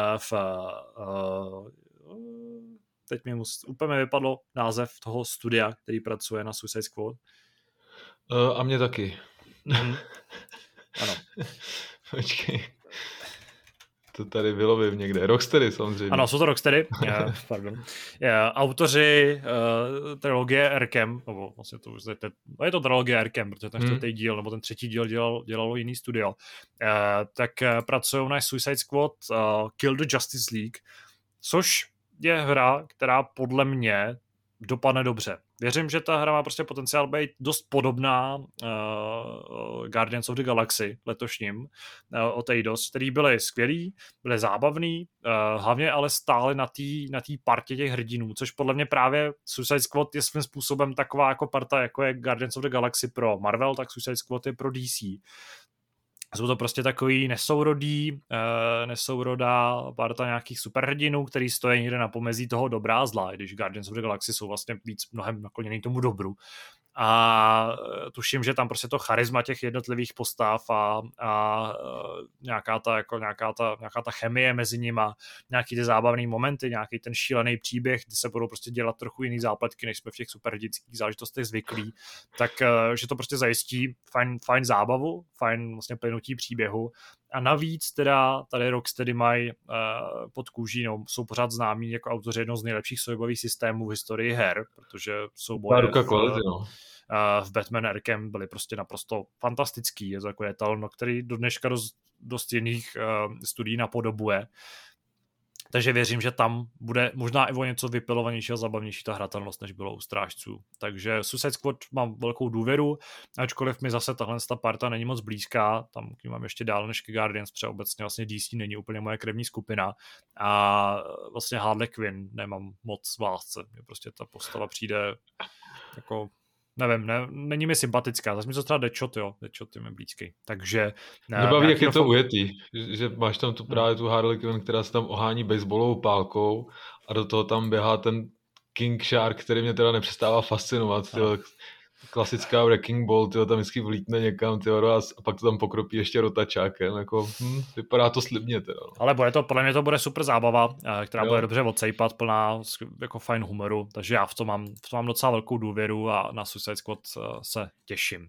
teď mi úplně vypadlo název toho studia, který pracuje na Suicide Squad. A mě taky. Ano. Počkej. To tady vylovím někde. Rocksteady samozřejmě. Ano, jsou to Rocksteady. Pardon. Autoři trilogie Arkham, nebo vlastně je to trilogie Arkham, protože ten čtvrtý díl, nebo ten třetí díl dělalo jiný studio. Tak pracují na Suicide Squad Kill the Justice League, což je hra, která podle mě dopadne dobře. Věřím, že ta hra má prostě potenciál být dost podobná Guardians of the Galaxy letošním od Eidos, který byly skvělý, byly zábavný, hlavně ale stále na té partě těch hrdinů, což podle mě právě Suicide Squad je svým způsobem taková jako parta, jako je Guardians of the Galaxy pro Marvel, tak Suicide Squad je pro DC. Jsou to prostě takový nesourodá parta nějakých superhrdinů, který stojí někde na pomezí toho dobrá a zla, když Guardians of the Galaxy jsou vlastně mnohem nakloněný tomu dobru. A tuším, že tam prostě to charisma těch jednotlivých postav a nějaká ta chemie mezi nima, nějaký ty zábavný momenty, nějaký ten šílený příběh, kdy se budou prostě dělat trochu jiný zápletky, než jsme v těch superhrdinských záležitostech zvyklí, tak že to prostě zajistí fajn zábavu, fajn vlastně plynutí příběhu. A navíc teda tady Rocksteady mají pod kůží, no, jsou pořád známí jako autoři jednoho z nejlepších soubojových systémů v historii her, protože souboje v Batman Arkham byly prostě naprosto fantastický. Je to jako etalon, který do dneška dost jiných studií napodobuje. Takže věřím, že tam bude možná i o něco vypilovanější a zabavnější ta hratelnost, než bylo u Strážců. Takže Suicide Squad mám velkou důvěru, ačkoliv mi zase tahle parta není moc blízká, tam mám ještě dál než ke Guardians, protože obecně vlastně DC není úplně moje krevní skupina a vlastně Harley Quinn nemám moc v lásce. Mně prostě ta postava přijde jako... Nevím, není mi sympatická. Zase mi to třeba Deadshot je mi blízký. Takže... Nebaví, jak je to ujetý, že máš tam právě tu Harley Quinn, která se tam ohání baseballovou pálkou a do toho tam běhá ten King Shark, který mě teda nepřestává fascinovat. Klasická Wrecking Ball, tam vždycky vlítne někam a pak to tam pokropí ještě rotačákem. Jako, vypadá to slibně teda. Ale podle mě to bude super zábava, která bude dobře odsejpat, plná jako fajn humoru, takže já v tom mám docela velkou důvěru a na Suicide Squad se těším.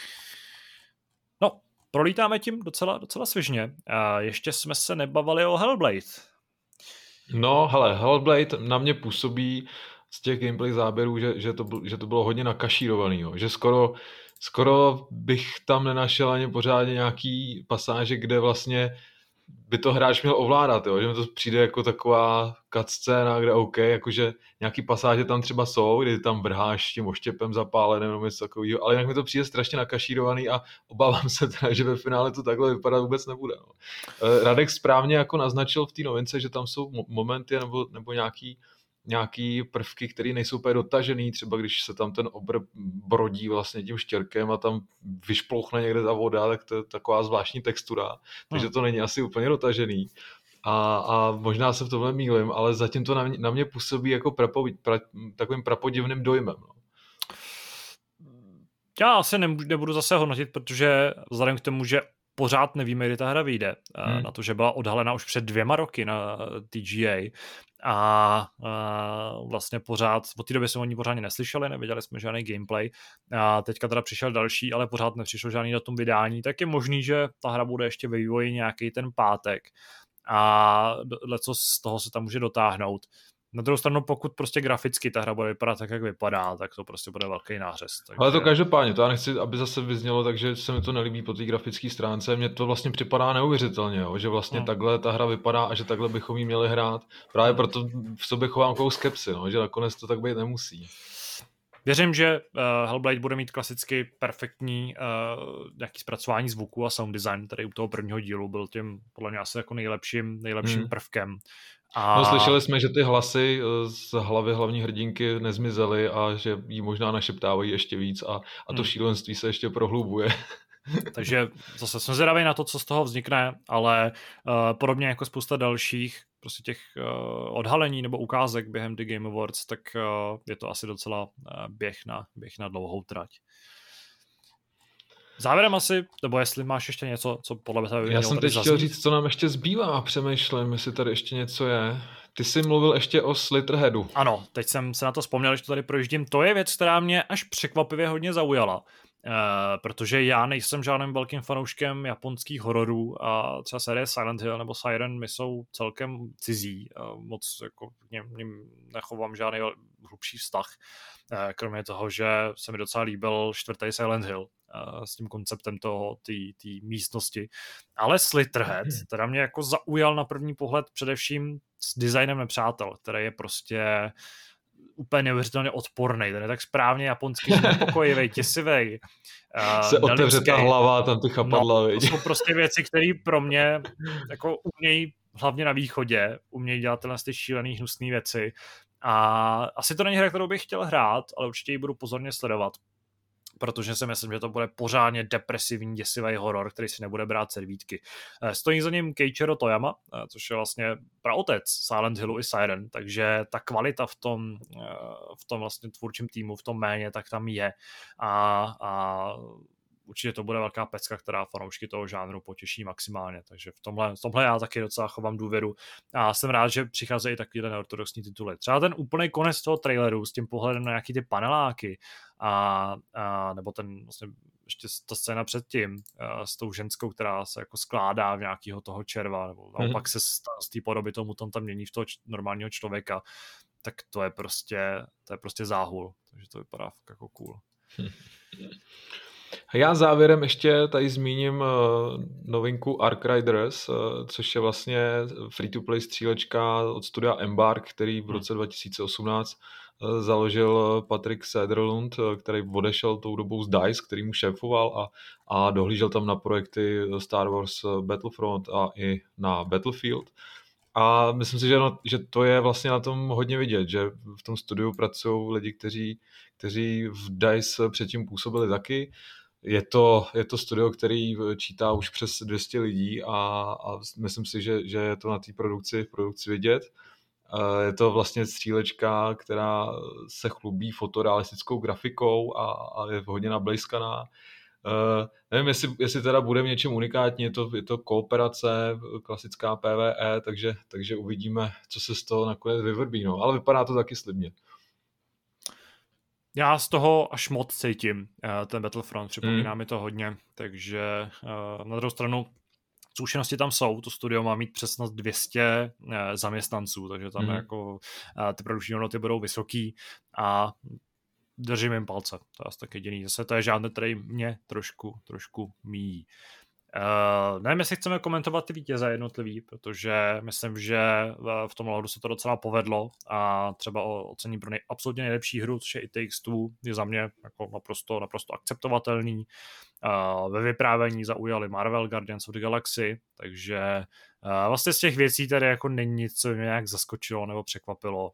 No, prolítáme tím docela svižně. Ještě jsme se nebavili o Hellblade. No, hele, Hellblade na mě působí z těch gameplay záběrů, že to bylo hodně nakašírovaný, jo. Že skoro bych tam nenašel ani pořádně nějaký pasáže, kde vlastně by to hráč měl ovládat, jo. Že mi to přijde jako taková cutscéna, kde OK, jakože nějaký pasáže tam třeba jsou, kdy tam vrháš tím oštěpem zapáleným nebo něco takového, ale jinak mi to přijde strašně nakašírovaný a obávám se teda, že ve finále to takhle vypadat vůbec nebude. No. Radek správně jako naznačil v té novince, že tam jsou momenty nebo nějaký prvky, které nejsou úplně dotažený, třeba když se tam ten obr brodí vlastně tím štěrkem a tam vyšplouchne někde ta voda, tak to je taková zvláštní textura, takže to není asi úplně dotažený. A možná se v tomhle mýlim, ale zatím to na mě působí jako takovým prapodivným dojmem. No. Já asi nebudu zase hodnotit, protože vzhledem k tomu, že pořád nevíme, kdy ta hra vyjde. Na to, že byla odhalena už před 2 roky na TGA a vlastně pořád, od té doby jsme o ní pořádně neslyšeli, neviděli jsme žádný gameplay a teďka teda přišel další, ale pořád nepřišel žádný datum vydání, tak je možný, že ta hra bude ještě ve vývoji nějaký ten pátek a leco z toho se tam může dotáhnout. Na druhou stranu, pokud prostě graficky ta hra bude vypadat tak, jak vypadá, tak to prostě bude velký nářez. Takže... Ale to každopádně, to já nechci, aby zase vyznělo, takže se mi to nelíbí po té grafické stránce. Mně to vlastně připadá neuvěřitelně, jo? Že vlastně takhle ta hra vypadá a že takhle bychom ji měli hrát. Právě proto v sobě chovám takovou skepsi, no? Že nakonec to tak být nemusí. Věřím, že Hellblade bude mít klasicky perfektní nějaký zpracování zvuku a sound design, který u toho prvního dílu byl tím podle mě asi jako nejlepším prvkem. No, slyšeli jsme, že ty hlasy z hlavy hlavní hrdinky nezmizely a že jí možná našeptávají ještě víc a to šílenství se ještě prohlubuje. Takže zase jsem zvědavý na to, co z toho vznikne, ale podobně jako spousta dalších prostě těch odhalení nebo ukázek během The Game Awards, tak je to asi docela běh na dlouhou trať. Závěrem asi, nebo jestli máš ještě něco, co podle mě Já jsem teď chtěl říct, co nám ještě zbývá a přemýšlím, jestli tady ještě něco je. Ty jsi mluvil ještě o Slitterheadu. Ano, teď jsem se na to vzpomněl, když to tady projíždím. To je věc, která mě až překvapivě hodně zaujala. Protože já nejsem žádným velkým fanouškem japonských hororů a třeba série Silent Hill nebo Siren mi jsou celkem cizí. Moc jako k ním nechovám žádný hlubší vztah. Kromě toho, že se mi docela líbil 4. Silent Hill s tím konceptem té místnosti. Ale Slitterhead teda mě jako zaujal na první pohled především s designem nepřátel, který je prostě úplně neuvěřitelně odporný. Ten je tak správně japonský, nepokojivý, těsivý. Se otevře ta hlava, tam ty chapadla. No, to jsou prostě věci, které pro mě jako umějí, hlavně na východě, umějí dělat tyhle šílený, hnusný věci. A asi to není hra, kterou bych chtěl hrát, ale určitě ji budu pozorně sledovat. Protože si myslím, že to bude pořádně depresivní, děsivý horor, který si nebude brát servítky. Stojí za ním Keiichiro Toyama, což je vlastně praotec Silent Hillu i Siren, takže ta kvalita v tom vlastně tvůrčím týmu, v tom jméně, tak tam je. A určitě to bude velká pecka, která fanoušky toho žánru potěší maximálně, takže v tomhle já taky docela chovám důvěru a jsem rád, že přicházejí takovýhle neortodoxní tituly. Třeba ten úplný konec toho traileru s tím pohledem na nějaký ty paneláky a nebo ten vlastně ještě ta scéna předtím s tou ženskou, která se jako skládá v nějakého toho červa, nebo naopak se z té podoby tomu tam mění v toho normálního člověka, tak to je prostě záhul, takže to vypadá fakt jako cool. Já závěrem ještě tady zmíním novinku Ark Riders, což je vlastně free-to-play střílečka od studia Embark, který v roce 2018 založil Patrick Söderlund, který odešel tou dobou z DICE, který mu šéfoval a dohlížel tam na projekty Star Wars Battlefront a i na Battlefield. A myslím si, že to je vlastně na tom hodně vidět, že v tom studiu pracují lidi, kteří v DICE předtím působili taky. Je to studio, který čítá už přes 200 lidí a myslím si, že je to na té produkci vidět. Je to vlastně střílečka, která se chlubí fotorealistickou grafikou a je hodně nablejskaná. Nevím, jestli teda bude v něčem unikátní, je to kooperace, klasická PvE, takže uvidíme, co se z toho nakonec vyvrbí, no. Ale vypadá to taky slibně. Já z toho až moc cítím ten Battlefront, připomíná mi to hodně, takže na druhou stranu zkušenosti tam jsou, to studio má mít přes 200 zaměstnanců, takže tam jako ty produkční hodnoty budou vysoký a držím jim palce, to je asi tak jediný. Zase to je žádný, který mě trošku míjí. Nevím, jestli chceme komentovat ty vítěze jednotlivý, protože myslím, že v tom ohledu se to docela povedlo a třeba ocení pro absolutně nejlepší hru, což je It Takes Two, je za mě jako naprosto akceptovatelný. Ve vyprávění zaujali Marvel Guardians of the Galaxy, takže vlastně z těch věcí tady jako není nic, co mě nějak zaskočilo nebo překvapilo.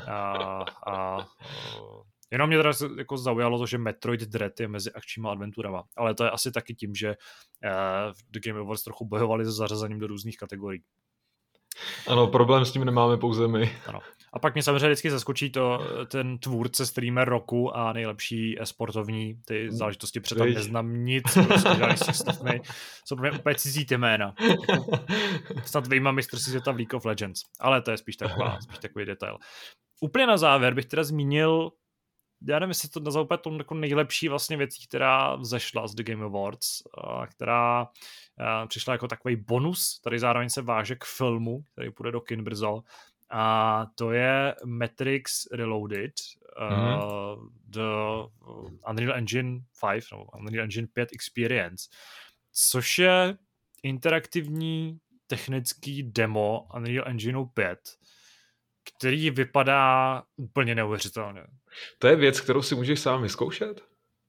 Jenom mě teda jako zaujalo to, že Metroid Dread je mezi akčníma adventurama, ale to je asi taky tím, že v The Game Awards trochu bojovali se zařazením do různých kategorií. Ano, problém s tím nemáme pouze my. Ano. A pak mě samozřejmě vždycky zaskočí ten tvůrce streamer roku a nejlepší sportovní, ty záležitosti předtím neznám nic, prostě žádný z těch stavmy, jsou pro mě úplně cizí ty jména. Snad vyjma mistrovství světa v League of Legends, ale to je spíš takový detail. Úplně na závěr bych teda zmínil, já nevím, jestli to nazval úplně tomu jako nejlepší vlastně věcí, která vzešla z The Game Awards, která přišla jako takový bonus, tady zároveň se váže k filmu, který půjde do kin brzo, a to je Matrix Reloaded, the Unreal Engine 5, nebo Unreal Engine 5 Experience, což je interaktivní technický demo Unreal Engineu 5, který vypadá úplně neuvěřitelně. To je věc, kterou si můžeš sám vyzkoušet?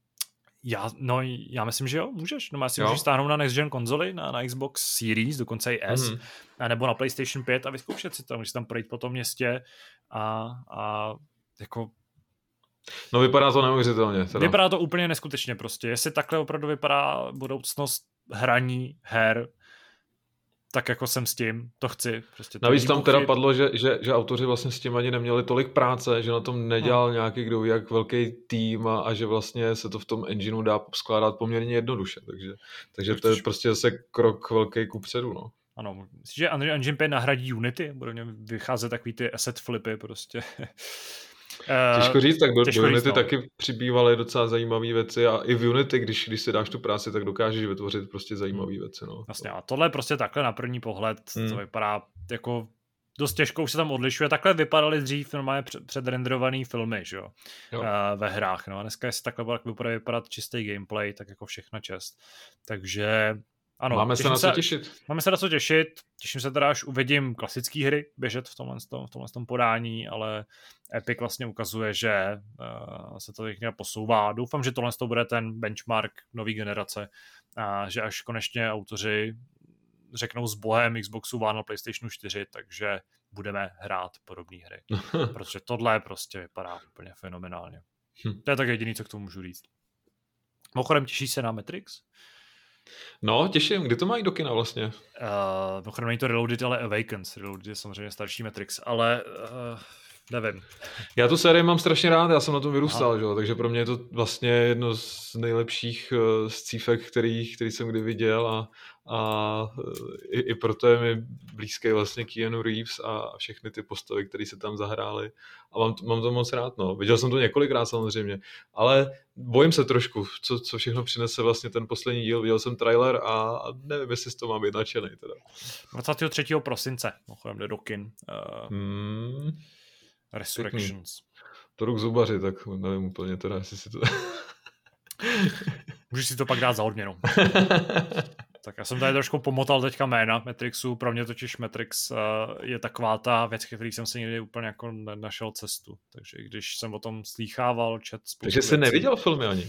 Já myslím, že jo, můžeš. No, si můžeš stáhnout na next gen konzoli, na Xbox Series, dokonce i S, nebo na PlayStation 5 a vyzkoušet si tam, když tam projít po tom městě a jako No vypadá to neuvěřitelně. Teda. Vypadá to úplně neskutečně prostě. Jestli takhle opravdu vypadá budoucnost hraní her, tak jako jsem s tím, to chci. Prostě Navíc tam teda padlo, že autoři vlastně s tím ani neměli tolik práce, že na tom nedělal nějaký kdo ví jak velký tým a že vlastně se to v tom engineu dá skládat poměrně jednoduše. Takže to je prostě zase krok velký kupředu. No. Ano, myslím, že Unreal Engine 5 nahradí Unity, budou vycházet takový ty asset flipy prostě. Těžko říct, tak do Unity taky přibývaly docela zajímavé věci a i v Unity, když si dáš tu práci, tak dokážeš vytvořit prostě zajímavé věci. No. Vlastně a tohle prostě takhle na první pohled to vypadá jako dost těžko, už se tam odlišuje. Takhle vypadaly dřív normálně předrenderovaný filmy, že jo? Ve hrách. No a dneska, jestli takhle bude vypadat čistý gameplay, tak jako všechna čest. Takže ano, máme se na co těšit. Máme se na co těšit. Těším se teda, až uvidím klasické hry běžet v tomhle podání, ale Epic vlastně ukazuje, že se to někde posouvá. Doufám, že tohle bude ten benchmark nový generace a že až konečně autoři řeknou s bohem Xboxu One a PlayStationu 4, takže budeme hrát podobné hry. Protože tohle prostě vypadá úplně fenomenálně. To je tak jediný, co k tomu můžu říct. Mimochodem, těší se na Matrix? No, těším. Kdy to mají do kina vlastně? Mimochodem není to Reloaded, ale Awakens. Reloaded je samozřejmě starší Matrix, ale nevím. Já tu sérii mám strašně rád, já jsem na tom vyrůstal, že? Takže pro mě je to vlastně jedno z nejlepších scífek, který jsem kdy viděl a i proto je mi blízký vlastně Keanu Reeves a všechny ty postavy, které se tam zahrály a mám to moc rád, no. Viděl jsem to několikrát samozřejmě, ale bojím se trošku, co všechno přinese vlastně ten poslední díl. Viděl jsem trailer a nevím, jestli z toho mám být nadšený teda. 23. prosince, mimochodem jde do kin. Resurrections. To jdu k zubaři, tak nevím úplně teda, jestli si to... Můžeš si to pak dát za odměnu. Tak já jsem tady trošku pomotal teďka jména Matrixu, pro mě totiž Matrix je taková ta věc, který jsem se někdy úplně jako našel cestu. Takže když jsem o tom slýchával, Takže jsi neviděl filmy ani?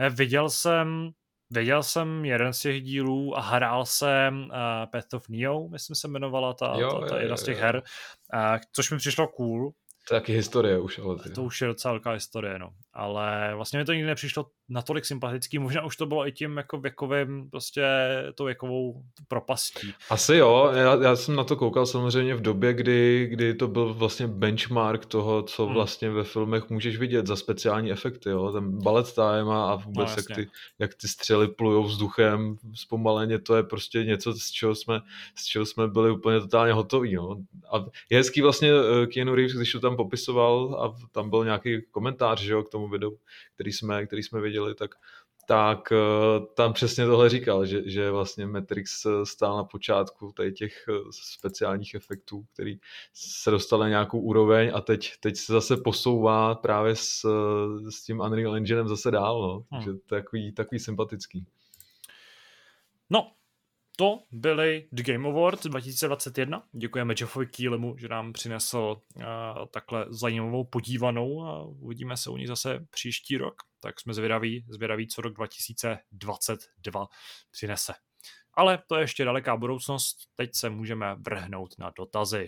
Viděl jsem jeden z těch dílů a hrál jsem Path of Neo, myslím se jmenovala ta jedna z těch her, což mi přišlo cool. To je taky historie už, ale to už je docela velká historie, no. Ale vlastně mi to nikdy nepřišlo natolik sympatický, možná už to bylo i tím jako věkovým, prostě tou věkovou propastí. Asi jo, já jsem na to koukal samozřejmě v době, kdy to byl vlastně benchmark toho, co vlastně ve filmech můžeš vidět za speciální efekty, jo, ten bullet time a vůbec jak ty střely plujou vzduchem zpomaleně, to je prostě něco, z čeho jsme byli úplně totálně hotoví, no. A je hezký vlastně Keanu Reeves, když to tam popisoval a tam byl nějaký komentář, že jo, k tomu videu, který jsme viděli, tak tam přesně tohle říkal, že vlastně Matrix stál na počátku tady těch speciálních efektů, který se dostal na nějakou úroveň a teď se zase posouvá právě s tím Unreal Enginem zase dál, no. Takže to je takový sympatický. No, to byly The Game Awards 2021. Děkujeme Jeffovi Keelymu, že nám přinesl takhle zajímavou podívanou a uvidíme se u ní zase příští rok. Tak jsme zvědaví, co rok 2022 přinese. Ale to je ještě daleká budoucnost. Teď se můžeme vrhnout na dotazy.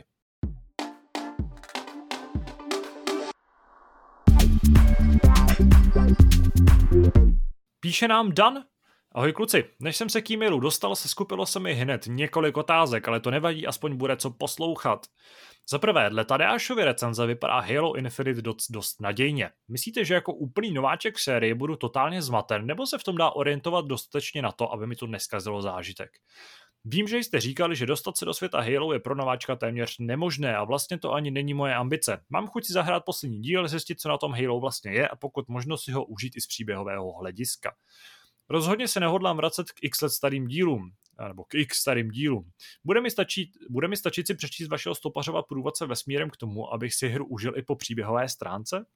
Píše nám Dan. Ahoj kluci, než jsem se k e-mailu dostal, seskupilo se mi hned několik otázek, ale to nevadí, aspoň bude co poslouchat. Za prvé, dle Tadeášovy recenze vypadá Halo Infinite dost nadějně. Myslíte, že jako úplný nováček série budu totálně zmaten, nebo se v tom dá orientovat dostatečně na to, aby mi to neskazilo zážitek? Vím, že jste říkali, že dostat se do světa Halo je pro nováčka téměř nemožné a vlastně to ani není moje ambice. Mám chuť si zahrát poslední díl, zjistit, co na tom Halo vlastně je a pokud možno si ho užít i z příběhového hlediska. Rozhodně se nehodlám vracet k x let starým dílům, nebo k x starým dílům. Bude mi stačit si přečíst vašeho stopařova průvodce vesmírem k tomu, abych si hru užil i po příběhové stránce?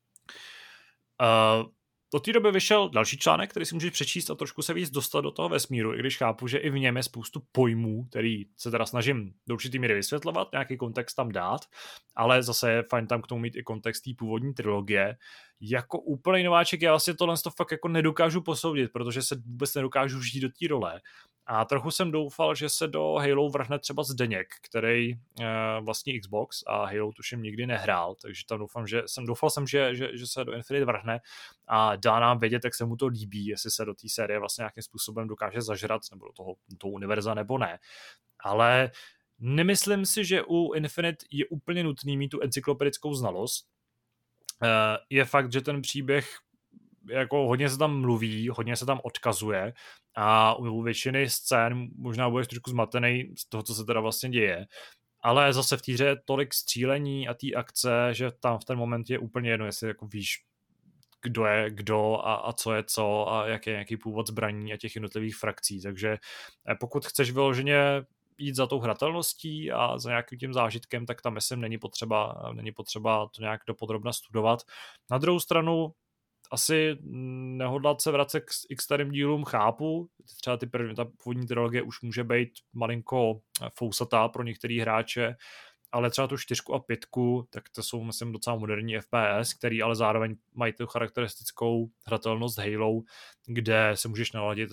Od té doby vyšel další článek, který si můžeš přečíst a trošku se víc dostat do toho vesmíru, i když chápu, že i v něm je spoustu pojmů, který se teda snažím do určitý míry vysvětlovat, nějaký kontext tam dát, ale zase je fajn tam k tomu mít i kontext té původní trilogie. Jako úplný nováček já vlastně tohle fakt jako nedokážu posoudit, protože se vůbec nedokážu žít do té role. A trochu jsem doufal, že se do Halo vrhne třeba Zdeněk, který vlastní Xbox a Halo tuším nikdy nehrál, takže tam doufal jsem, že se do Infinite vrhne a dá nám vědět, jak se mu to líbí, jestli se do té série vlastně nějakým způsobem dokáže zažrat, nebo do toho univerza, nebo ne. Ale nemyslím si, že u Infinite je úplně nutný mít tu encyklopedickou znalost. Je fakt, že ten příběh jako hodně se tam mluví, hodně se tam odkazuje a u většiny scén možná budeš trošku zmatený z toho, co se teda vlastně děje, ale zase v té hře je tolik střílení a té akce, že tam v ten moment je úplně jedno, jestli jako víš, kdo je kdo a co je co a jaký je nějaký původ zbraní a těch jednotlivých frakcí, takže pokud chceš vyloženě jít za tou hratelností a za nějakým tím zážitkem, tak tam myslím není potřeba to nějak dopodrobna studovat. Na druhou stranu asi nehodlat se vracet k starým dílům, chápu, třeba ta původní trilogie už může být malinko fousatá pro některý hráče, ale třeba tu 4 a 5, tak to jsou, myslím, docela moderní FPS, který ale zároveň mají tu charakteristickou hratelnost Halo, kde se můžeš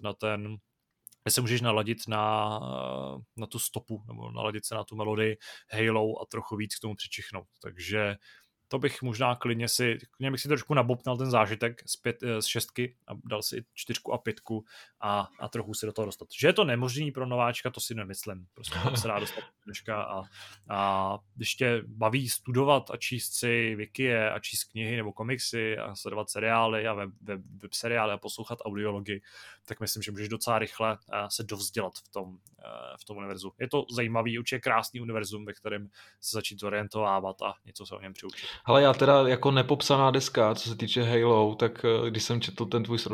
naladit na tu stopu, nebo naladit se na tu melodii Halo a trochu víc k tomu přičichnout. Takže to bych možná klidně bych si trošku nabopnal ten zážitek z 6 a dal si 4 a 5 a trochu si do toho dostat. Že je to nemožný pro nováčka, to si nemyslím. Prostě tam se dá dostat dneška a když tě baví studovat a číst si wikie a číst knihy nebo komiksy a sledovat seriály a web seriály a poslouchat audiology, tak myslím, že můžeš docela rychle se dovzdělat v tom univerzu. Je to zajímavý, určitě krásný univerzum, ve kterém se začít orientovávat a něco se o něm přiučit. Hele, já teda jako nepopsaná deska, co se týče Halo, tak když jsem četl ten tvůj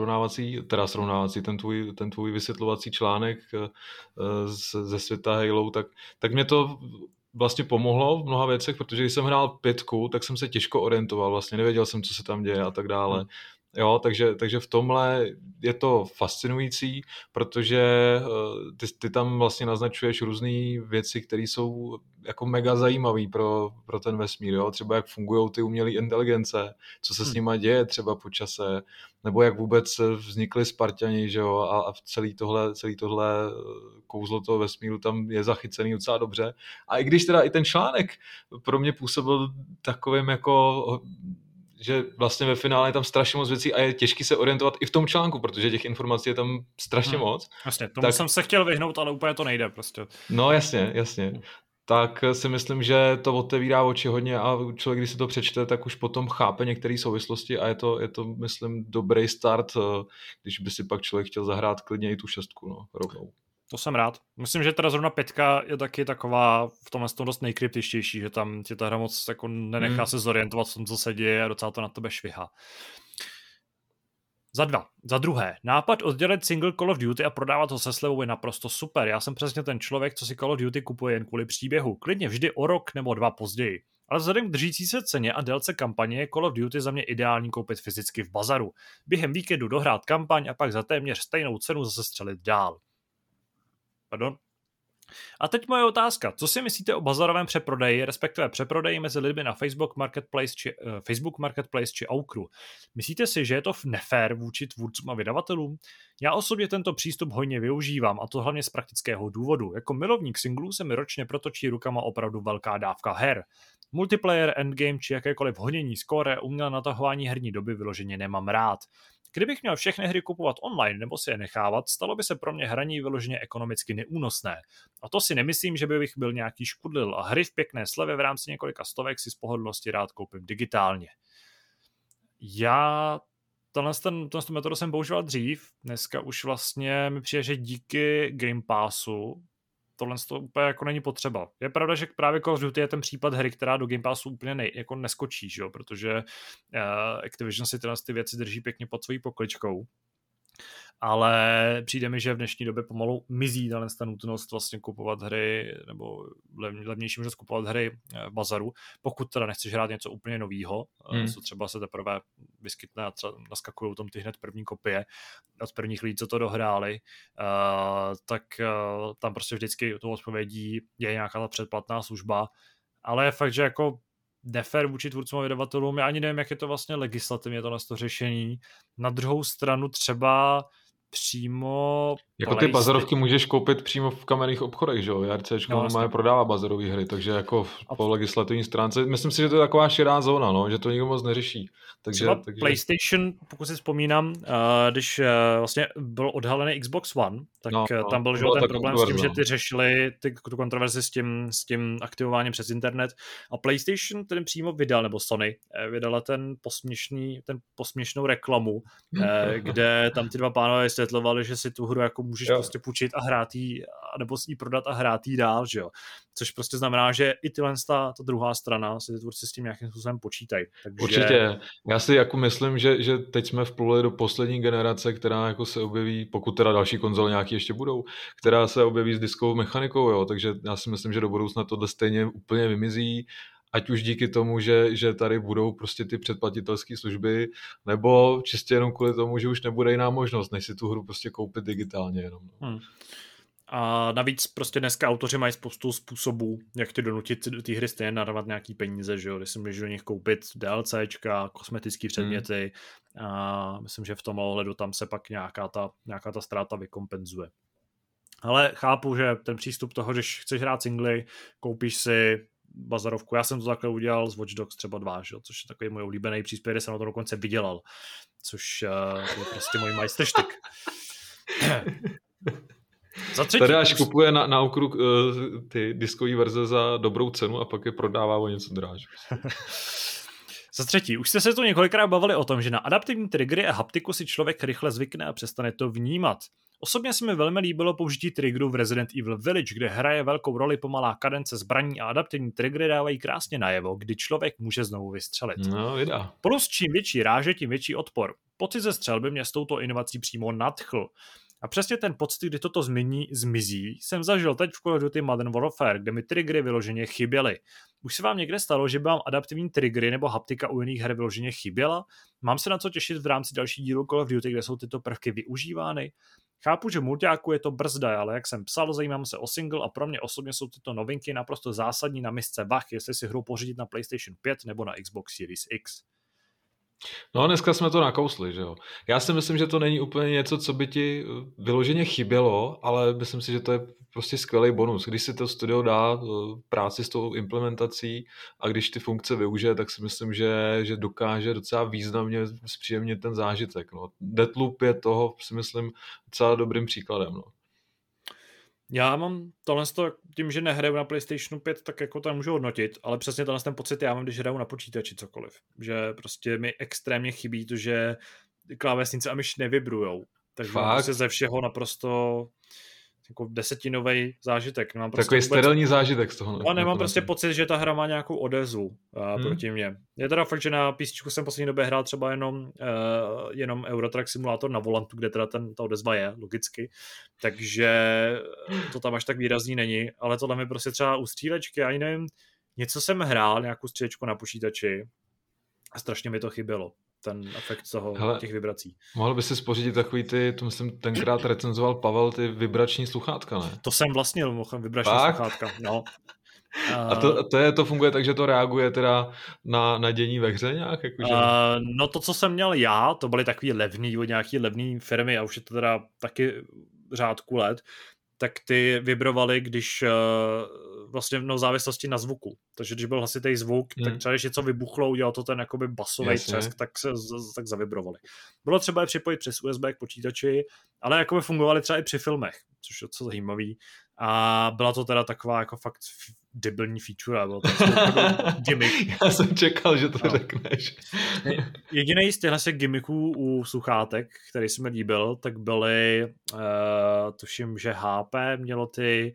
ten tvůj vysvětlovací článek ze světa Halo, tak mě to vlastně pomohlo v mnoha věcech, protože když jsem hrál 5, tak jsem se těžko orientoval, vlastně nevěděl jsem, co se tam děje a tak dále. Jo, takže v tomhle je to fascinující, protože ty tam vlastně naznačuješ různé věci, které jsou jako mega zajímavé pro ten vesmír, jo? Třeba jak fungují ty umělé inteligence, co se s nima děje třeba po čase, nebo jak vůbec vznikly Spartani, že jo? A celý tohle kouzlo toho vesmíru tam je zachycený docela dobře. A i když teda i ten článek pro mě působil takovým jako že vlastně ve finále je tam strašně moc věcí a je těžký se orientovat i v tom článku, protože těch informací je tam strašně moc. Jasně, tomu jsem se chtěl vyhnout, ale úplně to nejde prostě. No jasně. Tak si myslím, že to otevírá oči hodně a člověk, když si to přečte, tak už potom chápe některé souvislosti a je to, myslím, dobrý start, když by si pak člověk chtěl zahrát klidně i tu 6, rovnou. To jsem rád. Myslím, že teda zrovna 5 je taky taková v tomhle tom dost nejkryptičtější, že tam ti ta hra moc jako nenechá se zorientovat v tom, co se děje a docela to na tebe švihá. Za druhé, nápad oddělit single Call of Duty a prodávat ho se slevou je naprosto super. Já jsem přesně ten člověk, co si Call of Duty kupuje jen kvůli příběhu. Klidně vždy o rok nebo 2 později. Ale vzhledem k držící se ceně a délce kampaně je Call of Duty za mě ideální koupit fyzicky v bazaru. Během víkendu dohrát kampaň a pak za téměř stejnou cenu zase střelit dál. Pardon. A teď moje otázka. Co si myslíte o bazarovém přeprodeji, respektive přeprodeji mezi lidmi na Facebook Marketplace či Aukru? Myslíte si, že je to nefér vůči tvůrcům a vydavatelům? Já osobně tento přístup hojně využívám, a to hlavně z praktického důvodu. Jako milovník singlů se mi ročně protočí rukama opravdu velká dávka her. Multiplayer, endgame či jakékoliv honění skóre, umělé natahování herní doby vyloženě nemám rád. Kdybych měl všechny hry kupovat online nebo si je nechávat, stalo by se pro mě hraní vyloženě ekonomicky neúnosné. A to si nemyslím, že bych byl nějaký škudlil a hry v pěkné slevě v rámci několika stovek si z pohodlnosti rád koupím digitálně. Já tenhle metodu jsem používal dřív, dneska už vlastně mi přijde, že díky Game Passu tohle to úplně jako není potřeba. Je pravda, že právě Call of Duty je ten případ hry, která do Game Passu úplně jako neskočí, že jo? Protože Activision si ty věci drží pěkně pod svojí pokličkou. Ale přijde mi, že v dnešní době pomalu mizí ta nutnost vlastně kupovat hry, nebo levnější možnost kupovat hry v bazaru, pokud teda nechceš hrát něco úplně novýho, co třeba se teprve vyskytne a třeba naskakují tam ty hned první kopie od prvních lidí, co to dohráli, tak tam prostě vždycky tou odpovědí je nějaká ta předplatná služba, ale je fakt, že jako nefér vůči tvůrcům a vydavatelům, já ani nevím, jak je to vlastně legislativně to řešení. Na druhou stranu třeba přímo Jako ty bazarovky můžeš koupit přímo v kamenných obchodech, že jo? JRCčko normálně prodává bazarové hry, takže jako po legislativní stránce, myslím si, že to je taková širá zóna, no, že to nikdo moc neřeší. Takže PlayStation, pokud si vzpomínám, když vlastně byl odhalený Xbox One, tak tam byl ten problém s tím, že ty řešili tu kontroverzi s tím aktivováním přes internet a PlayStation ten přímo vydal, nebo Sony vydala ten posměšnou reklamu, kde tam ty dva pánové vysvětlovali, že si tu hru jako můžeš prostě půjčit a hrát jí, nebo si ji prodat a hrát jí dál, že jo. Což prostě znamená, že i ta druhá strana si ty tvůrci s tím nějakým způsobem počítají. Takže... Určitě. Já si jako myslím, že teď jsme vpluli do poslední generace, která jako se objeví, pokud teda další konzole nějaký ještě budou, která se objeví s diskovou mechanikou, jo. Takže já si myslím, že do budoucna tohle stejně úplně vymizí, ať už díky tomu, že tady budou prostě ty předplatitelské služby, nebo čistě jenom kvůli tomu, že už nebude jiná možnost, než si tu hru prostě koupit digitálně jenom. A navíc prostě dneska autoři mají spoustu způsobů, jak ty donutit do té hry stejně narvat nějaký peníze, že jo, když si můžeš do nich koupit DLCčka, kosmetické předměty a myslím, že v tom ohledu tam se pak nějaká ta ztráta vykompenzuje. Ale chápu, že ten přístup toho, když chceš hrát singly, koupíš si bazarovku. Já jsem to takhle udělal z Watch Dogs třeba 2, že? Což je takový můj oblíbený příspěvek, kde jsem na to dokonce vydělal. Což je prostě můj majsterštyk. Za třetí, tady až kupuje na okruh ty diskové verze za dobrou cenu a pak je prodává o něco dráž. Za třetí, už jste se tu několikrát bavili o tom, že na adaptivní triggery a haptiku si člověk rychle zvykne a přestane to vnímat. Osobně se mi velmi líbilo použití triggeru v Resident Evil Village, kde hraje velkou roli pomalá kadence zbraní a adaptivní triggery dávají krásně najevo, kdy člověk může znovu vystřelit. No, vidá. Plus čím větší ráže, tím větší odpor. Pocit ze střelby mě s touto inovací přímo nadchl. A přesně ten pocit, kdy toto zmizí, jsem zažil teď v Call of Duty Modern Warfare, kde mi triggery vyloženě chyběly. Už se vám někde stalo, že by vám adaptivní triggery nebo haptika u jiných her vyloženě chyběla? Mám se na co těšit v rámci další dílu Call of Duty, kde jsou tyto prvky využívány? Chápu, že multiáku je to brzda, ale jak jsem psal, zajímám se o single a pro mě osobně jsou tyto novinky naprosto zásadní na misce vah, jestli si hru pořídit na PlayStation 5 nebo na Xbox Series X. No, dneska jsme to nakousli, že jo. Já si myslím, že to není úplně něco, co by ti vyloženě chybělo, ale myslím si, že to je prostě skvělý bonus. Když si to studio dá práci s tou implementací a když ty funkce využije, tak si myslím, že dokáže docela významně zpříjemnit ten zážitek. No. Deathloop je toho, si myslím, docela dobrým příkladem. No. Já mám tohle tím, že nehraju na PlayStationu 5, tak jako to můžu hodnotit, ale přesně ten pocit já mám, když hraju na počítači cokoliv. Že prostě mi extrémně chybí to, že klávesnice a myš nevibrujou. Takže mám prostě ze všeho naprosto jako desetinovej zážitek. Nemám prostě takový sterilní zážitek z toho. A nemám prostě pocit, že ta hra má nějakou odezvu proti mně. Je teda fakt, že na PC jsem poslední době hrál třeba jenom Eurotrack Simulator na volantu, kde teda ta odezva je, logicky. Takže to tam až tak výrazný není, ale tohle mi prostě třeba u střílečky, já nevím, něco jsem hrál, nějakou střílečku na počítači a strašně mi to chybělo. Ten efekt těch vibrací. Mohl by si spořídit takový to myslím tenkrát recenzoval Pavel, ty vibrační sluchátka, ne? To jsem vlastně vibrační sluchátka, no. A to funguje tak, že to reaguje teda na dění ve hře nějak? Jakože... No to, co jsem měl já, to byly takový levný od nějaký levný firmy a už je to teda taky řádku let, tak ty vibrovaly, když vlastně v závislosti na zvuku. Takže když byl hlasitý zvuk, tak třeba když něco vybuchlo, udělal to ten jakoby basový třesk, tak zavibrovaly. Bylo třeba je připojit přes USB k počítači, ale jakoby fungovaly třeba i při filmech, což je docela zajímavý. A byla to teda taková jako fakt debilní feature, bylo to gimmick. Já jsem čekal, že to řekneš. Jediný z těchto gimmicků u sluchátek, který se mi líbil, tak byly, tuším, že HP mělo ty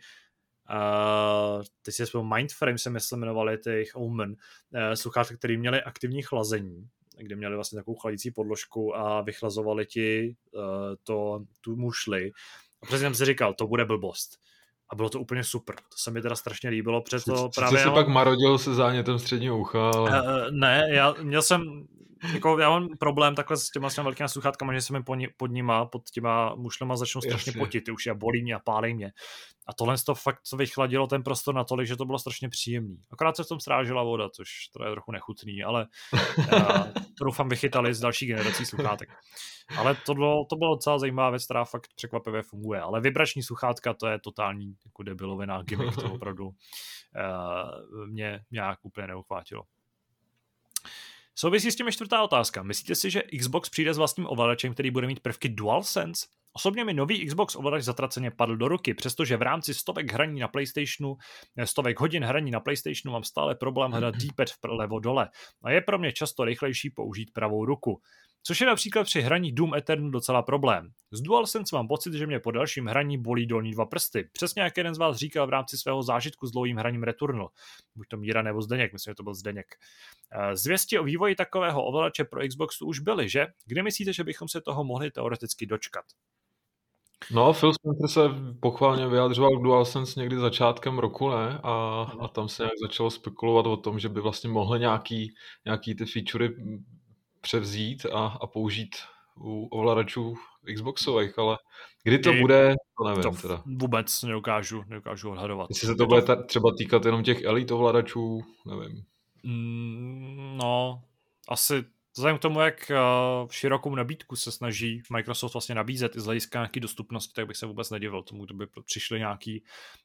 si Mindframe se myslím jmenovali, ty Omen, sluchátka, které měly aktivní chlazení, kde měli vlastně takovou chladící podložku a vychlazovali ti tu mušli. A přesně jsem si říkal, to bude blbost. A bylo to úplně super. To se mi teda strašně líbilo. Právě jsi pak marodil se zánětem středního ucha. Ale... Ne, já měl jsem jako já mám problém takhle s těma velkýma sluchátkama, že se mi pod těma mušlema začnou strašně potit, už bolí mě a pálí mě. A tohle to fakt vychladilo ten prostor natolik, že to bylo strašně příjemný. Akorát se v tom srážela voda, což to je trochu nechutný, ale to doufám vychytali z další generací sluchátek. Ale to bylo docela zajímavá věc, která fakt překvapivě funguje. Ale vibrační sluchátka, to je totální jako debilovina, gimmick, to opravdu mě nějak úplně neuchvátilo. Souvisí s tím čtvrtá otázka. Myslíte si, že Xbox přijde s vlastním ovladačem, který bude mít prvky DualSense? Osobně mi nový Xbox ovladač zatraceně padl do ruky, přestože v rámci stovek hodin hraní na PlayStationu mám stále problém hledat D-pad vlevo dole a je pro mě často rychlejší použít pravou ruku. Což je například při hraní Doom Eternal docela problém. Z DualSense mám pocit, že mě po dalším hraní bolí dolní 2 prsty. Přesně jak jeden z vás říkal v rámci svého zážitku s dlouhým hraním Returnal. Buď to Míra nebo Zdeněk, myslím, že to byl Zdeněk. Zvěsti o vývoji takového ovladače pro Xboxu už byly, že? Kdy myslíte, že bychom se toho mohli teoreticky dočkat? No, Phil Spencer se pochválně vyjadřoval k DualSense někdy začátkem roku, ne? A tam se nějak začalo spekulovat o tom, že by vlastně mohly nějaký ty featurey převzít a použít u ovladačů Xboxových, ale kdy to bude, to nevím. To teda. Vůbec nedokážu odhadovat. Jestli se to bude třeba týkat jenom těch Elite ovladačů, nevím. No, asi vzhledem k tomu, jak širokou nabídku se snaží Microsoft vlastně nabízet i z hlediska nějaký dostupnosti, tak bych se vůbec nedivil tomu, kdyby přišly nějaký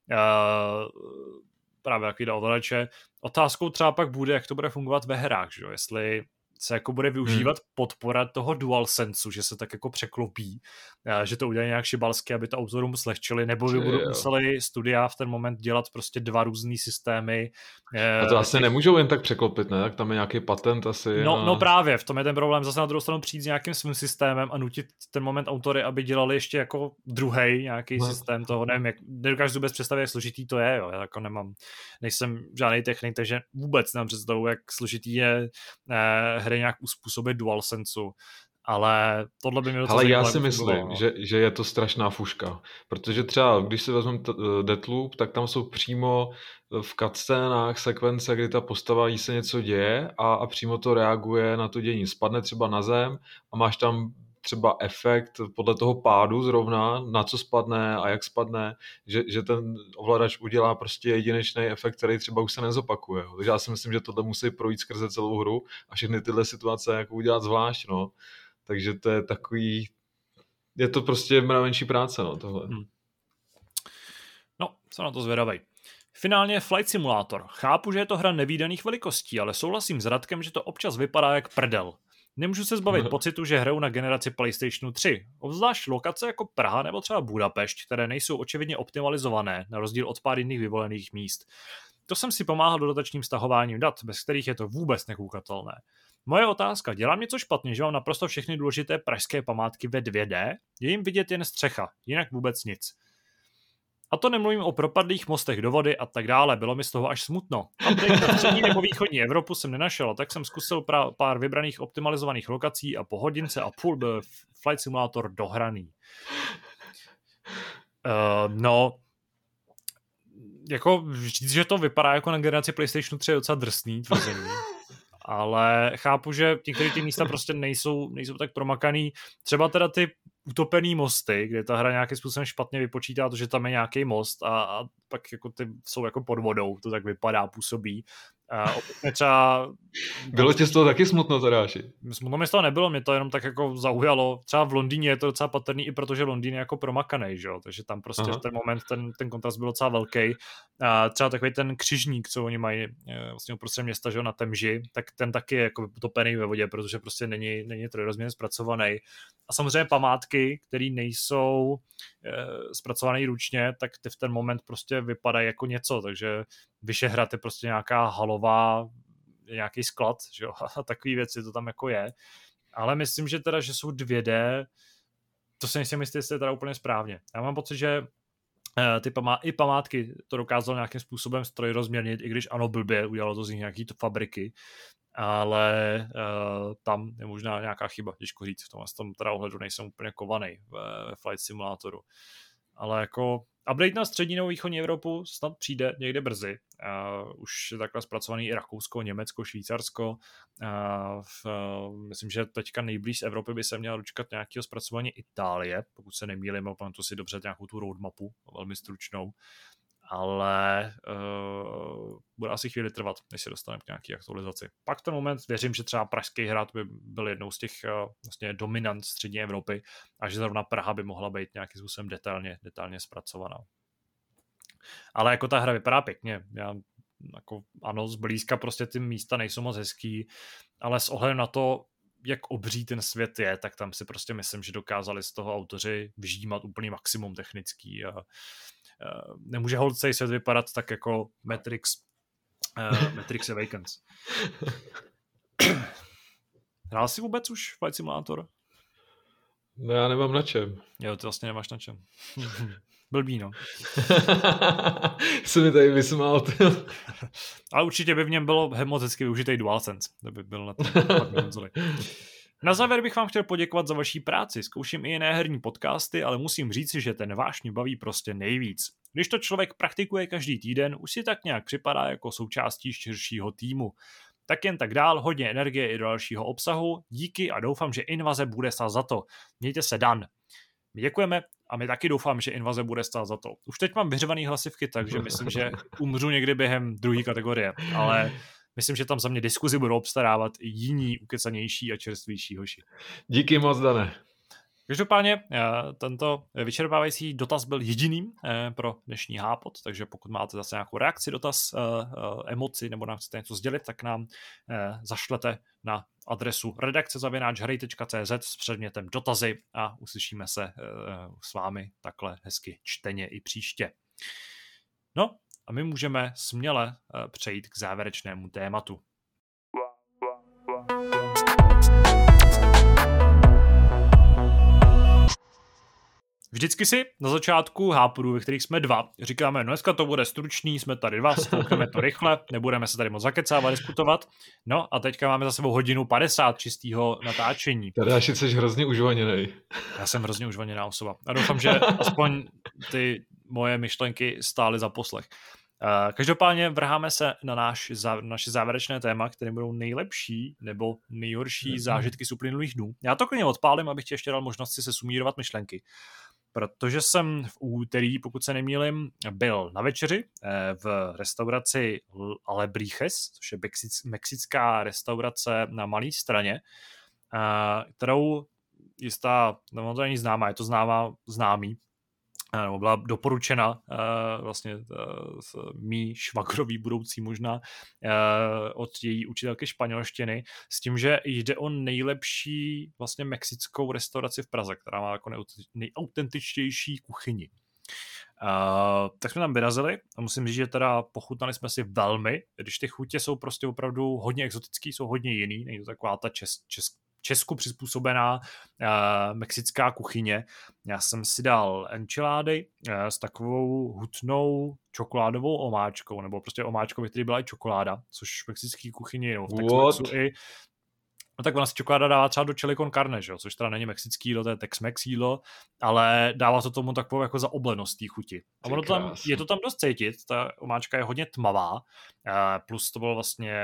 právě takový ovladače. Otázkou třeba pak bude, jak to bude fungovat ve hrách, že jo? Jestli se jako bude využívat podpora toho DualSenseu, že se tak jako překlopí, že to udělají nějak šibalsky, aby to autorům slehčili, nebo by museli studia v ten moment dělat prostě 2 různý systémy. A to asi nemůžou jen tak překlopit, ne? Tak tam je nějaký patent asi. No právě, v tom je ten problém. Zase na druhou stranu přijít s nějakým svým systémem a nutit ten moment autory, aby dělali ještě jako druhej nějaký systém toho, nevím, nedokážu vůbec představit, jak složitý to je, jo. Já jako nejsem žádný technik, takže vůbec nemám představu, jak složitý je hry nějak uspůsobit DualSenseu. Ale tohle by mě docela zajímalo. Ale já si myslím, že je to strašná fuška. Protože třeba, když si vezmeme Deathloop, tak tam jsou přímo v cutscénách sekvence, kdy ta postava jí se něco děje a přímo to reaguje na to dění. Spadne třeba na zem a máš tam třeba efekt podle toho pádu zrovna, na co spadne a jak spadne, že ten ovladač udělá prostě jedinečný efekt, který třeba už se nezopakuje. Takže já si myslím, že tohle musí projít skrze celou hru a všechny tyhle situace jako udělat zvlášť, no. Takže to je takový, je to prostě mravenčí práce, no, tohle. No, jsem na to zvědavej. Finálně Flight Simulator. Chápu, že je to hra nevídaných velikostí, ale souhlasím s Radkem, že to občas vypadá jak prdel. Nemůžu se zbavit pocitu, že hraju na generaci PlayStationu 3. Obzvlášť lokace jako Praha nebo třeba Budapešť, které nejsou očividně optimalizované, na rozdíl od pár jiných vyvolených míst. To jsem si pomáhal dodatečným stahováním dat, bez kterých je to vůbec nekoukatelné. Moje otázka, dělám něco špatně, že mám naprosto všechny důležité pražské památky ve 2D? Je jim vidět jen střecha, jinak vůbec nic. A to nemluvím o propadlých mostech do vody a tak dále, bylo mi z toho až smutno. Update na střední nebo východní Evropu jsem nenašel, tak jsem zkusil pár vybraných optimalizovaných lokací a po hodince a půl byl Flight Simulator dohraný. No, jako říct, že to vypadá jako na generaci PlayStation 3 je docela drsný tvrzení. Ale chápu, že některé ty místa prostě nejsou tak promakaný. Třeba teda ty utopený mosty, kde ta hra nějakým způsobem špatně vypočítá to, že tam je nějaký most a pak jako ty jsou jako pod vodou, to tak vypadá, působí. Třeba... Bylo ti z toho taky smutno, Tadáši? Smutno mi z toho nebylo, mě to jenom tak jako zaujalo. Třeba v Londýně je to docela patrný, i protože Londýn je jako promakaný, že jo? Takže tam prostě v ten moment ten kontrast byl docela velký. Třeba takový ten křižník, co oni mají vlastně uprostřed města, že jo, na Temži, tak ten taky je jako utopený ve vodě, protože prostě není trojrozměrně zpracovaný. A samozřejmě památky, které nejsou zpracované ručně, tak ty v ten moment prostě vypadají jako něco, takže Vyšehrad je prostě nějaká halová, nějaký sklad, že jo, a takový věci to tam jako je. Ale myslím, že teda, že jsou 2D, to si nejsem jistý, jestli je teda úplně správně. Já mám pocit, že i památky to dokázalo nějakým způsobem strojrozměrnit, i když ano, blbě, udělalo to z nich nějaký fabriky, ale tam je možná nějaká chyba, těžko říct, v tom teda ohledu nejsem úplně kovaný ve Flight Simulatoru. ale jako update na střední nebo východní Evropu snad přijde někde brzy. Už je takhle zpracovaný i Rakousko, Německo, Švýcarsko. Myslím, že teďka nejblíž z Evropy by se měla dočkat nějakého zpracování Itálie, pokud se nemýlím, a pamatuju si dobře nějakou tu roadmapu, velmi stručnou. Ale bude asi chvíli trvat, než se dostaneme k nějaké aktualizaci. Pak v ten moment věřím, že třeba Pražský hrad by byl jednou z těch vlastně dominant střední Evropy a že zrovna Praha by mohla být nějakým způsobem detailně zpracovaná. Ale jako ta hra vypadá pěkně. Já jako, ano, zblízka prostě ty místa nejsou moc hezký, ale s ohledem na to, jak obří ten svět je, tak tam si prostě myslím, že dokázali z toho autoři vyždímat úplný maximum technický a nemůže holt celý svět vypadat tak jako Matrix Awakens. Hrál jsi vůbec už Flight Simulator? No já nemám na čem. Jo, ty vlastně nemáš na čem. Blbý, no. Se mi tady vysmál. Ale určitě by v něm bylo moc hezky využitý DualSense. To by byl na tom konzoli. Na závěr bych vám chtěl poděkovat za vaší práci. Zkouším i jiné herní podcasty, ale musím říct, že ten váš mě baví prostě nejvíc. Když to člověk praktikuje každý týden, už si tak nějak připadá jako součástí širšího týmu. Tak jen tak dál, hodně energie i do dalšího obsahu. Díky a doufám, že Invaze bude stát za to. Mějte se, Dan. My děkujeme a my taky doufám, že Invaze bude stát za to. Už teď mám vyřvaný hlasivky, takže myslím, že umřu někdy během druhé kategorie, ale myslím, že tam za mě diskuzi budou obstarávat i jiní ukecanější a čerstvější hoši. Díky moc, Dane. Každopádně tento vyčerpávající dotaz byl jediným pro dnešní Hápot, takže pokud máte zase nějakou reakci, dotaz, emoci nebo nám chcete něco sdělit, tak nám zašlete na adresu redakce@hraj.cz s předmětem dotazy a uslyšíme se s vámi takhle hezky čteně i příště. No a my můžeme směle přejít k závěrečnému tématu. Vždycky si na začátku Hápodů, ve kterých jsme dva, říkáme, no dneska to bude stručný, jsme tady dva, spoukneme to rychle, nebudeme se tady moc zakecávat, diskutovat. No a teďka máme za sebou 1:50 čistého natáčení. Tady až jsi hrozně užvaněnej. Já jsem hrozně užvaněná osoba. A doufám, že aspoň ty moje myšlenky stály za poslech. Každopádně vrháme se na naše závěrečné téma, které budou nejlepší nebo nejhorší zážitky z uplynulých dnů. Já to klidně odpálím, abych ti ještě dal možnost si se sumírovat myšlenky. Protože jsem v úterý, pokud se nemýlím, byl na večeři v restauraci Alebrijes, což je mexická restaurace na Malé Straně, kterou jistá, no to není známá, je to známý, nebo byla doporučena vlastně mý švagrový budoucí možná od její učitelky španělštiny s tím, že jde o nejlepší vlastně mexickou restauraci v Praze, která má jako nejautentičtější kuchyni. Tak jsme tam vyrazili a musím říct, že teda pochutnali jsme si velmi, když ty chutě jsou prostě opravdu hodně exotický, jsou hodně jiný, není to taková ta Česku přizpůsobená mexická kuchyně. Já jsem si dal enchilády s takovou hutnou čokoládovou omáčkou, nebo prostě omáčkou, ve které byla i čokoláda, což v mexické kuchyni, nebo v Tex-Mexu i. No tak ona si čokoláda dává třeba do chili con carne, že? Což teda není mexický jídlo, to je Tex-Mex jídlo, ale dává to tomu takovou jako zaoblenost té chuti. A ono tam, je to tam dost cítit, ta omáčka je hodně tmavá, plus to bylo vlastně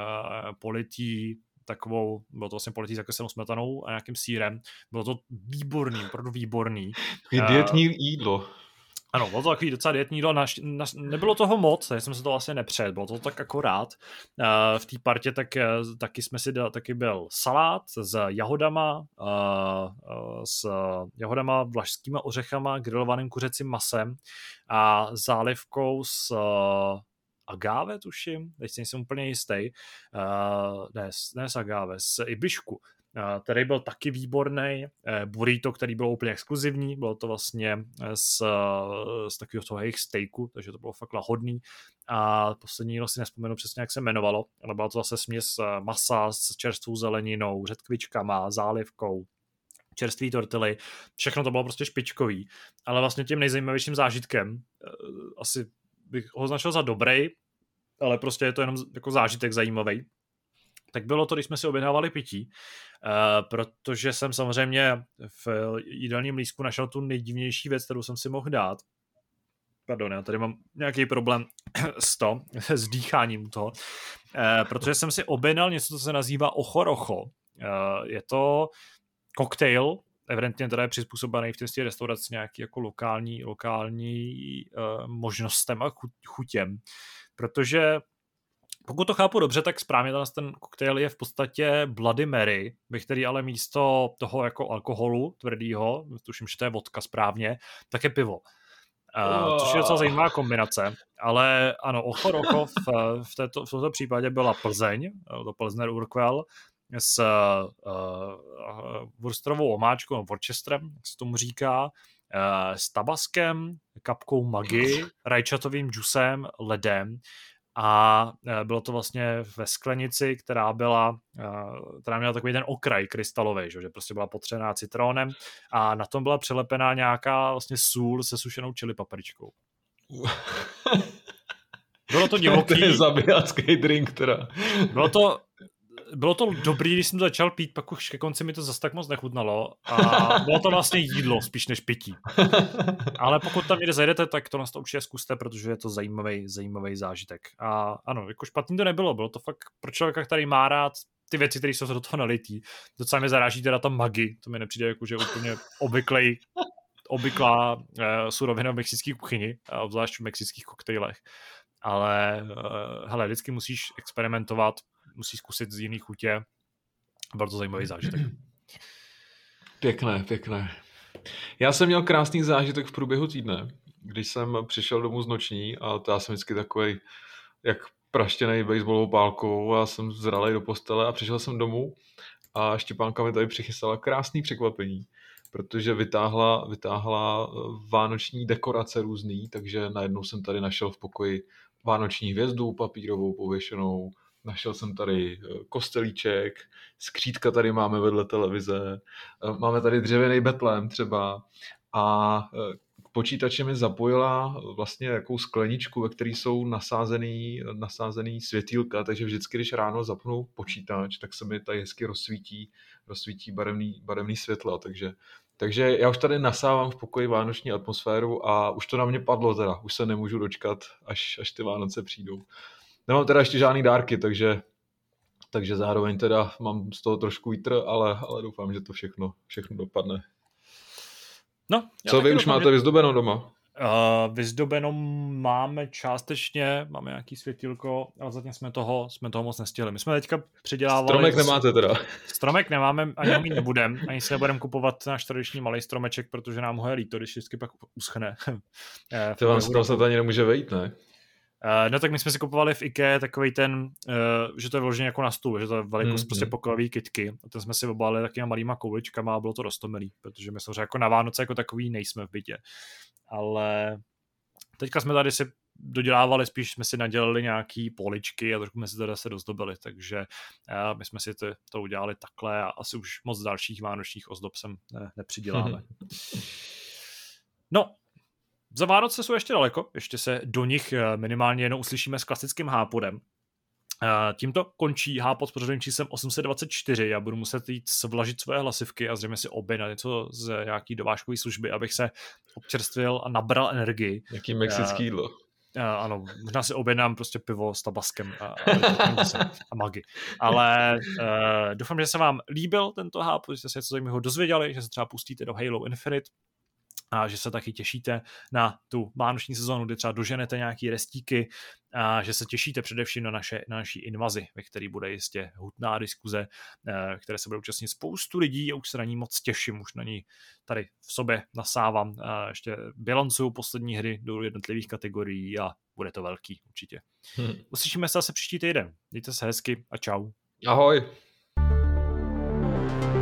politý takovou, bylo to vlastně politý s kyselou smetanou a nějakým sýrem. Bylo to výborný, opravdu výborný. Dietní jídlo. Ano, bylo to takový docela dietní jídlo. Nebylo toho moc, já jsem se to vlastně nepřed, bylo to tak akorát. V té partě taky jsme si dali, taky byl salát s jahodama, vlašskými ořechama, grilovaným kuřecím masem a zálivkou s agave, tuším, teď jsem úplně jistý, ne s agave, z ibišku, který byl taky výborný, burrito, který byl úplně exkluzivní, bylo to vlastně z takového toho jejich steaku, takže to bylo fakt lahodný a poslední jídlo si nespomenu přesně, jak se jmenovalo, ale byla to zase směs masa s čerstvou zeleninou, řetkvičkama, zálivkou, čerstvý tortily, všechno to bylo prostě špičkový, ale vlastně tím nejzajímavějším zážitkem asi bych ho označil za dobrý, ale prostě je to jenom jako zážitek zajímavý. tak bylo to, když jsme si objednávali pití, protože jsem samozřejmě v jídelním lístku našel tu nejdivnější věc, kterou jsem si mohl dát. Pardon, já tady mám nějaký problém s dýcháním toho, protože jsem si objednal něco, co se nazývá Ocho Rocho. Je to koktejl, evidentně teda je přizpůsobený v té restauraci nějaký jako lokální možnostem a chutěm, protože pokud to chápu dobře, tak správně ten koktejl je v podstatě Bloody Mary, ve který ale místo toho jako alkoholu tvrdýho, tuším, že to je vodka správně, tak je pivo. Což je docela zajímavá kombinace, ale ano, Ocho Rocho v tomto případě byla Plzeň, to Plzner Urquell, s wursterovou omáčkou, no, Worcesterem, jak se tomu říká, s tabaskem, kapkou Maggi, rajčatovým džusem, ledem a bylo to vlastně ve sklenici, která měla takový ten okraj krystalový, že prostě byla potřená citronem a na tom byla přilepená nějaká vlastně sůl se sušenou chili papričkou. Bylo to divoký. To je zabijácký drink teda. Bylo to dobrý, když jsem to začal pít, pak už ke konci mi to zase tak moc nechutnalo a bylo to vlastně jídlo spíš než pití. Ale pokud tam někde zajdete, tak to nás to určitě zkuste, protože je to zajímavý zážitek. A ano, jako špatný to nebylo, bylo to fakt pro člověka, který má rád ty věci, které jsou do toho nalitý. Docela mě zaráží teda ta Maggi, to mi nepřijde jako, že úplně obvyklá surovina v mexické kuchyni, obzvlášť v mexických koktejlech. Ale hele, vždycky musíš experimentovat, musíš zkusit z jiných chutě. Byl to zajímavý zážitek. Pěkné. Já jsem měl krásný zážitek v průběhu týdne, když jsem přišel domů z noční a to já jsem vždycky takovej, jak praštěnej baseballovou pálkou a jsem zralej do postele a přišel jsem domů a Štěpánka mi tady přichystala krásný překvapení, protože vytáhla vánoční dekorace různý, takže najednou jsem tady našel v pokoji vánoční hvězdu papírovou pověšenou, našel jsem tady kostelíček, skřítka tady máme vedle televize, máme tady dřevěný betlém třeba a k počítači mi zapojila vlastně jakou skleničku, ve které jsou nasázený světýlka, takže vždycky, když ráno zapnu počítač, tak se mi tady hezky rozsvítí barevný světla, takže já už tady nasávám v pokoji vánoční atmosféru a už to na mě padlo teda, už se nemůžu dočkat, až ty Vánoce přijdou. Nemám teda ještě žádný dárky, takže zároveň teda mám z toho trošku vítr, ale doufám, že to všechno dopadne. No, co vy už máte vyzdobeno doma? Vyzdobeno máme částečně, máme nějaký světýlko, ale zatím jsme toho moc nestihli. My jsme teďka předělávali... Stromek nemáte teda? Stromek nemáme, ani ho mít nebudem, ani si nebudeme kupovat náš tradiční malý stromeček, protože nám ho je líto, když vždycky pak uschne. To vám z toho se to ani nemůže vejít, ne? No tak my jsme si kupovali v IKEA takovej ten, že to je vložený jako na stůl, že to je velikost prostě pokojový kytky. A ten jsme si obalili takýma malýma kouličkama a bylo to roztomilý, protože my samozřejmě jako na Vánoce jako takový nejsme v bytě. Ale teďka jsme tady si dodělávali, spíš jsme si nadělali nějaký poličky a trošku jsme si teda se dozdobili, takže my jsme si to udělali takhle a asi už moc dalších vánočních ozdob sem nepřiděláme. No, za Vánoce jsou ještě daleko, ještě se do nich minimálně jenom uslyšíme s klasickým hápodem. Tímto končí hápod s pořadovým číslem 824. Já budu muset jít svlažit své hlasivky a zřejmě si objednat něco z nějaký dovážkové služby, abych se občerstvil a nabral energii. Jaký mexický jídlo. Ano, možná si objednám prostě pivo s tabaskem a Maggi. Ale doufám, že se vám líbil tento hápod, že jste se něco zajímavého dozvěděli, že se třeba pustíte do Halo Infinite a že se taky těšíte na tu vánoční sezónu, kdy třeba doženete nějaký restíky a že se těšíte především na naší invazi, ve které bude jistě hutná diskuze, které se bude účastnit spoustu lidí a už se na ní moc těším, už na ní tady v sobě nasávám a ještě bilancuju poslední hry do jednotlivých kategorií a bude to velký určitě. Uslyšíme se zase příští týden. Mějte se hezky a čau. Ahoj.